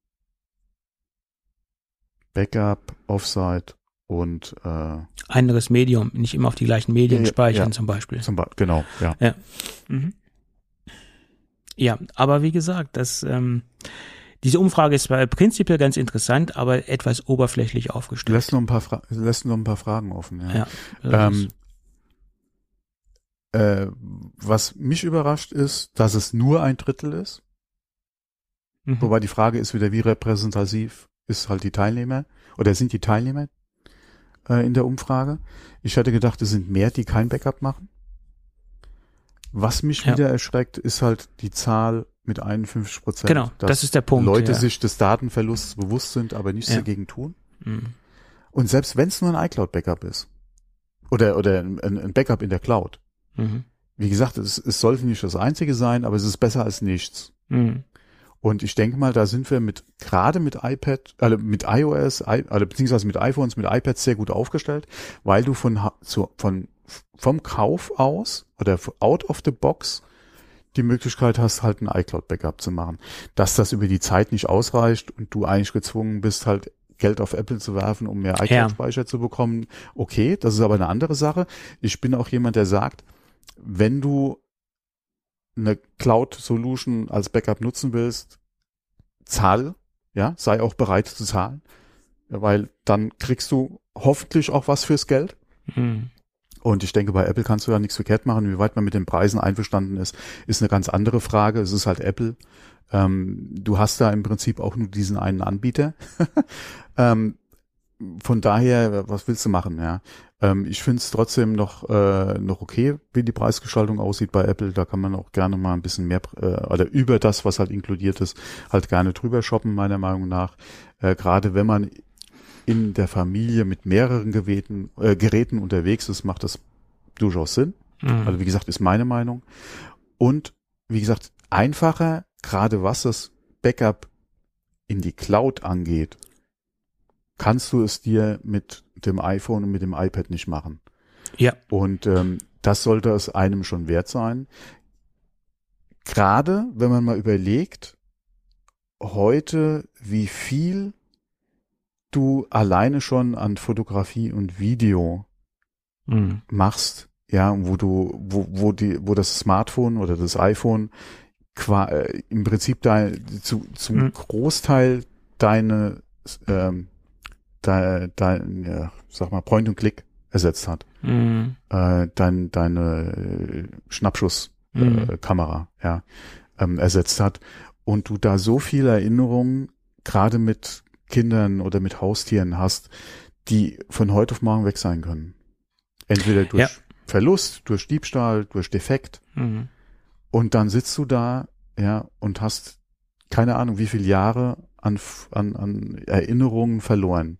Backup, Offsite und äh, anderes Medium, nicht immer auf die gleichen Medien ja, speichern ja, zum Beispiel. Zum Be- genau, ja. Ja. Mhm. Ja, aber wie gesagt, das ähm, diese Umfrage ist zwar prinzipiell ganz interessant, aber etwas oberflächlich aufgestellt. Lässt noch ein paar, Fra- lässt noch ein paar Fragen offen. Ja. ja ähm, äh, was mich überrascht ist, dass es nur ein Drittel ist. mhm. Wobei die Frage ist wieder, wie repräsentativ ist halt die Teilnehmer oder sind die Teilnehmer äh, in der Umfrage. Ich hätte gedacht, es sind mehr, die kein Backup machen. Was mich ja. wieder erschreckt, ist halt die Zahl mit einundfünfzig Prozent. Genau, das ist der Punkt. Leute ja. sich des Datenverlusts bewusst sind, aber nichts ja. dagegen tun. Mhm. Und selbst wenn es nur ein iCloud-Backup ist oder oder ein, ein Backup in der Cloud, mhm. wie gesagt, es, es sollte nicht das einzige sein, aber es ist besser als nichts. Mhm. Und ich denke mal, da sind wir mit gerade mit iPad, also mit iOS, I, also beziehungsweise mit iPhones, mit iPads sehr gut aufgestellt, weil du von zu, von vom Kauf aus oder out of the box die Möglichkeit hast, halt ein iCloud-Backup zu machen. Dass das über die Zeit nicht ausreicht und du eigentlich gezwungen bist, halt Geld auf Apple zu werfen, um mehr iCloud-Speicher ja. zu bekommen, okay, das ist aber eine andere Sache. Ich bin auch jemand, der sagt, wenn du eine Cloud-Solution als Backup nutzen willst, zahl, ja, sei auch bereit zu zahlen, weil dann kriegst du hoffentlich auch was fürs Geld. Mhm. Und ich denke, bei Apple kannst du da nichts verkehrt machen. Wie weit man mit den Preisen einverstanden ist, ist eine ganz andere Frage. Es ist halt Apple. Ähm, du hast da im Prinzip auch nur diesen einen Anbieter. ähm, von daher, was willst du machen, ja? Ähm, ich finde es trotzdem noch äh, noch okay, wie die Preisgestaltung aussieht bei Apple. Da kann man auch gerne mal ein bisschen mehr äh, oder über das, was halt inkludiert ist, halt gerne drüber shoppen, meiner Meinung nach. Äh, gerade wenn man in der Familie mit mehreren Geräten, äh, Geräten unterwegs ist, macht das durchaus Sinn. Mhm. Also wie gesagt, ist meine Meinung. Und wie gesagt, einfacher, gerade was das Backup in die Cloud angeht, kannst du es dir mit dem iPhone und mit dem iPad nicht machen. Ja. Und ähm, das sollte es einem schon wert sein. Gerade wenn man mal überlegt, heute, wie viel du alleine schon an Fotografie und Video mhm. machst, ja, wo du, wo, wo die, wo das Smartphone oder das iPhone qua, äh, im Prinzip dein, zu, zum mhm. Großteil deine, ähm, dein, dein, ja, sag mal, Point and Click ersetzt hat. Mhm. Äh, dein, deine äh, Schnappschusskamera, äh, ja, ähm, ersetzt hat. Und du da so viele Erinnerungen, gerade mit Kindern oder mit Haustieren hast, die von heute auf morgen weg sein können. Entweder durch ja. Verlust, durch Diebstahl, durch Defekt. Mhm. Und dann sitzt du da, ja, und hast keine Ahnung, wie viele Jahre an, an, an Erinnerungen verloren.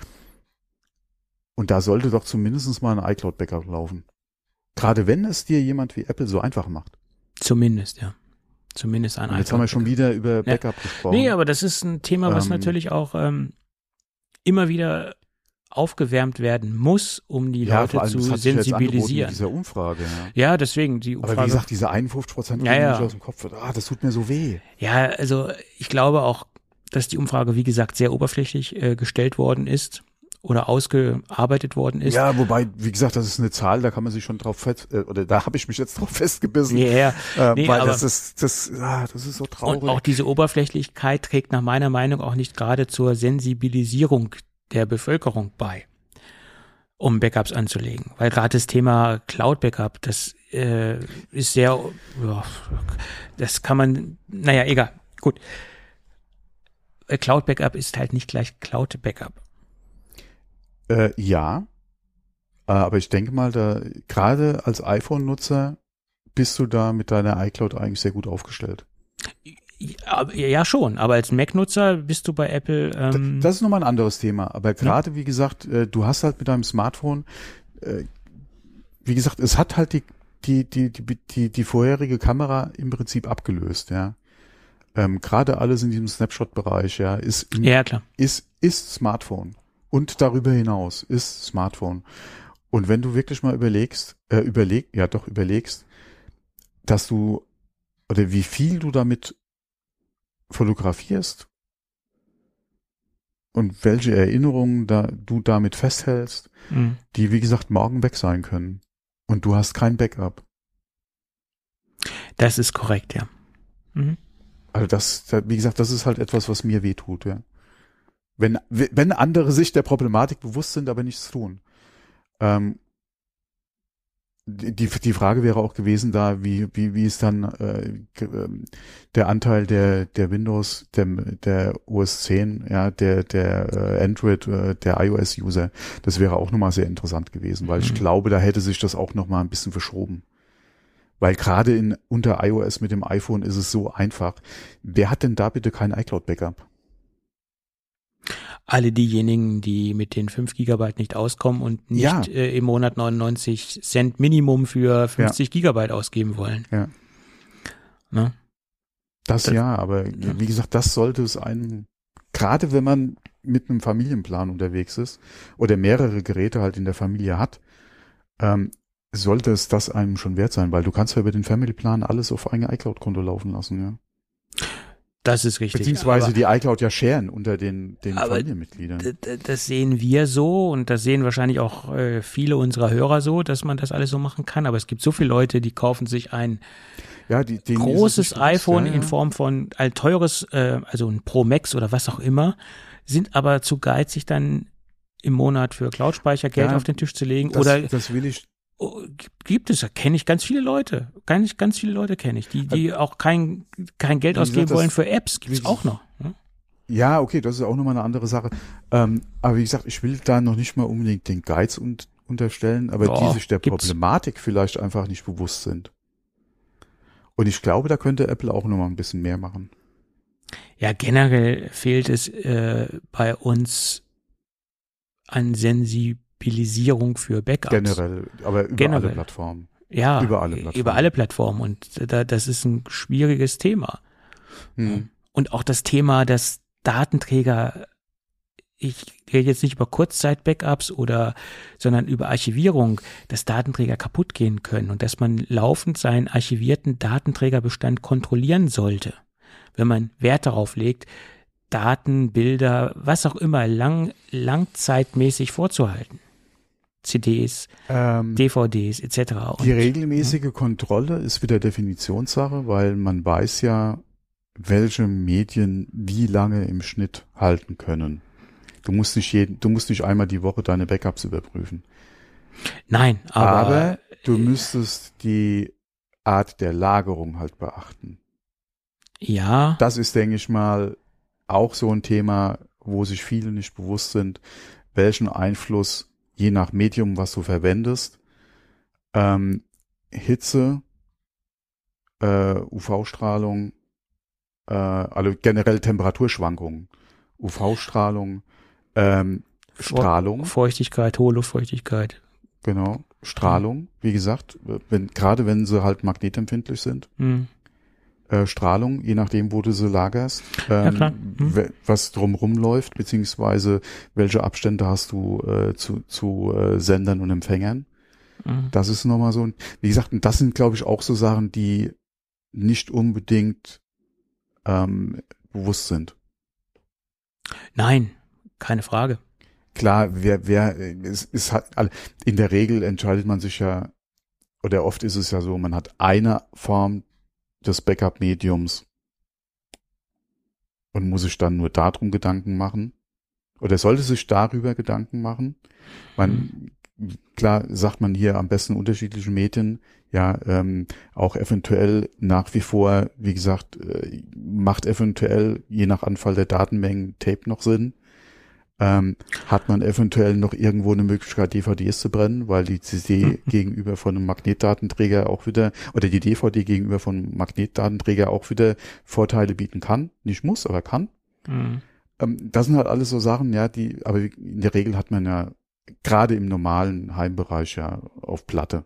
Und da sollte doch zumindest mal ein iCloud-Backup laufen. Gerade wenn es dir jemand wie Apple so einfach macht. Zumindest, ja. Zumindest ein iCloud. Jetzt haben wir schon wieder über Backup ja. gesprochen. Nee, aber das ist ein Thema, was ähm, natürlich auch ähm, immer wieder aufgewärmt werden muss, um die ja, Leute allem, zu das sensibilisieren. In dieser Umfrage. Ja, ja deswegen die Umfrage. Aber wie gesagt, diese einundfünfzig Prozent ja, ja. aus dem Kopf, ah, das tut mir so weh. Ja, also ich glaube auch, dass die Umfrage, wie gesagt, sehr oberflächlich äh, gestellt worden ist oder ausgearbeitet worden ist. Ja, wobei, wie gesagt, das ist eine Zahl, da kann man sich schon drauf fest, äh, oder da habe ich mich jetzt drauf festgebissen. Yeah, äh, nee, weil aber das ist, das, ah, das ist so traurig. Und auch diese Oberflächlichkeit trägt nach meiner Meinung auch nicht gerade zur Sensibilisierung der Bevölkerung bei, um Backups anzulegen. Weil gerade das Thema Cloud-Backup, das äh, ist sehr, ja, das kann man, naja, egal, gut. Cloud-Backup ist halt nicht gleich Cloud-Backup. Äh, ja, aber ich denke mal, da gerade als iPhone-Nutzer bist du da mit deiner iCloud eigentlich sehr gut aufgestellt. Ja, ja schon, aber als Mac-Nutzer bist du bei Apple. Ähm, das ist nochmal ein anderes Thema, aber gerade ja. wie gesagt, äh, du hast halt mit deinem Smartphone, äh, wie gesagt, es hat halt die die die die die, die vorherige Kamera im Prinzip abgelöst, ja. Ähm, gerade alles in diesem Snapshot-Bereich, ja, ist im, ja klar, ist ist Smartphone und darüber hinaus ist Smartphone. Und wenn du wirklich mal überlegst, äh, überleg, ja doch überlegst, dass du oder wie viel du damit fotografierst und welche Erinnerungen da du damit festhältst, mhm. die wie gesagt morgen weg sein können und du hast kein Backup. Das ist korrekt, ja. Mhm. Also das, wie gesagt, das ist halt etwas, was mir wehtut, ja. Wenn wenn andere sich der Problematik bewusst sind, aber nichts tun. Ähm, Die, die Frage wäre auch gewesen da, wie, wie, wie ist dann äh, der Anteil der, der Windows, der, der O S zehn, ja, der, der äh, Android, äh, der iOS-User. Das wäre auch nochmal sehr interessant gewesen, weil mhm. ich glaube, da hätte sich das auch nochmal ein bisschen verschoben. Weil gerade in unter iOS mit dem iPhone ist es so einfach. Wer hat denn da bitte kein iCloud-Backup? Alle diejenigen, die mit den fünf Gigabyte nicht auskommen und nicht ja. äh, im Monat neunundneunzig Cent Minimum für fünfzig ja. Gigabyte ausgeben wollen. Ja. Ne? Das, das ja, aber ja. wie gesagt, das sollte es einem, gerade wenn man mit einem Familienplan unterwegs ist oder mehrere Geräte halt in der Familie hat, ähm, sollte es das einem schon wert sein, weil du kannst ja über den Familyplan alles auf ein iCloud-Konto laufen lassen, ja. Das ist richtig. Beziehungsweise aber, die iCloud ja sharen unter den, den Familienmitgliedern. D- d- das sehen wir so und das sehen wahrscheinlich auch äh, viele unserer Hörer so, dass man das alles so machen kann. Aber es gibt so viele Leute, die kaufen sich ein ja, die, großes iPhone ja, ja. in Form von ein teures, äh, also ein Pro Max oder was auch immer, sind aber zu geizig, dann im Monat für Cloud-Speicher Geld ja, auf den Tisch zu legen. Das, oder das will ich. Gibt es, kenne ich ganz viele Leute, ganz, ganz viele Leute kenne ich, die, die auch kein, kein Geld ausgeben gesagt, wollen für Apps, gibt's auch noch. Ne? Ja, okay, das ist auch nochmal eine andere Sache. Ähm, aber wie gesagt, ich will da noch nicht mal unbedingt den Geiz und, unterstellen, aber Oh, die sich der gibt's. Problematik vielleicht einfach nicht bewusst sind. Und ich glaube, da könnte Apple auch nochmal ein bisschen mehr machen. Ja, generell fehlt es äh, bei uns an Sensibilisierung für Backups. Generell, aber über Generell. alle Plattformen. Ja, über alle Plattformen. über alle Plattformen. Und da, das ist ein schwieriges Thema. Hm. Und auch das Thema, dass Datenträger, ich rede jetzt nicht über Kurzzeit-Backups oder, sondern über Archivierung, dass Datenträger kaputt gehen können und dass man laufend seinen archivierten Datenträgerbestand kontrollieren sollte, wenn man Wert darauf legt, Daten, Bilder, was auch immer lang, langzeitmäßig vorzuhalten. C Ds, Ähm, D V Ds et cetera. die regelmäßige Kontrolle ist wieder Definitionssache, weil man weiß ja, welche Medien wie lange im Schnitt halten können. Du musst nicht jeden, du musst nicht einmal die Woche deine Backups überprüfen. Nein, aber, Aber du müsstest die Art der Lagerung halt beachten. ja, Das ist, denke ich mal, auch so ein Thema, wo sich viele nicht bewusst sind, welchen Einfluss je nach Medium, was du verwendest, ähm, Hitze, äh, U V-Strahlung, äh, also generell Temperaturschwankungen, U V-Strahlung, ähm, Strahlung, Feuchtigkeit, hohe Luftfeuchtigkeit. genau, Strahlung, wie gesagt, wenn, gerade wenn sie halt magnetempfindlich sind, Hm. äh, Strahlung, je nachdem, wo du sie lagerst, ähm, Ja, klar. Hm. we- was drumrum läuft, beziehungsweise welche Abstände hast du äh, zu, zu äh, Sendern und Empfängern. Hm. Das ist nochmal so ein, wie gesagt, und das sind, glaube ich, auch so Sachen, die nicht unbedingt ähm, bewusst sind. Nein, keine Frage. Klar, wer, wer, es ist halt, in der Regel entscheidet man sich ja, oder oft ist es ja so, man hat eine Form des Backup-Mediums und muss sich dann nur darum Gedanken machen. Oder sollte sich darüber Gedanken machen. Man, klar sagt man hier am besten unterschiedliche Medien, ja, ähm, auch eventuell nach wie vor, wie gesagt, äh, macht eventuell je nach Anfall der Datenmengen Tape noch Sinn. Ähm, hat man eventuell noch irgendwo eine Möglichkeit, D V Ds zu brennen, weil die C D gegenüber von einem Magnetdatenträger auch wieder, oder die D V D gegenüber von einem Magnetdatenträger auch wieder Vorteile bieten kann. Nicht muss, aber kann. Hm. Ähm, das sind halt alles so Sachen, ja, die, aber in der Regel hat man ja gerade im normalen Heimbereich ja auf Platte.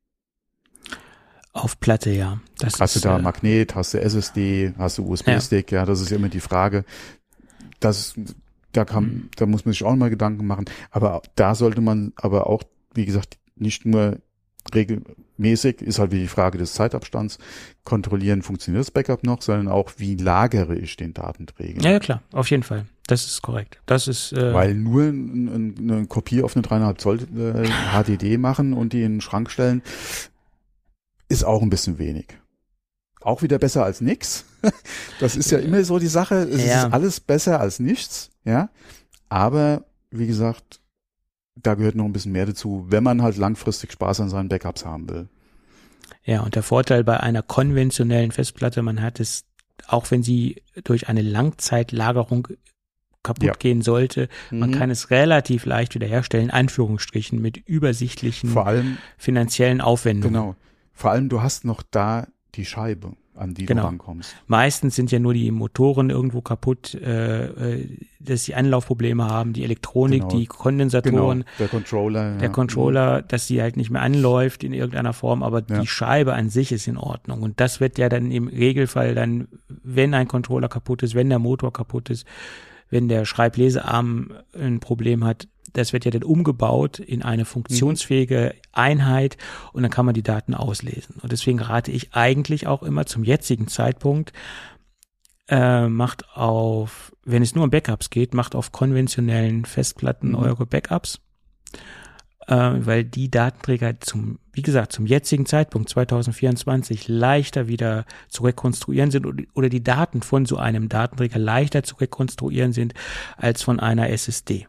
Auf Platte, ja. Das Hast du ist, da äh, Magnet, hast du S S D, hast du U S B-Stick, ja. ja, das ist immer die Frage. Das, da kann, Mhm. da muss man sich auch mal Gedanken machen. Aber da sollte man aber auch, wie gesagt, nicht nur regelmäßig, ist halt wie die Frage des Zeitabstands, kontrollieren, funktioniert das Backup noch, sondern auch, wie lagere ich den Datenträger. Ja, ja, klar, auf jeden Fall. Das ist korrekt. Das ist, äh, Weil nur ein, ein, eine Kopie auf eine drei Komma fünf Zoll äh, H D D machen und die in den Schrank stellen, ist auch ein bisschen wenig. Auch wieder besser als nix. Das ist ja immer so die Sache. Es Ja. ist alles besser als nichts, ja. Aber, wie gesagt, da gehört noch ein bisschen mehr dazu, wenn man halt langfristig Spaß an seinen Backups haben will. ja, und der Vorteil bei einer konventionellen Festplatte, man hat es, auch wenn sie durch eine Langzeitlagerung kaputt Ja. gehen sollte, man Mhm. kann es relativ leicht wiederherstellen, in Anführungsstrichen, mit übersichtlichen Vor allem, finanziellen Aufwendungen. genau, vor allem du hast noch da die Scheibe, an die Genau. du rankommst. Meistens sind ja nur die Motoren irgendwo kaputt, äh, äh, dass sie Anlaufprobleme haben, die Elektronik, Genau. die Kondensatoren, Genau, der Controller. der ja. Controller, dass sie halt nicht mehr anläuft in irgendeiner Form, aber Ja. die Scheibe an sich ist in Ordnung. Und das wird ja dann im Regelfall dann, wenn ein Controller kaputt ist, wenn der Motor kaputt ist, wenn der Schreiblesearm ein Problem hat, das wird ja dann umgebaut in eine funktionsfähige Einheit und dann kann man die Daten auslesen. Und deswegen rate ich eigentlich auch immer zum jetzigen Zeitpunkt, äh, macht auf, wenn es nur um Backups geht, macht auf konventionellen Festplatten Mhm. eure Backups, äh, weil die Datenträger zum, wie gesagt, zum jetzigen Zeitpunkt zwanzig vierundzwanzig leichter wieder zu rekonstruieren sind oder- oder die Daten von so einem Datenträger leichter zu rekonstruieren sind als von einer S S D.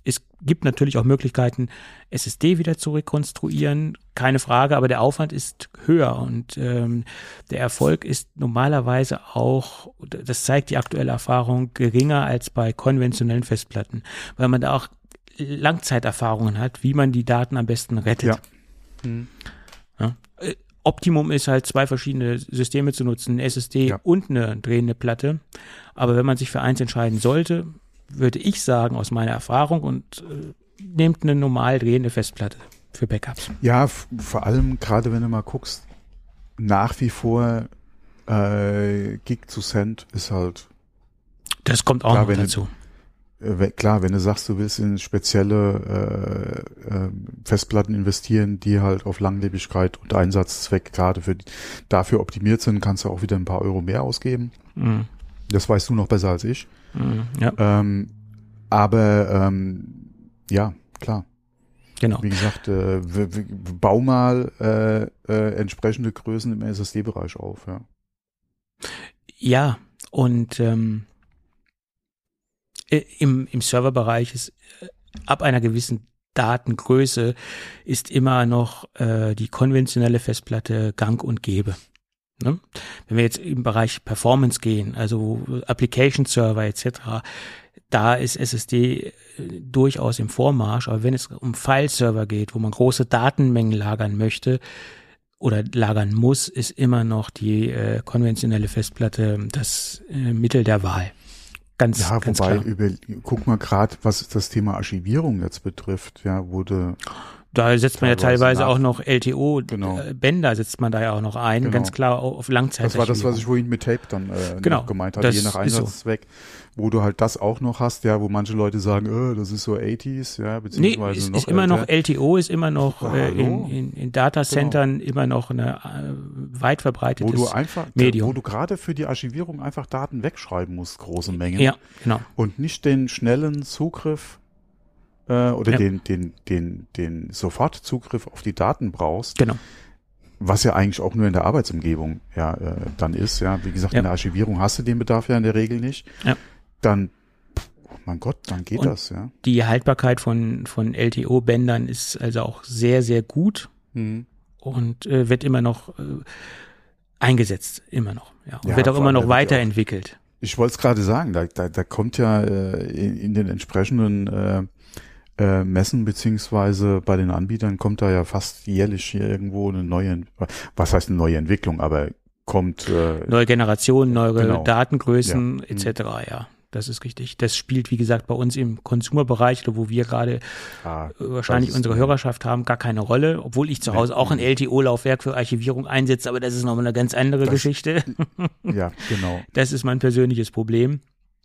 Es gibt natürlich auch Möglichkeiten, S S D wieder zu rekonstruieren, keine Frage, aber der Aufwand ist höher und ähm, der Erfolg ist normalerweise auch, das zeigt die aktuelle Erfahrung, geringer als bei konventionellen Festplatten, weil man da auch Langzeiterfahrungen hat, wie man die Daten am besten rettet. Ja. Hm. Ja. Optimum ist halt, zwei verschiedene Systeme zu nutzen, eine S S D ja. und eine drehende Platte, aber wenn man sich für eins entscheiden sollte, würde ich sagen, aus meiner Erfahrung, und äh, nehmt eine normal drehende Festplatte für Backups. Ja, f- vor allem gerade wenn du mal guckst, nach wie vor äh, Gig zu Cent ist halt. Das kommt auch klar, noch wenn dazu. Du, äh, klar, wenn du sagst, du willst in spezielle äh, äh, Festplatten investieren, die halt auf Langlebigkeit und Einsatzzweck gerade für dafür optimiert sind, kannst du auch wieder ein paar Euro mehr ausgeben. Mhm. Das weißt du noch besser als ich. Mhm, ja. Ähm, aber ähm, ja, klar. Genau. Wie gesagt, äh, w- w- bau mal äh, äh, entsprechende Größen im S S D-Bereich auf. Ja, Ja, und ähm, im, im Serverbereich ist äh, ab einer gewissen Datengröße ist immer noch äh, die konventionelle Festplatte gang und gäbe. Ne? Wenn wir jetzt im Bereich Performance gehen, also Application Server et cetera, da ist S S D durchaus im Vormarsch, aber wenn es um File-Server geht, wo man große Datenmengen lagern möchte oder lagern muss, ist immer noch die äh, konventionelle Festplatte das äh, Mittel der Wahl. Ganz, ja ganz wobei, klar. über, guck mal gerade, was das Thema Archivierung jetzt betrifft, ja, wurde Da setzt man ja teilweise nach- auch noch L T Genau. O-Bänder, setzt man da ja auch noch ein, Genau. ganz klar auf Langzeit. Das war das, was ich vorhin mit Tape dann äh, Genau, noch gemeint hatte, das je nach ist so. Einsatzzweck, wo du halt das auch noch hast, ja, wo manche Leute sagen, äh, das ist so achtziger, ja, Nee, beziehungsweise ist, noch ist immer älter. noch L T O, ist immer noch Ja, äh, in, hallo. in, in Datacentern immer noch eine äh, weit verbreitetes wo du einfach, Medium. wo du gerade für die Archivierung einfach Daten wegschreiben musst, große Mengen. Ja, genau. Und nicht den schnellen Zugriff äh, oder Ja. den, den, den, den Sofortzugriff auf die Daten brauchst, Genau. was ja eigentlich auch nur in der Arbeitsumgebung ja äh, dann ist. Ja, wie gesagt, Ja. in der Archivierung hast du den Bedarf ja in der Regel nicht. Ja. Dann, pff, oh mein Gott, dann geht Und das, ja. Die Haltbarkeit von, von L T O-Bändern ist also auch sehr, sehr gut Mhm. und äh, wird immer noch äh, eingesetzt, immer noch. Ja. Und Ja, wird auch vor immer allem, noch da wird ja auch- weiterentwickelt. Ich wollte es gerade sagen, da, da, da kommt ja äh, in, in den entsprechenden äh, äh, Messen beziehungsweise bei den Anbietern kommt da ja fast jährlich hier irgendwo eine neue, was heißt eine neue Entwicklung, aber kommt äh, Neue Generationen, neue Genau. Datengrößen Ja. et cetera. Ja, das ist richtig. Das spielt, wie gesagt, bei uns im Consumer-Bereich, wo wir gerade ah, äh, wahrscheinlich das ist, unsere äh, Hörerschaft haben, gar keine Rolle, obwohl ich zu Nee, Hause auch ein nee. L T O-Laufwerk für Archivierung einsetze, aber das ist nochmal eine ganz andere Das- Geschichte. ja, genau. Das ist mein persönliches Problem.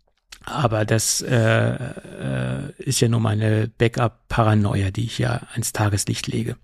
Aber das äh, äh, ist ja nur meine Backup-Paranoia, die ich ja ans Tageslicht lege.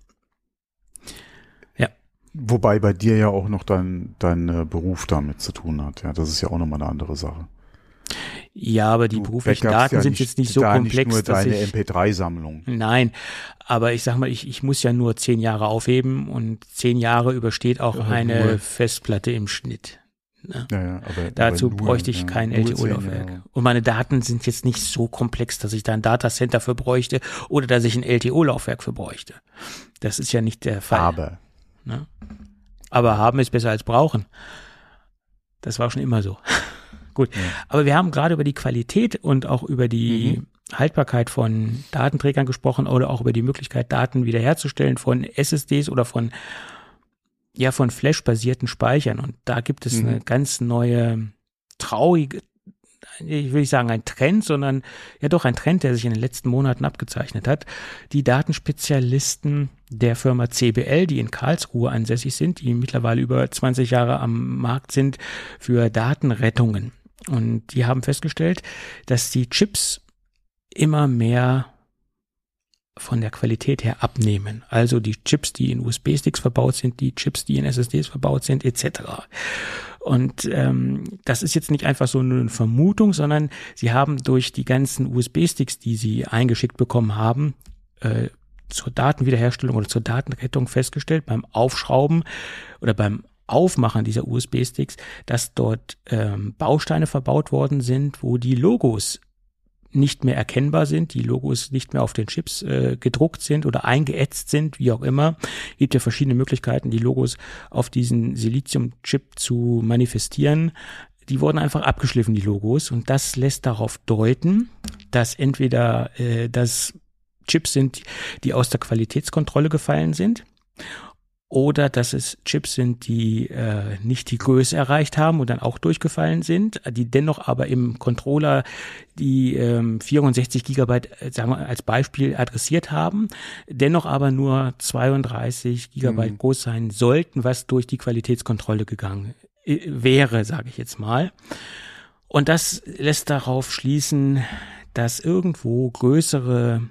Wobei bei dir ja auch noch dein, dein äh, Beruf damit zu tun hat. Ja, das ist ja auch nochmal eine andere Sache. Ja, aber die Du beruflichen backupst Daten ja sind jetzt nicht so da komplex, nicht nur dass deine ich... M P drei Sammlung. Nein, aber ich sag mal, ich, ich muss ja nur zehn Jahre aufheben und zehn Jahre übersteht auch Ja, eine nur. Festplatte im Schnitt. Ne? Ja, ja, aber, Dazu aber nur, bräuchte ich ja, kein nur L zehn T O-Laufwerk. Jahre. Und meine Daten sind jetzt nicht so komplex, dass ich da ein Datacenter für bräuchte oder dass ich ein L T O-Laufwerk für bräuchte. Das ist ja nicht der Fall. Aber. Ne? Aber haben ist besser als brauchen. Das war schon immer so. Gut. Ja. Aber wir haben gerade über die Qualität und auch über die Mhm. Haltbarkeit von Datenträgern gesprochen oder auch über die Möglichkeit, Daten wiederherzustellen von S S Ds oder von, ja, von Flash-basierten Speichern. Und da gibt es Mhm. eine ganz neue, traurige, ich will nicht sagen ein Trend, sondern ja doch ein Trend, der sich in den letzten Monaten abgezeichnet hat. Die Datenspezialisten der Firma C B L, die in Karlsruhe ansässig sind, die mittlerweile über zwanzig Jahre am Markt sind für Datenrettungen. Und die haben festgestellt, dass die Chips immer mehr von der Qualität her abnehmen. Also die Chips, die in U S B-Sticks verbaut sind, die Chips, die in S S Ds verbaut sind, et cetera. Und ähm, das ist jetzt nicht einfach so eine Vermutung, sondern sie haben durch die ganzen U S B-Sticks, die sie eingeschickt bekommen haben, äh, zur Datenwiederherstellung oder zur Datenrettung festgestellt, beim Aufschrauben oder beim Aufmachen dieser U S B-Sticks, dass dort ähm, Bausteine verbaut worden sind, wo die Logos nicht mehr erkennbar sind, die Logos nicht mehr auf den Chips äh, gedruckt sind oder eingeätzt sind, wie auch immer. Es gibt ja verschiedene Möglichkeiten, die Logos auf diesen Silizium-Chip zu manifestieren. Die wurden einfach abgeschliffen, die Logos, und das lässt darauf deuten, dass entweder äh, das Chips sind, die aus der Qualitätskontrolle gefallen sind, oder dass es Chips sind, die äh, nicht die Größe erreicht haben und dann auch durchgefallen sind, die dennoch aber im Controller die ähm, vierundsechzig Gigabyte, äh, sagen wir als Beispiel, adressiert haben, dennoch aber nur zweiunddreißig Gigabyte mhm. groß sein sollten, was durch die Qualitätskontrolle gegangen äh, wäre, sage ich jetzt mal. Und das lässt darauf schließen, dass irgendwo größere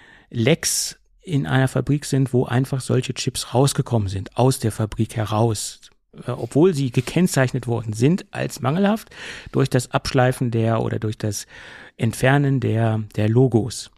Lecks in einer Fabrik sind, wo einfach solche Chips rausgekommen sind, aus der Fabrik heraus, äh, obwohl sie gekennzeichnet worden sind als mangelhaft durch das Abschleifen der oder durch das Entfernen der, der Logos.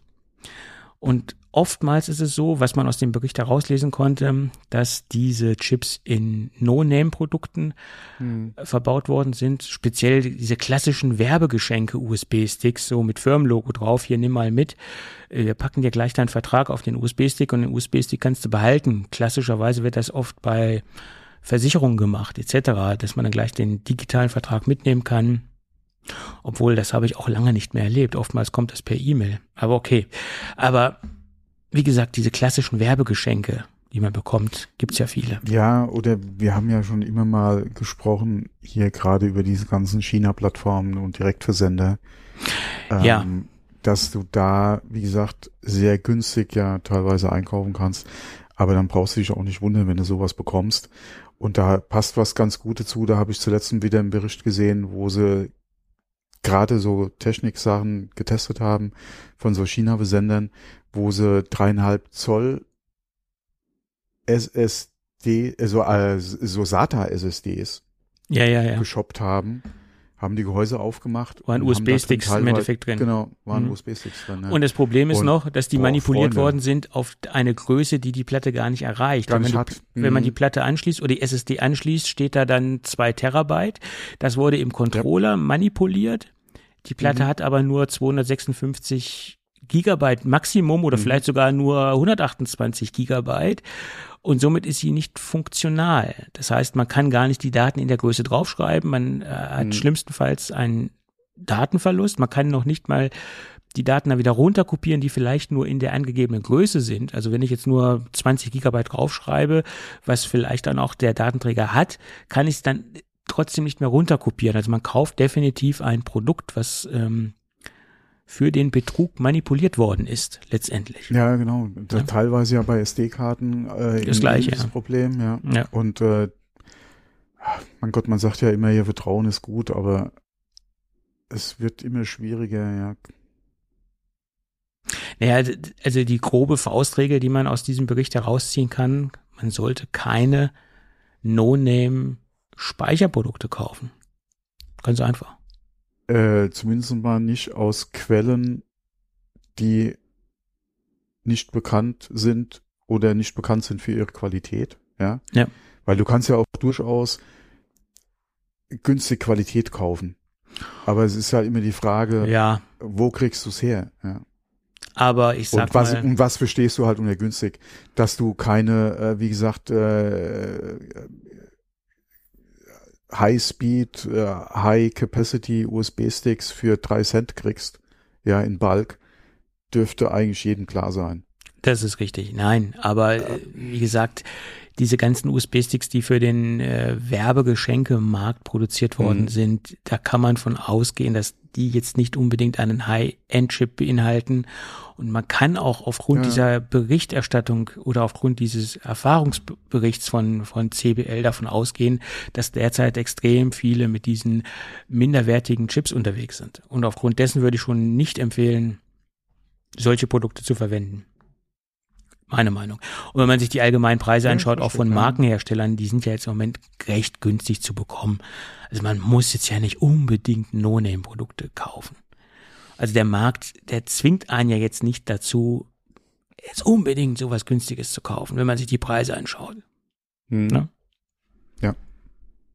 Und oftmals ist es so, was man aus dem Bericht herauslesen konnte, dass diese Chips in No-Name-Produkten hm. verbaut worden sind, speziell diese klassischen Werbegeschenke-U S B-Sticks, so mit Firmenlogo drauf, hier nimm mal mit, wir packen dir gleich deinen Vertrag auf den U S B-Stick und den U S B-Stick kannst du behalten. Klassischerweise wird das oft bei Versicherungen gemacht et cetera, dass man dann gleich den digitalen Vertrag mitnehmen kann. Obwohl, das habe ich auch lange nicht mehr erlebt. Oftmals kommt das per E-Mail. Aber okay. Aber wie gesagt, diese klassischen Werbegeschenke, die man bekommt, gibt's ja viele. Ja, oder wir haben ja schon immer mal gesprochen, hier gerade über diese ganzen China-Plattformen und Direktversender. Ähm, ja. Dass du da, wie gesagt, sehr günstig ja teilweise einkaufen kannst. Aber dann brauchst du dich auch nicht wundern, wenn du sowas bekommst. Und da passt was ganz Gutes zu. Da habe ich zuletzt wieder einen Bericht gesehen, wo sie gerade so Techniksachen getestet haben von so China-Versendern, wo sie dreieinhalb Zoll S S D, also äh, so SATA-S S Ds ja, ja, ja. geshoppt haben, haben die Gehäuse aufgemacht. Waren U S B-Sticks im Endeffekt drin. Genau, waren mhm. U S B-Sticks drin. Ja. Und das Problem ist und, noch, dass die boah, manipuliert Freunde. worden sind auf eine Größe, die die Platte gar nicht erreicht. Gar wenn, nicht man hat. die, wenn man Mhm. die Platte anschließt oder die S S D anschließt, steht da dann zwei Terabyte. Das wurde im Controller ja. manipuliert. Die Platte mhm. hat aber nur zweihundertsechsundfünfzig Gigabyte Maximum oder mhm. vielleicht sogar nur hundertachtundzwanzig Gigabyte. Und somit ist sie nicht funktional. Das heißt, man kann gar nicht die Daten in der Größe draufschreiben. Man äh, hat mhm. schlimmstenfalls einen Datenverlust. Man kann noch nicht mal die Daten dann wieder runterkopieren, die vielleicht nur in der angegebenen Größe sind. Also wenn ich jetzt nur zwanzig Gigabyte draufschreibe, was vielleicht dann auch der Datenträger hat, kann ich es dann trotzdem nicht mehr runterkopieren. Also man kauft definitiv ein Produkt, was ähm, für den Betrug manipuliert worden ist, letztendlich. Ja, genau. Ja. Teilweise ja bei S D-Karten äh, das gleiche, das ja. Problem, ja. ja. Und äh, mein Gott, man sagt ja immer, ja, Vertrauen ist gut, aber es wird immer schwieriger, ja. Naja, also die grobe Faustregel, die man aus diesem Bericht herausziehen kann, man sollte keine No-Name-Speicherprodukte kaufen. Ganz einfach. Äh, zumindest mal nicht aus Quellen, die nicht bekannt sind oder nicht bekannt sind für ihre Qualität, ja. Ja. Weil du kannst ja auch durchaus günstig Qualität kaufen. Aber es ist halt immer die Frage, ja. wo kriegst du es her, ja. Aber ich sag und was, mal. Und was verstehst du halt unter günstig? Dass du keine, äh, wie gesagt, äh, High-Speed, äh, High-Capacity U S B-Sticks für drei Cent kriegst, ja, in Bulk, dürfte eigentlich jedem klar sein. Das ist richtig. Nein, aber ja. wie gesagt, diese ganzen U S B-Sticks, die für den äh, Werbegeschenkemarkt produziert worden mhm. sind, da kann man von ausgehen, dass die jetzt nicht unbedingt einen High-End-Chip beinhalten. Und man kann auch aufgrund ja. dieser Berichterstattung oder aufgrund dieses Erfahrungsberichts von, von C B L davon ausgehen, dass derzeit extrem viele mit diesen minderwertigen Chips unterwegs sind. Und aufgrund dessen würde ich schon nicht empfehlen, solche Produkte zu verwenden. Meine Meinung. Und wenn man sich die allgemeinen Preise anschaut, auch von Markenherstellern, die sind ja jetzt im Moment recht günstig zu bekommen. Also man muss jetzt ja nicht unbedingt No-Name-Produkte kaufen. Also der Markt, der zwingt einen ja jetzt nicht dazu, jetzt unbedingt sowas Günstiges zu kaufen, wenn man sich die Preise anschaut. Hm. Ne? Ja.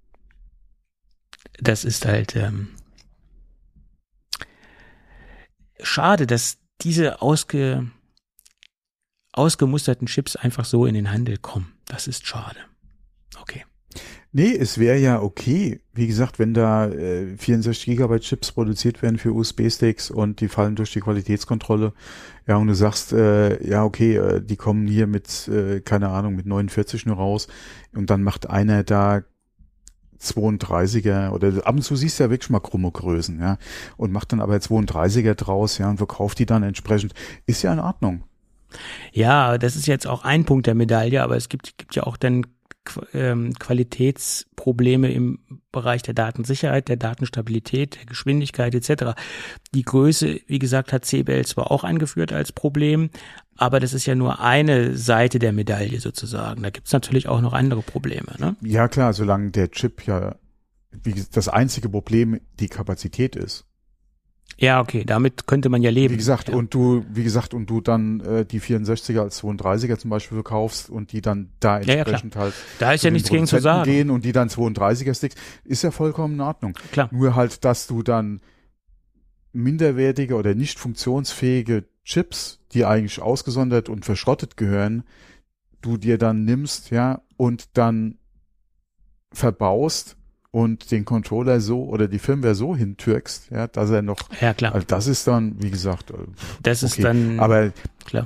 Das ist halt, ähm, schade, dass diese ausge, ausgemusterten Chips einfach so in den Handel kommen. Das ist schade. Okay. Nee, es wäre ja okay, wie gesagt, wenn da äh, vierundsechzig Gigabyte Chips produziert werden für U S B-Sticks und die fallen durch die Qualitätskontrolle, ja, und du sagst, äh, ja, okay, äh, die kommen hier mit, äh, keine Ahnung, mit neunundvierzig nur raus und dann macht einer da zweiunddreißiger oder ab und zu siehst du ja wirklich mal krumme Größen, ja, und macht dann aber zweiunddreißiger draus, ja, und verkauft die dann entsprechend, ist ja in Ordnung. Ja, das ist jetzt auch ein Punkt der Medaille, aber es gibt, gibt ja auch dann Qualitätsprobleme im Bereich der Datensicherheit, der Datenstabilität, der Geschwindigkeit et cetera. Die Größe, wie gesagt, hat C B L zwar auch angeführt als Problem, aber das ist ja nur eine Seite der Medaille sozusagen. Da gibt es natürlich auch noch andere Probleme. Ne? Ja klar, solange der Chip ja wie gesagt, das einzige Problem die Kapazität ist. Ja, okay, damit könnte man ja leben. Wie gesagt, ja. und du, wie gesagt, und du dann äh, die vierundsechziger als zweiunddreißiger zum Beispiel verkaufst und die dann da entsprechend ja, ja, halt da ist ja nichts gegen zu sagen. Gehen und die dann zweiunddreißiger Sticks, ist ja vollkommen in Ordnung. Klar. Nur halt, dass du dann minderwertige oder nicht funktionsfähige Chips, die eigentlich ausgesondert und verschrottet gehören, du dir dann nimmst, ja, und dann verbaust und den Controller so oder die Firmware so hintürkst, ja, dass er noch, ja klar, also das ist dann, wie gesagt, das okay. ist dann, aber klar,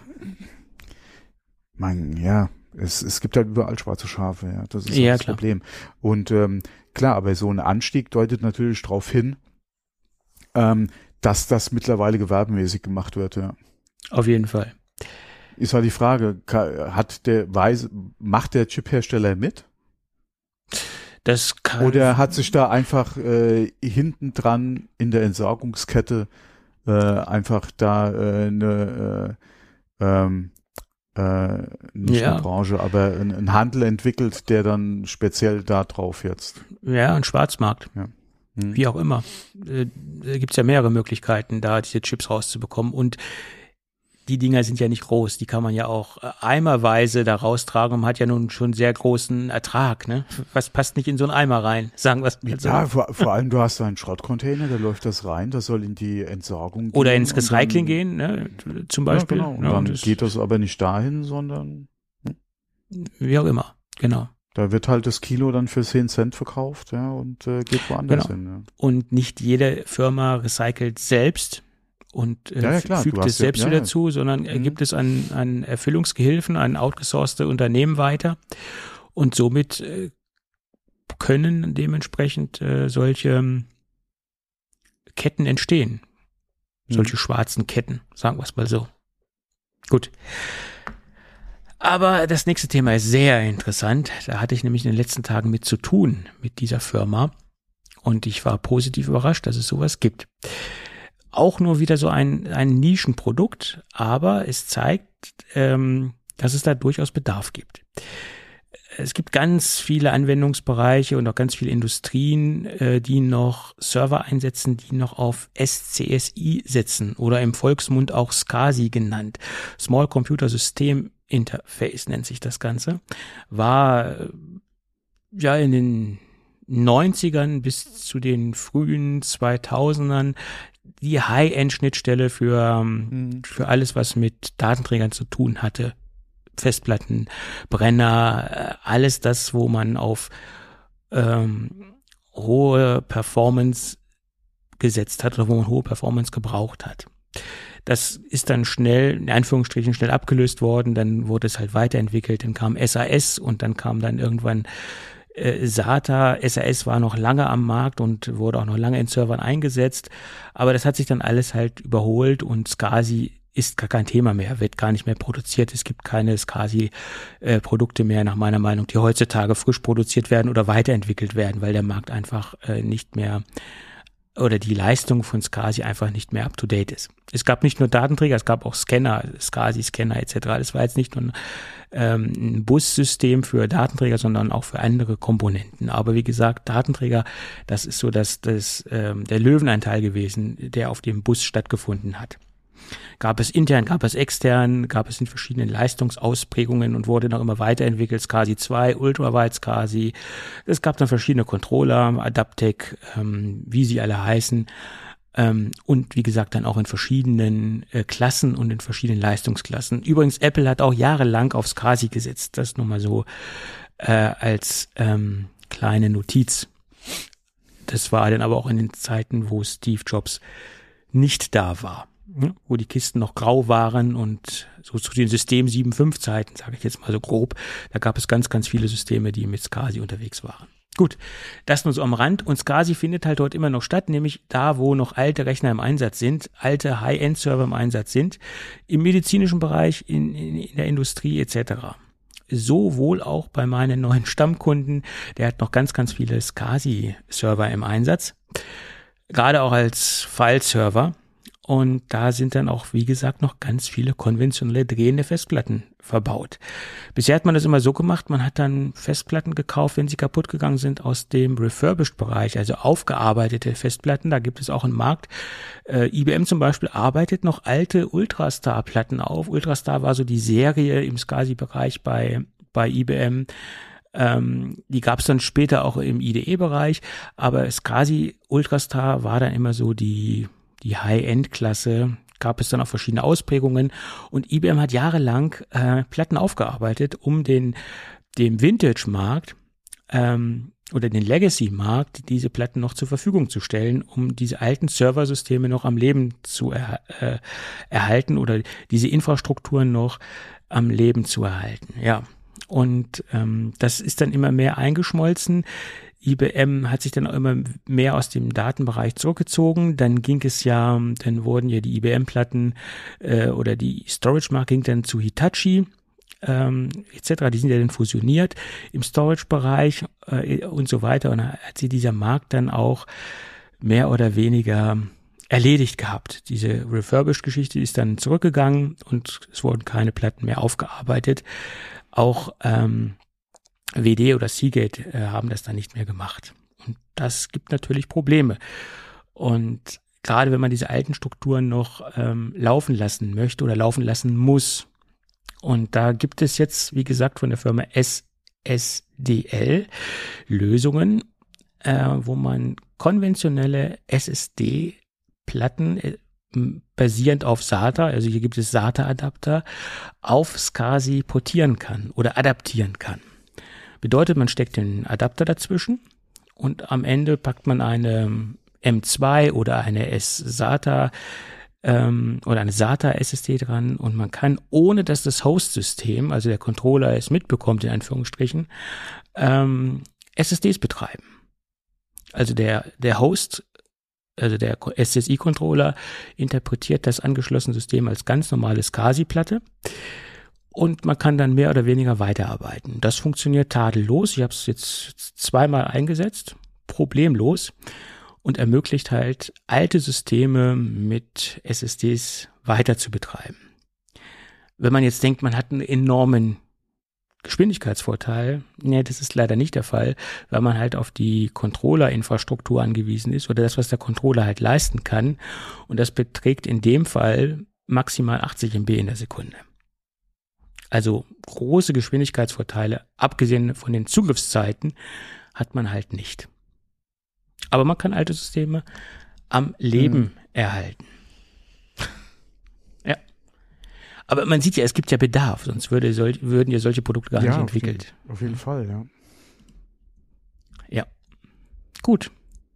man, ja, es es gibt halt überall schwarze Schafe, ja, das ist ja, das klar. Problem. Und ähm, klar, aber so ein Anstieg deutet natürlich darauf hin, ähm, dass das mittlerweile gewerbemäßig gemacht wird, ja. Auf jeden Fall. Ist halt die Frage, hat der Weise, macht der Chiphersteller mit? Das kann Oder hat sich da einfach äh, hinten dran in der Entsorgungskette äh, einfach da äh, eine äh, ähm, äh, nicht ja. eine Branche, aber ein, ein Handel entwickelt, der dann speziell da drauf jetzt. Ja, ein Schwarzmarkt. Ja. Hm. Wie auch immer. Äh, da gibt's ja mehrere Möglichkeiten, da diese Chips rauszubekommen. Und die Dinger sind ja nicht groß, die kann man ja auch eimerweise da raustragen und man hat ja nun schon sehr großen Ertrag, ne? Was passt nicht in so einen Eimer rein, sagen wir es mal so. Ja, vor, vor allem du hast da einen Schrottcontainer, da läuft das rein, das soll in die Entsorgung gehen. Oder ins Recycling gehen, ne? Zum Beispiel. Ja, genau. Und ja, dann und das geht das aber nicht dahin, sondern hm? wie auch immer, genau. Da wird halt das Kilo dann für zehn Cent verkauft, ja, und äh, geht woanders genau. hin. Ja. Und nicht jede Firma recycelt selbst und äh, ja, ja, klar, fügt es selbst ja, wieder ja. zu, sondern er Mhm. gibt es an, an Erfüllungsgehilfen, an outgesourcete Unternehmen weiter und somit äh, können dementsprechend äh, solche ähm, Ketten entstehen. Mhm. Solche schwarzen Ketten, sagen wir es mal so. Gut. Aber das nächste Thema ist sehr interessant. Da hatte ich nämlich in den letzten Tagen mit zu tun, mit dieser Firma. Und ich war positiv überrascht, dass es sowas gibt. Auch nur wieder so ein, ein Nischenprodukt, aber es zeigt, ähm, dass es da durchaus Bedarf gibt. Es gibt ganz viele Anwendungsbereiche und auch ganz viele Industrien, äh, die noch Server einsetzen, die noch auf S C S I setzen oder im Volksmund auch SCSI genannt. Small Computer System Interface nennt sich das Ganze. War äh, ja in den neunzigern bis zu den frühen zweitausendern die High-End-Schnittstelle für, mhm. für alles, was mit Datenträgern zu tun hatte. Festplatten, Brenner, alles das, wo man auf ähm, hohe Performance gesetzt hat oder wo man hohe Performance gebraucht hat. Das ist dann schnell, in Anführungsstrichen, schnell abgelöst worden, dann wurde es halt weiterentwickelt, dann kam S A S und dann kam dann irgendwann äh, SATA. S A S war noch lange am Markt und wurde auch noch lange in Servern eingesetzt, aber das hat sich dann alles halt überholt und SCSI ist gar kein Thema mehr, wird gar nicht mehr produziert. Es gibt keine SCSI-Produkte mehr, nach meiner Meinung, die heutzutage frisch produziert werden oder weiterentwickelt werden, weil der Markt einfach äh, nicht mehr oder die Leistung von SCSI einfach nicht mehr up-to-date ist. Es gab nicht nur Datenträger, es gab auch Scanner, SCSI-Scanner et cetera. Das war jetzt nicht nur ein, ähm, ein Bussystem für Datenträger, sondern auch für andere Komponenten. Aber wie gesagt, Datenträger, das ist so das, das ähm, der Löwenanteil gewesen, der auf dem Bus stattgefunden hat. Gab es intern, gab es extern, gab es in verschiedenen Leistungsausprägungen und wurde noch immer weiterentwickelt, SCSI zwei, Ultrawide SCSI. Es gab dann verschiedene Controller, Adaptec, ähm, wie sie alle heißen. Ähm, und wie gesagt, dann auch in verschiedenen äh, Klassen und in verschiedenen Leistungsklassen. Übrigens, Apple hat auch jahrelang auf SCSI gesetzt. Das nur mal so äh, als ähm, kleine Notiz. Das war dann aber auch in den Zeiten, wo Steve Jobs nicht da war, ne? Wo die Kisten noch grau waren und so zu den System sieben Punkt fünf Zeiten, sage ich jetzt mal so grob, da gab es ganz, ganz viele Systeme, die mit SCSI unterwegs waren. Gut, das nur so am Rand und SCSI findet halt dort immer noch statt, nämlich da, wo noch alte Rechner im Einsatz sind, alte High-End-Server im Einsatz sind, im medizinischen Bereich, in, in, in der Industrie et cetera. So wohl auch bei meinen neuen Stammkunden, der hat noch ganz, ganz viele SCSI-Server im Einsatz, gerade auch als File-Server. Und da sind dann auch, wie gesagt, noch ganz viele konventionelle drehende Festplatten verbaut. Bisher hat man das immer so gemacht, man hat dann Festplatten gekauft, wenn sie kaputt gegangen sind, aus dem Refurbished-Bereich, also aufgearbeitete Festplatten. Da gibt es auch einen Markt. Äh, I B M zum Beispiel arbeitet noch alte Ultrastar-Platten auf. Ultrastar war so die Serie im SCSI-Bereich bei, bei I B M. Ähm, die gab es dann später auch im I D E-Bereich, aber SCSI Ultrastar war dann immer so die Die High-End-Klasse, gab es dann auch verschiedene Ausprägungen und I B M hat jahrelang äh, Platten aufgearbeitet, um den dem Vintage-Markt ähm, oder den Legacy-Markt diese Platten noch zur Verfügung zu stellen, um diese alten Serversysteme noch am Leben zu er, äh, erhalten oder diese Infrastrukturen noch am Leben zu erhalten. Ja, und ähm, das ist dann immer mehr eingeschmolzen. I B M hat sich dann auch immer mehr aus dem Datenbereich zurückgezogen. Dann ging es ja, dann wurden ja die I B M-Platten äh, oder die Storage-Markt ging dann zu Hitachi ähm, et cetera. Die sind ja dann fusioniert im Storage-Bereich äh, und so weiter. Und dann hat sich dieser Markt dann auch mehr oder weniger erledigt gehabt. Diese Refurbished-Geschichte ist dann zurückgegangen und es wurden keine Platten mehr aufgearbeitet. Auch ähm, W D oder Seagate äh, haben das dann nicht mehr gemacht. Und das gibt natürlich Probleme. Und gerade wenn man diese alten Strukturen noch ähm, laufen lassen möchte oder laufen lassen muss. Und da gibt es jetzt, wie gesagt, von der Firma S S D L Lösungen, äh, wo man konventionelle S S D-Platten äh, basierend auf SATA, also hier gibt es SATA-Adapter, auf SCSI portieren kann oder adaptieren kann. Bedeutet, man steckt den Adapter dazwischen und am Ende packt man eine M zwei oder eine S-SATA ähm, oder eine SATA-S S D dran und man kann, ohne dass das Host-System, also der Controller es mitbekommt, in Anführungsstrichen, ähm, S S Ds betreiben. Also der, der Host, also der S S I-Controller interpretiert das angeschlossene System als ganz normale SCSI-Platte. Und man kann dann mehr oder weniger weiterarbeiten. Das funktioniert tadellos. Ich habe es jetzt zweimal eingesetzt, problemlos und ermöglicht halt, alte Systeme mit S S Ds weiter zu betreiben. Wenn man jetzt denkt, man hat einen enormen Geschwindigkeitsvorteil, nee, das ist leider nicht der Fall, weil man halt auf die Controller-Infrastruktur angewiesen ist oder das, was der Controller halt leisten kann. Und das beträgt in dem Fall maximal achtzig Megabyte in der Sekunde. Also große Geschwindigkeitsvorteile, abgesehen von den Zugriffszeiten, hat man halt nicht. Aber man kann alte Systeme am Leben mhm. erhalten. Ja. Aber man sieht ja, es gibt ja Bedarf, sonst würde, soll, würden ja solche Produkte gar ja, nicht entwickelt. Auf jeden, auf jeden Fall, ja. Ja. Gut.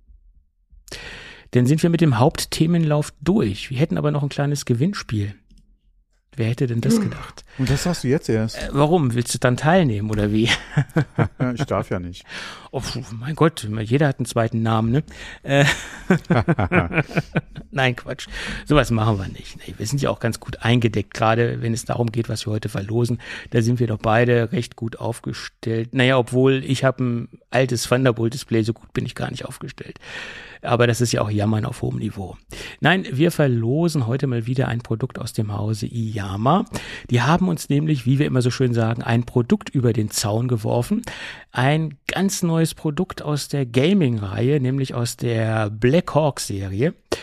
Dann sind wir mit dem Hauptthemenlauf durch. Wir hätten aber noch ein kleines Gewinnspiel. Wer hätte denn das gedacht? Und das sagst du jetzt erst. Äh, warum? Willst du dann teilnehmen oder wie? Ich darf ja nicht. Oh, mein Gott, jeder hat einen zweiten Namen, ne? Äh, Nein, Quatsch. Sowas machen wir nicht. Nee, wir sind ja auch ganz gut eingedeckt, gerade wenn es darum geht, was wir heute verlosen. Da sind wir doch beide recht gut aufgestellt. Naja, obwohl ich habe ein altes Thunderbolt-Display, so gut bin ich gar nicht aufgestellt. Aber das ist ja auch Jammern auf hohem Niveau. Nein, wir verlosen heute mal wieder ein Produkt aus dem Hause Iyama. Die haben uns nämlich, wie wir immer so schön sagen, ein Produkt über den Zaun geworfen. Ein ganz neues Produkt aus der Gaming-Reihe, nämlich aus der Black Hawk-Serie.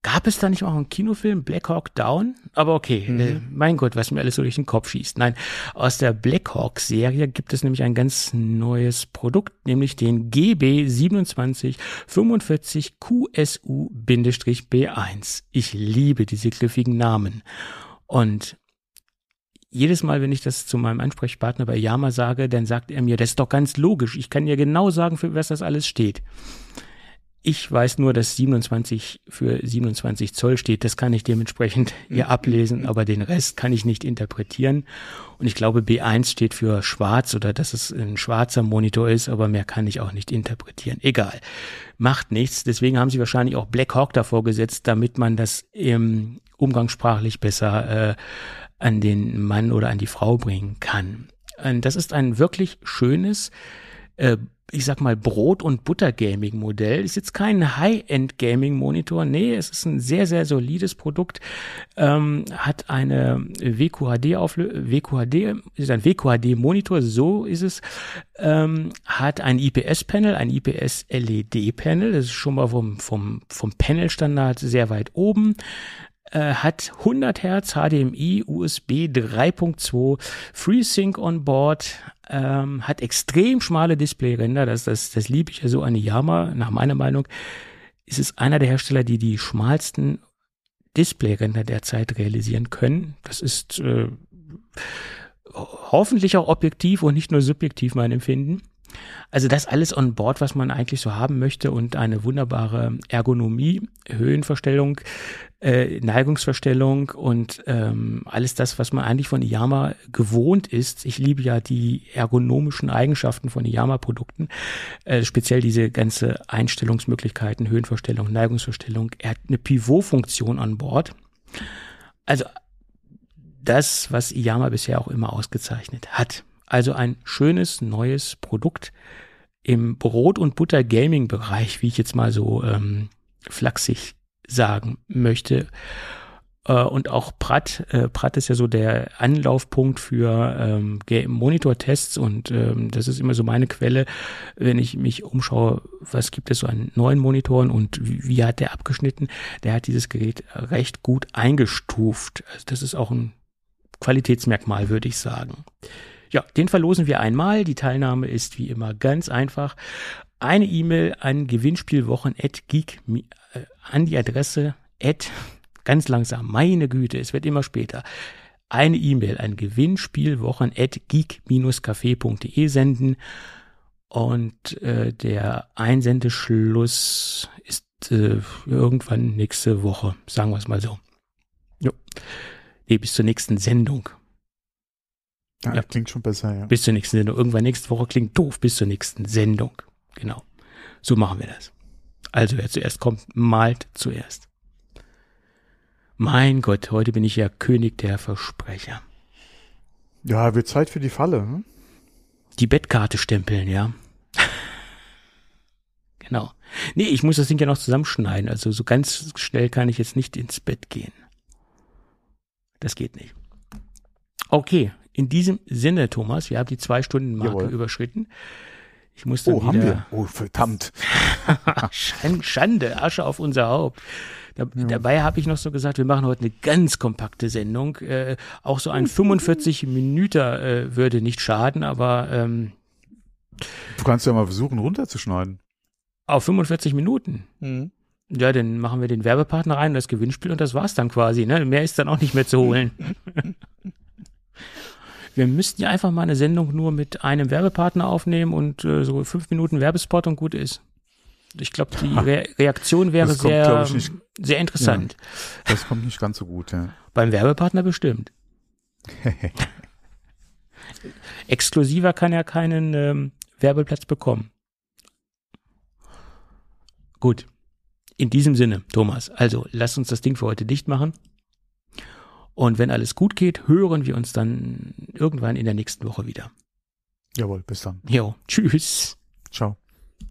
Gab es da nicht auch einen Kinofilm, Black Hawk Down? Aber okay, mhm. äh, mein Gott, was mir alles so durch den Kopf schießt. Nein, aus der Black Hawk-Serie gibt es nämlich ein ganz neues Produkt, nämlich den G B siebenundzwanzig fünfundvierzig Q S U B eins. Ich liebe diese griffigen Namen. Und jedes Mal, wenn ich das zu meinem Ansprechpartner bei Yama sage, dann sagt er mir, das ist doch ganz logisch. Ich kann dir genau sagen, für was das alles steht. Ich weiß nur, dass siebenundzwanzig für siebenundzwanzig Zoll steht. Das kann ich dementsprechend hier ablesen, aber den Rest kann ich nicht interpretieren. Und ich glaube, B eins steht für schwarz oder dass es ein schwarzer Monitor ist, aber mehr kann ich auch nicht interpretieren. Egal. Macht nichts. Deswegen haben sie wahrscheinlich auch Black Hawk davor gesetzt, damit man das ähm, umgangssprachlich besser äh, an den Mann oder an die Frau bringen kann. Und das ist ein wirklich schönes äh, ich sag mal, Brot- und Butter-Gaming-Modell. Ist jetzt kein High-End-Gaming-Monitor. Nee, es ist ein sehr, sehr solides Produkt. Ähm, hat eine W Q H D-Auflösung, W Q H D, ist ein W Q H D-Monitor, so ist es. Ähm, hat ein I P S-Panel, ein I P S-L E D-Panel. Das ist schon mal vom, vom, vom Panel-Standard sehr weit oben. Äh, hat hundert Hertz H D M I, U S B drei Punkt zwei, FreeSync on Board, ähm, hat extrem schmale Displayränder, das, das, das liebe ich ja so an Yama. Nach meiner Meinung ist es einer der Hersteller, die die schmalsten Displayränder derzeit realisieren können. Das ist äh, hoffentlich auch objektiv und nicht nur subjektiv mein Empfinden. Also das alles on board, was man eigentlich so haben möchte und eine wunderbare Ergonomie, Höhenverstellung, äh, Neigungsverstellung und ähm, alles das, was man eigentlich von Yama gewohnt ist. Ich liebe ja die ergonomischen Eigenschaften von Yama-Produkten, äh, speziell diese ganze Einstellungsmöglichkeiten, Höhenverstellung, Neigungsverstellung. Er hat eine Pivot-Funktion on board. Also das, was Yama bisher auch immer ausgezeichnet hat. Also ein schönes, neues Produkt im Brot- und Butter-Gaming-Bereich, wie ich jetzt mal so ähm, flachsig sagen möchte. Äh, und auch Pratt. Äh, Pratt ist ja so der Anlaufpunkt für ähm, Monitor-Tests und ähm, das ist immer so meine Quelle, wenn ich mich umschaue, was gibt es so an neuen Monitoren und wie, wie hat der abgeschnitten. Der hat dieses Gerät recht gut eingestuft. Also das ist auch ein Qualitätsmerkmal, würde ich sagen. Ja, den verlosen wir einmal. Die Teilnahme ist wie immer ganz einfach. Eine E-Mail an gewinnspielwochen at geek, äh, an die Adresse at, ganz langsam, meine Güte, es wird immer später. Eine E-Mail an gewinnspielwochen at geek café punkt de senden und äh, der Einsendeschluss ist äh, irgendwann nächste Woche, sagen wir es mal so. Jo. Nee, bis zur nächsten Sendung. Ja, ja, klingt schon besser, ja. Bis zur nächsten Sendung. Irgendwann nächste Woche klingt doof, bis zur nächsten Sendung. Genau. So machen wir das. Also wer zuerst kommt, malt zuerst. Mein Gott, heute bin ich ja König der Versprecher. Ja, wird Zeit für die Falle, hm? Die Bettkarte stempeln, ja. Genau. Nee, ich muss das Ding ja noch zusammenschneiden. Also so ganz schnell kann ich jetzt nicht ins Bett gehen. Das geht nicht. Okay. In diesem Sinne, Thomas, wir haben die Zwei-Stunden-Marke überschritten. Ich muss dann oh, wieder... haben wir? Oh, verdammt. Schande, Asche auf unser Haupt. Da, ja. Dabei habe ich noch so gesagt, wir machen heute eine ganz kompakte Sendung. Äh, auch so ein fünfundvierzig Minuten äh, würde nicht schaden, aber... Ähm, du kannst ja mal versuchen, runterzuschneiden. Auf fünfundvierzig Minuten? Mhm. Ja, dann machen wir den Werbepartner rein, das Gewinnspiel und das war's dann quasi. Ne? Mehr ist dann auch nicht mehr zu holen. Wir müssten ja einfach mal eine Sendung nur mit einem Werbepartner aufnehmen und äh, so fünf Minuten Werbespot und gut ist. Ich glaube, die Re- Reaktion wäre kommt, sehr, nicht, sehr interessant. Ja, das kommt nicht ganz so gut, ja. Beim Werbepartner bestimmt. Exklusiver kann er keinen ähm, Werbeplatz bekommen. Gut. In diesem Sinne, Thomas, also lass uns das Ding für heute dicht machen. Und wenn alles gut geht, hören wir uns dann irgendwann in der nächsten Woche wieder. Jawohl, bis dann. Jo, tschüss. Ciao.